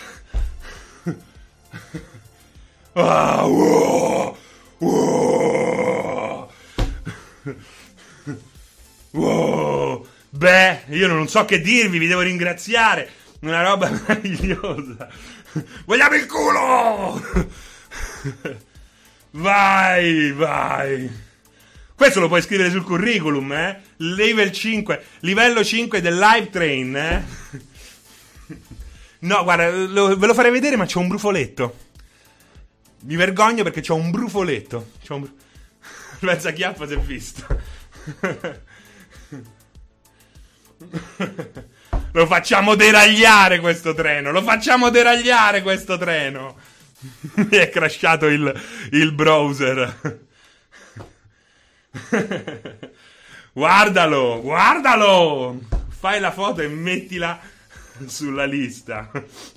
Wow. Beh, io non so che dirvi, vi devo ringraziare. Una roba meravigliosa. Vogliamo il culo! Vai. Questo lo puoi scrivere sul curriculum, eh? Livello 5 del Hype Train, eh? No, guarda, ve lo farei vedere, ma c'ho un brufoletto. Mi vergogno perché c'ho un brufoletto. Mezza chiappa si è visto. Lo facciamo deragliare questo treno. Mi è crashato il browser. Guardalo. Fai la foto e mettila sulla lista.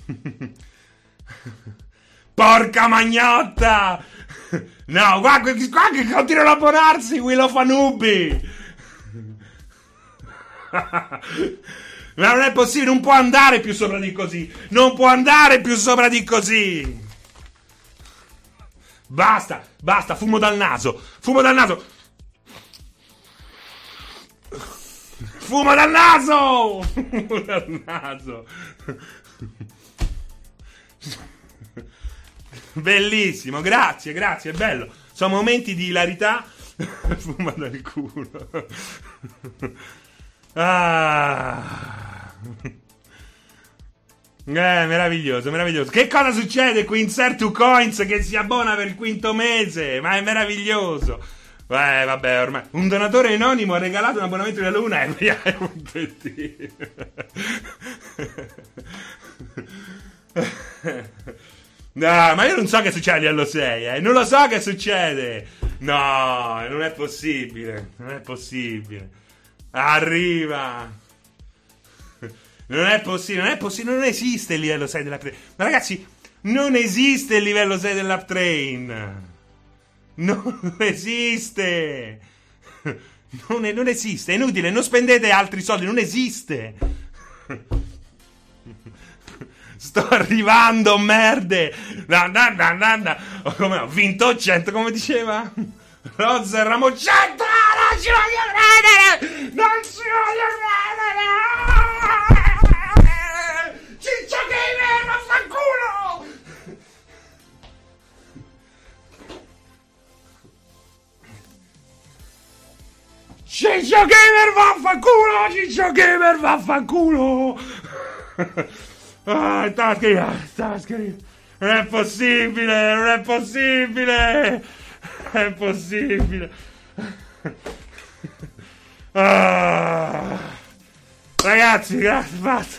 Porca magnotta. No, guarda che continuano a abbonarsi, Willow Fanubi. Ma non è possibile, non può andare più sopra di così. Basta, fumo dal naso. Bellissimo, grazie, è bello. Sono momenti di ilarità. Fuma dal culo. Meraviglioso. Che cosa succede qui? Insert 2 coins che si abbona per il 5º mese. Ma è meraviglioso. Vabbè, ormai un donatore anonimo ha regalato un abbonamento di Luna e no, ma io non so che succede a livello 6, non lo so che succede. No, non è possibile. Arriva. Non è possibile, non esiste il livello 6 dell'Up Train. Ma ragazzi, non esiste il livello 6 dell'Up Train. Non esiste. Non esiste, è inutile, non spendete altri soldi, non esiste. Sto arrivando, merde. Ho vinto 100, come diceva Rozza e Ramo 100. Non ci voglio credere. Ciccio Gamer, vaffanculo. Ciccio Gamer, vaffanculo. Stava scrivendo. Non è possibile. Ragazzi, grazie, basta.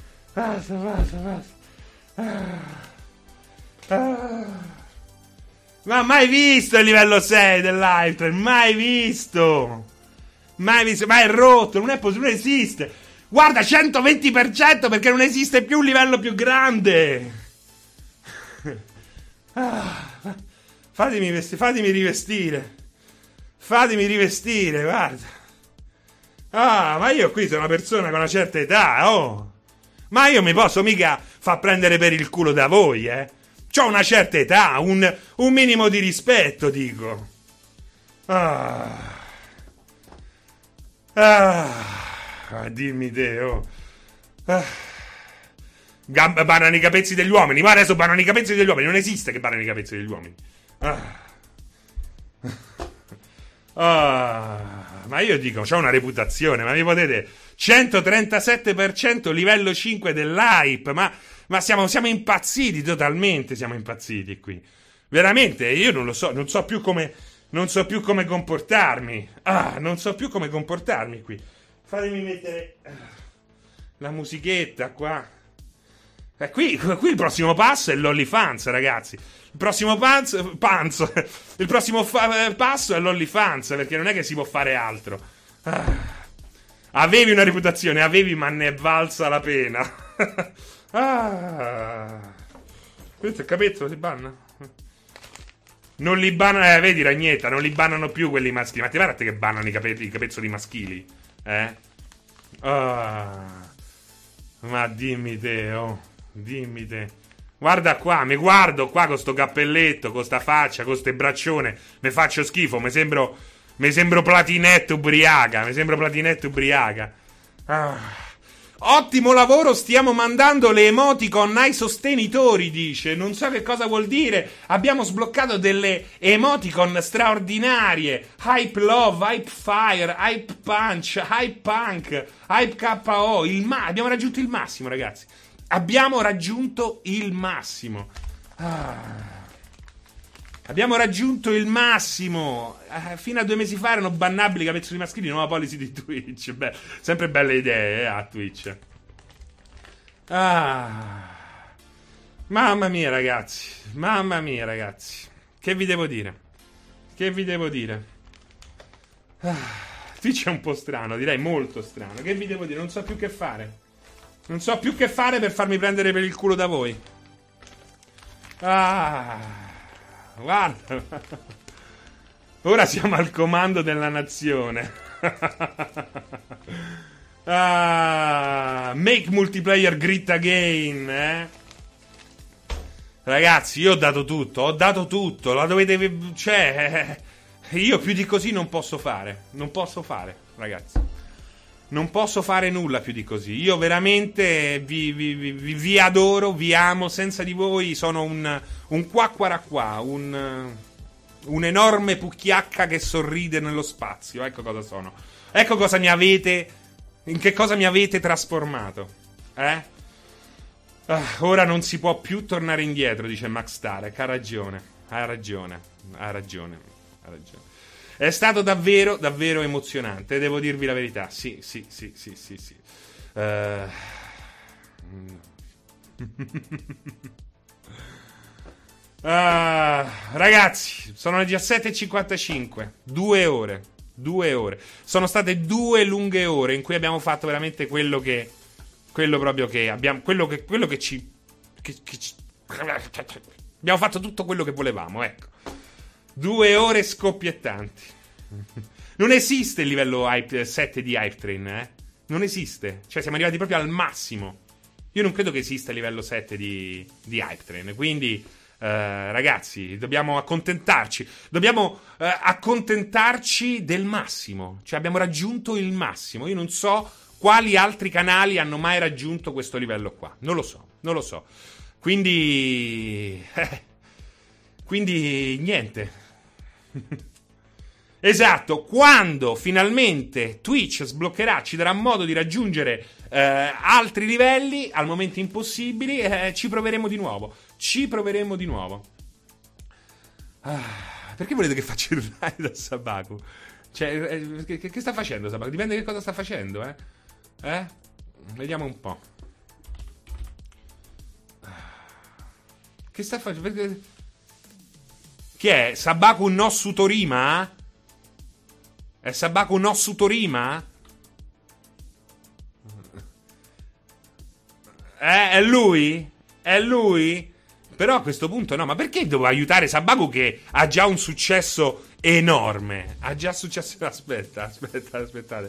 Ma mai visto il livello 6 dell'Hype Train? Mai visto, ma è rotto, non è possibile, non esiste. Guarda, 120% perché non esiste più un livello più grande. Fatemi rivestire, guarda. Ma io qui sono una persona con una certa età, oh. Ma io mi posso mica far prendere per il culo da voi, C'ho una certa età, un minimo di rispetto, dico. Dimmi te, oh. Banano i capezzi degli uomini. Ma adesso banano i capezzi degli uomini. Non esiste che banano i capezzi degli uomini. Ma io dico, c'ho una reputazione. Ma mi potete 137% livello 5 dell'hype. Ma siamo impazziti totalmente. Siamo impazziti qui. Veramente, io non lo so. Non so più come Non so più come comportarmi. Non so più come comportarmi qui. Fatemi mettere la musichetta qua. Qui il prossimo passo è l'OnlyFans, ragazzi. Il prossimo passo è l'OnlyFans, perché non è che si può fare altro. Avevi una reputazione, ma ne è valsa la pena. Questo è il capezzolo, si banna? Non li bannano, vedi Ragnetta, non li bannano più quelli maschili. Ma ti pare a te che bannano i capezzoli maschili? Ma dimmi te, dimmi te. Guarda qua, mi guardo qua con sto cappelletto, con sta faccia, con ste braccione. Mi faccio schifo, mi sembro Platinetto ubriaca. Ottimo lavoro, stiamo mandando le emoticon ai sostenitori, dice. Non so che cosa vuol dire. Abbiamo sbloccato delle emoticon straordinarie. Hype Love, Hype Fire, Hype Punch, Hype Punk, Hype KO. Abbiamo raggiunto il massimo, ragazzi. Abbiamo raggiunto il massimo. Abbiamo raggiunto il massimo. Fino a 2 mesi fa erano bannabili i capezzoli maschili. Nuova policy di Twitch. Beh, sempre belle idee a Twitch. Mamma mia, ragazzi. Che vi devo dire? Twitch è un po' strano, direi molto strano. Che vi devo dire? Non so più che fare. Non so più che fare per farmi prendere per il culo da voi. Guarda. Ora siamo al comando della nazione. Make multiplayer great again, Ragazzi, io ho dato tutto. La dovete... Cioè... Io più di così non posso fare, ragazzi. Non posso fare nulla più di così. Io veramente vi adoro, vi amo. Senza di voi sono un quacquaracqua, un enorme pucchiacca che sorride nello spazio. Ecco cosa sono. Ecco cosa mi avete... In che cosa mi avete trasformato. Ora non si può più tornare indietro, dice Max Starek. Ha ragione. È stato davvero, davvero emozionante, devo dirvi la verità. Sì. Ragazzi, sono le 17:55. 2 ore. Sono state 2 lunghe ore in cui abbiamo fatto veramente quello che ci abbiamo fatto tutto quello che volevamo, ecco. 2 ore scoppiettanti. Non esiste il livello 7 di Hype Train, Non esiste. Cioè siamo arrivati proprio al massimo. Io non credo che esista il livello 7 di Hype Train. Quindi ragazzi, dobbiamo accontentarci. Dobbiamo accontentarci del massimo. Cioè abbiamo raggiunto il massimo. Io non so quali altri canali hanno mai raggiunto questo livello qua. Non lo so. Quindi niente. Esatto, quando finalmente Twitch sbloccherà, ci darà modo di raggiungere altri livelli, al momento impossibili, ci proveremo di nuovo. Perché volete che faccia il raid a Sabaku? Cioè, che sta facendo Sabaku? Dipende che cosa sta facendo, Vediamo un po'. Che sta facendo? Chi è? Sabaku no Sutorima? È Sabaku no Sutorima? È lui? Però a questo punto no. Ma perché devo aiutare Sabaku che ha già un successo enorme? Aspettate.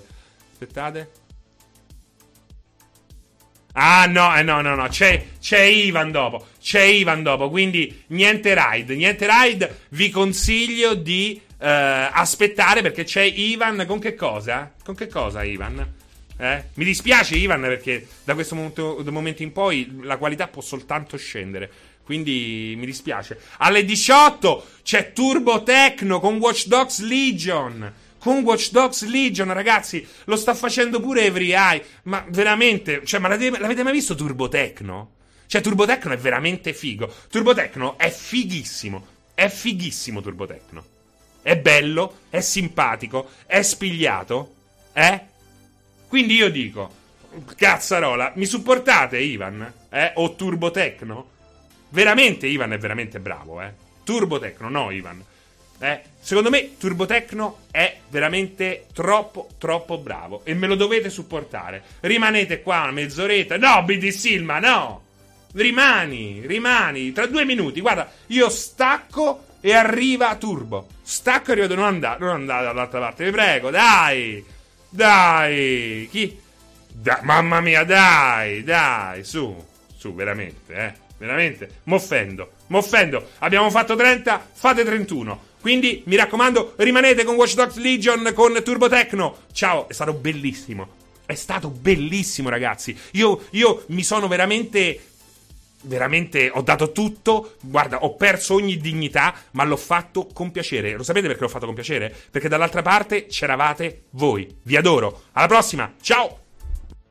No. C'è Ivan dopo. Quindi niente raid. Vi consiglio di aspettare perché c'è Ivan. Con che cosa Ivan? Mi dispiace Ivan perché da questo momento in poi la qualità può soltanto scendere. Quindi mi dispiace. Alle 18 c'è Turbo Techno con Watch Dogs Legion. Ragazzi, lo sta facendo pure Every Eye. Ma veramente, cioè, ma l'avete mai visto Turbo Techno? Cioè, Turbo Techno è veramente figo. Turbo Techno è fighissimo. Turbo Techno. È bello, è simpatico, è spigliato, Quindi io dico, cazzarola, mi supportate Ivan? O Turbo Tecno? Veramente Ivan è veramente bravo, Turbo Tecno, no Ivan. Secondo me Turbo Tecno è veramente troppo bravo e me lo dovete supportare. Rimanete qua una mezz'oretta. No, BD Silma, no! Rimani. Tra 2 minuti, guarda, io stacco e arriva Turbo. Stacco e arriva, non andare dall'altra parte, vi prego, dai. Chi? Mamma mia, dai, su, veramente, veramente, m'offendo. Abbiamo fatto 30, fate 31. Quindi, mi raccomando, rimanete con Watch Dogs Legion, con Turbo Tecno. Ciao, è stato bellissimo, ragazzi. Io mi sono veramente, ho dato tutto. Guarda, ho perso ogni dignità, ma l'ho fatto con piacere. Lo sapete perché l'ho fatto con piacere? Perché dall'altra parte c'eravate voi. Vi adoro. Alla prossima, ciao.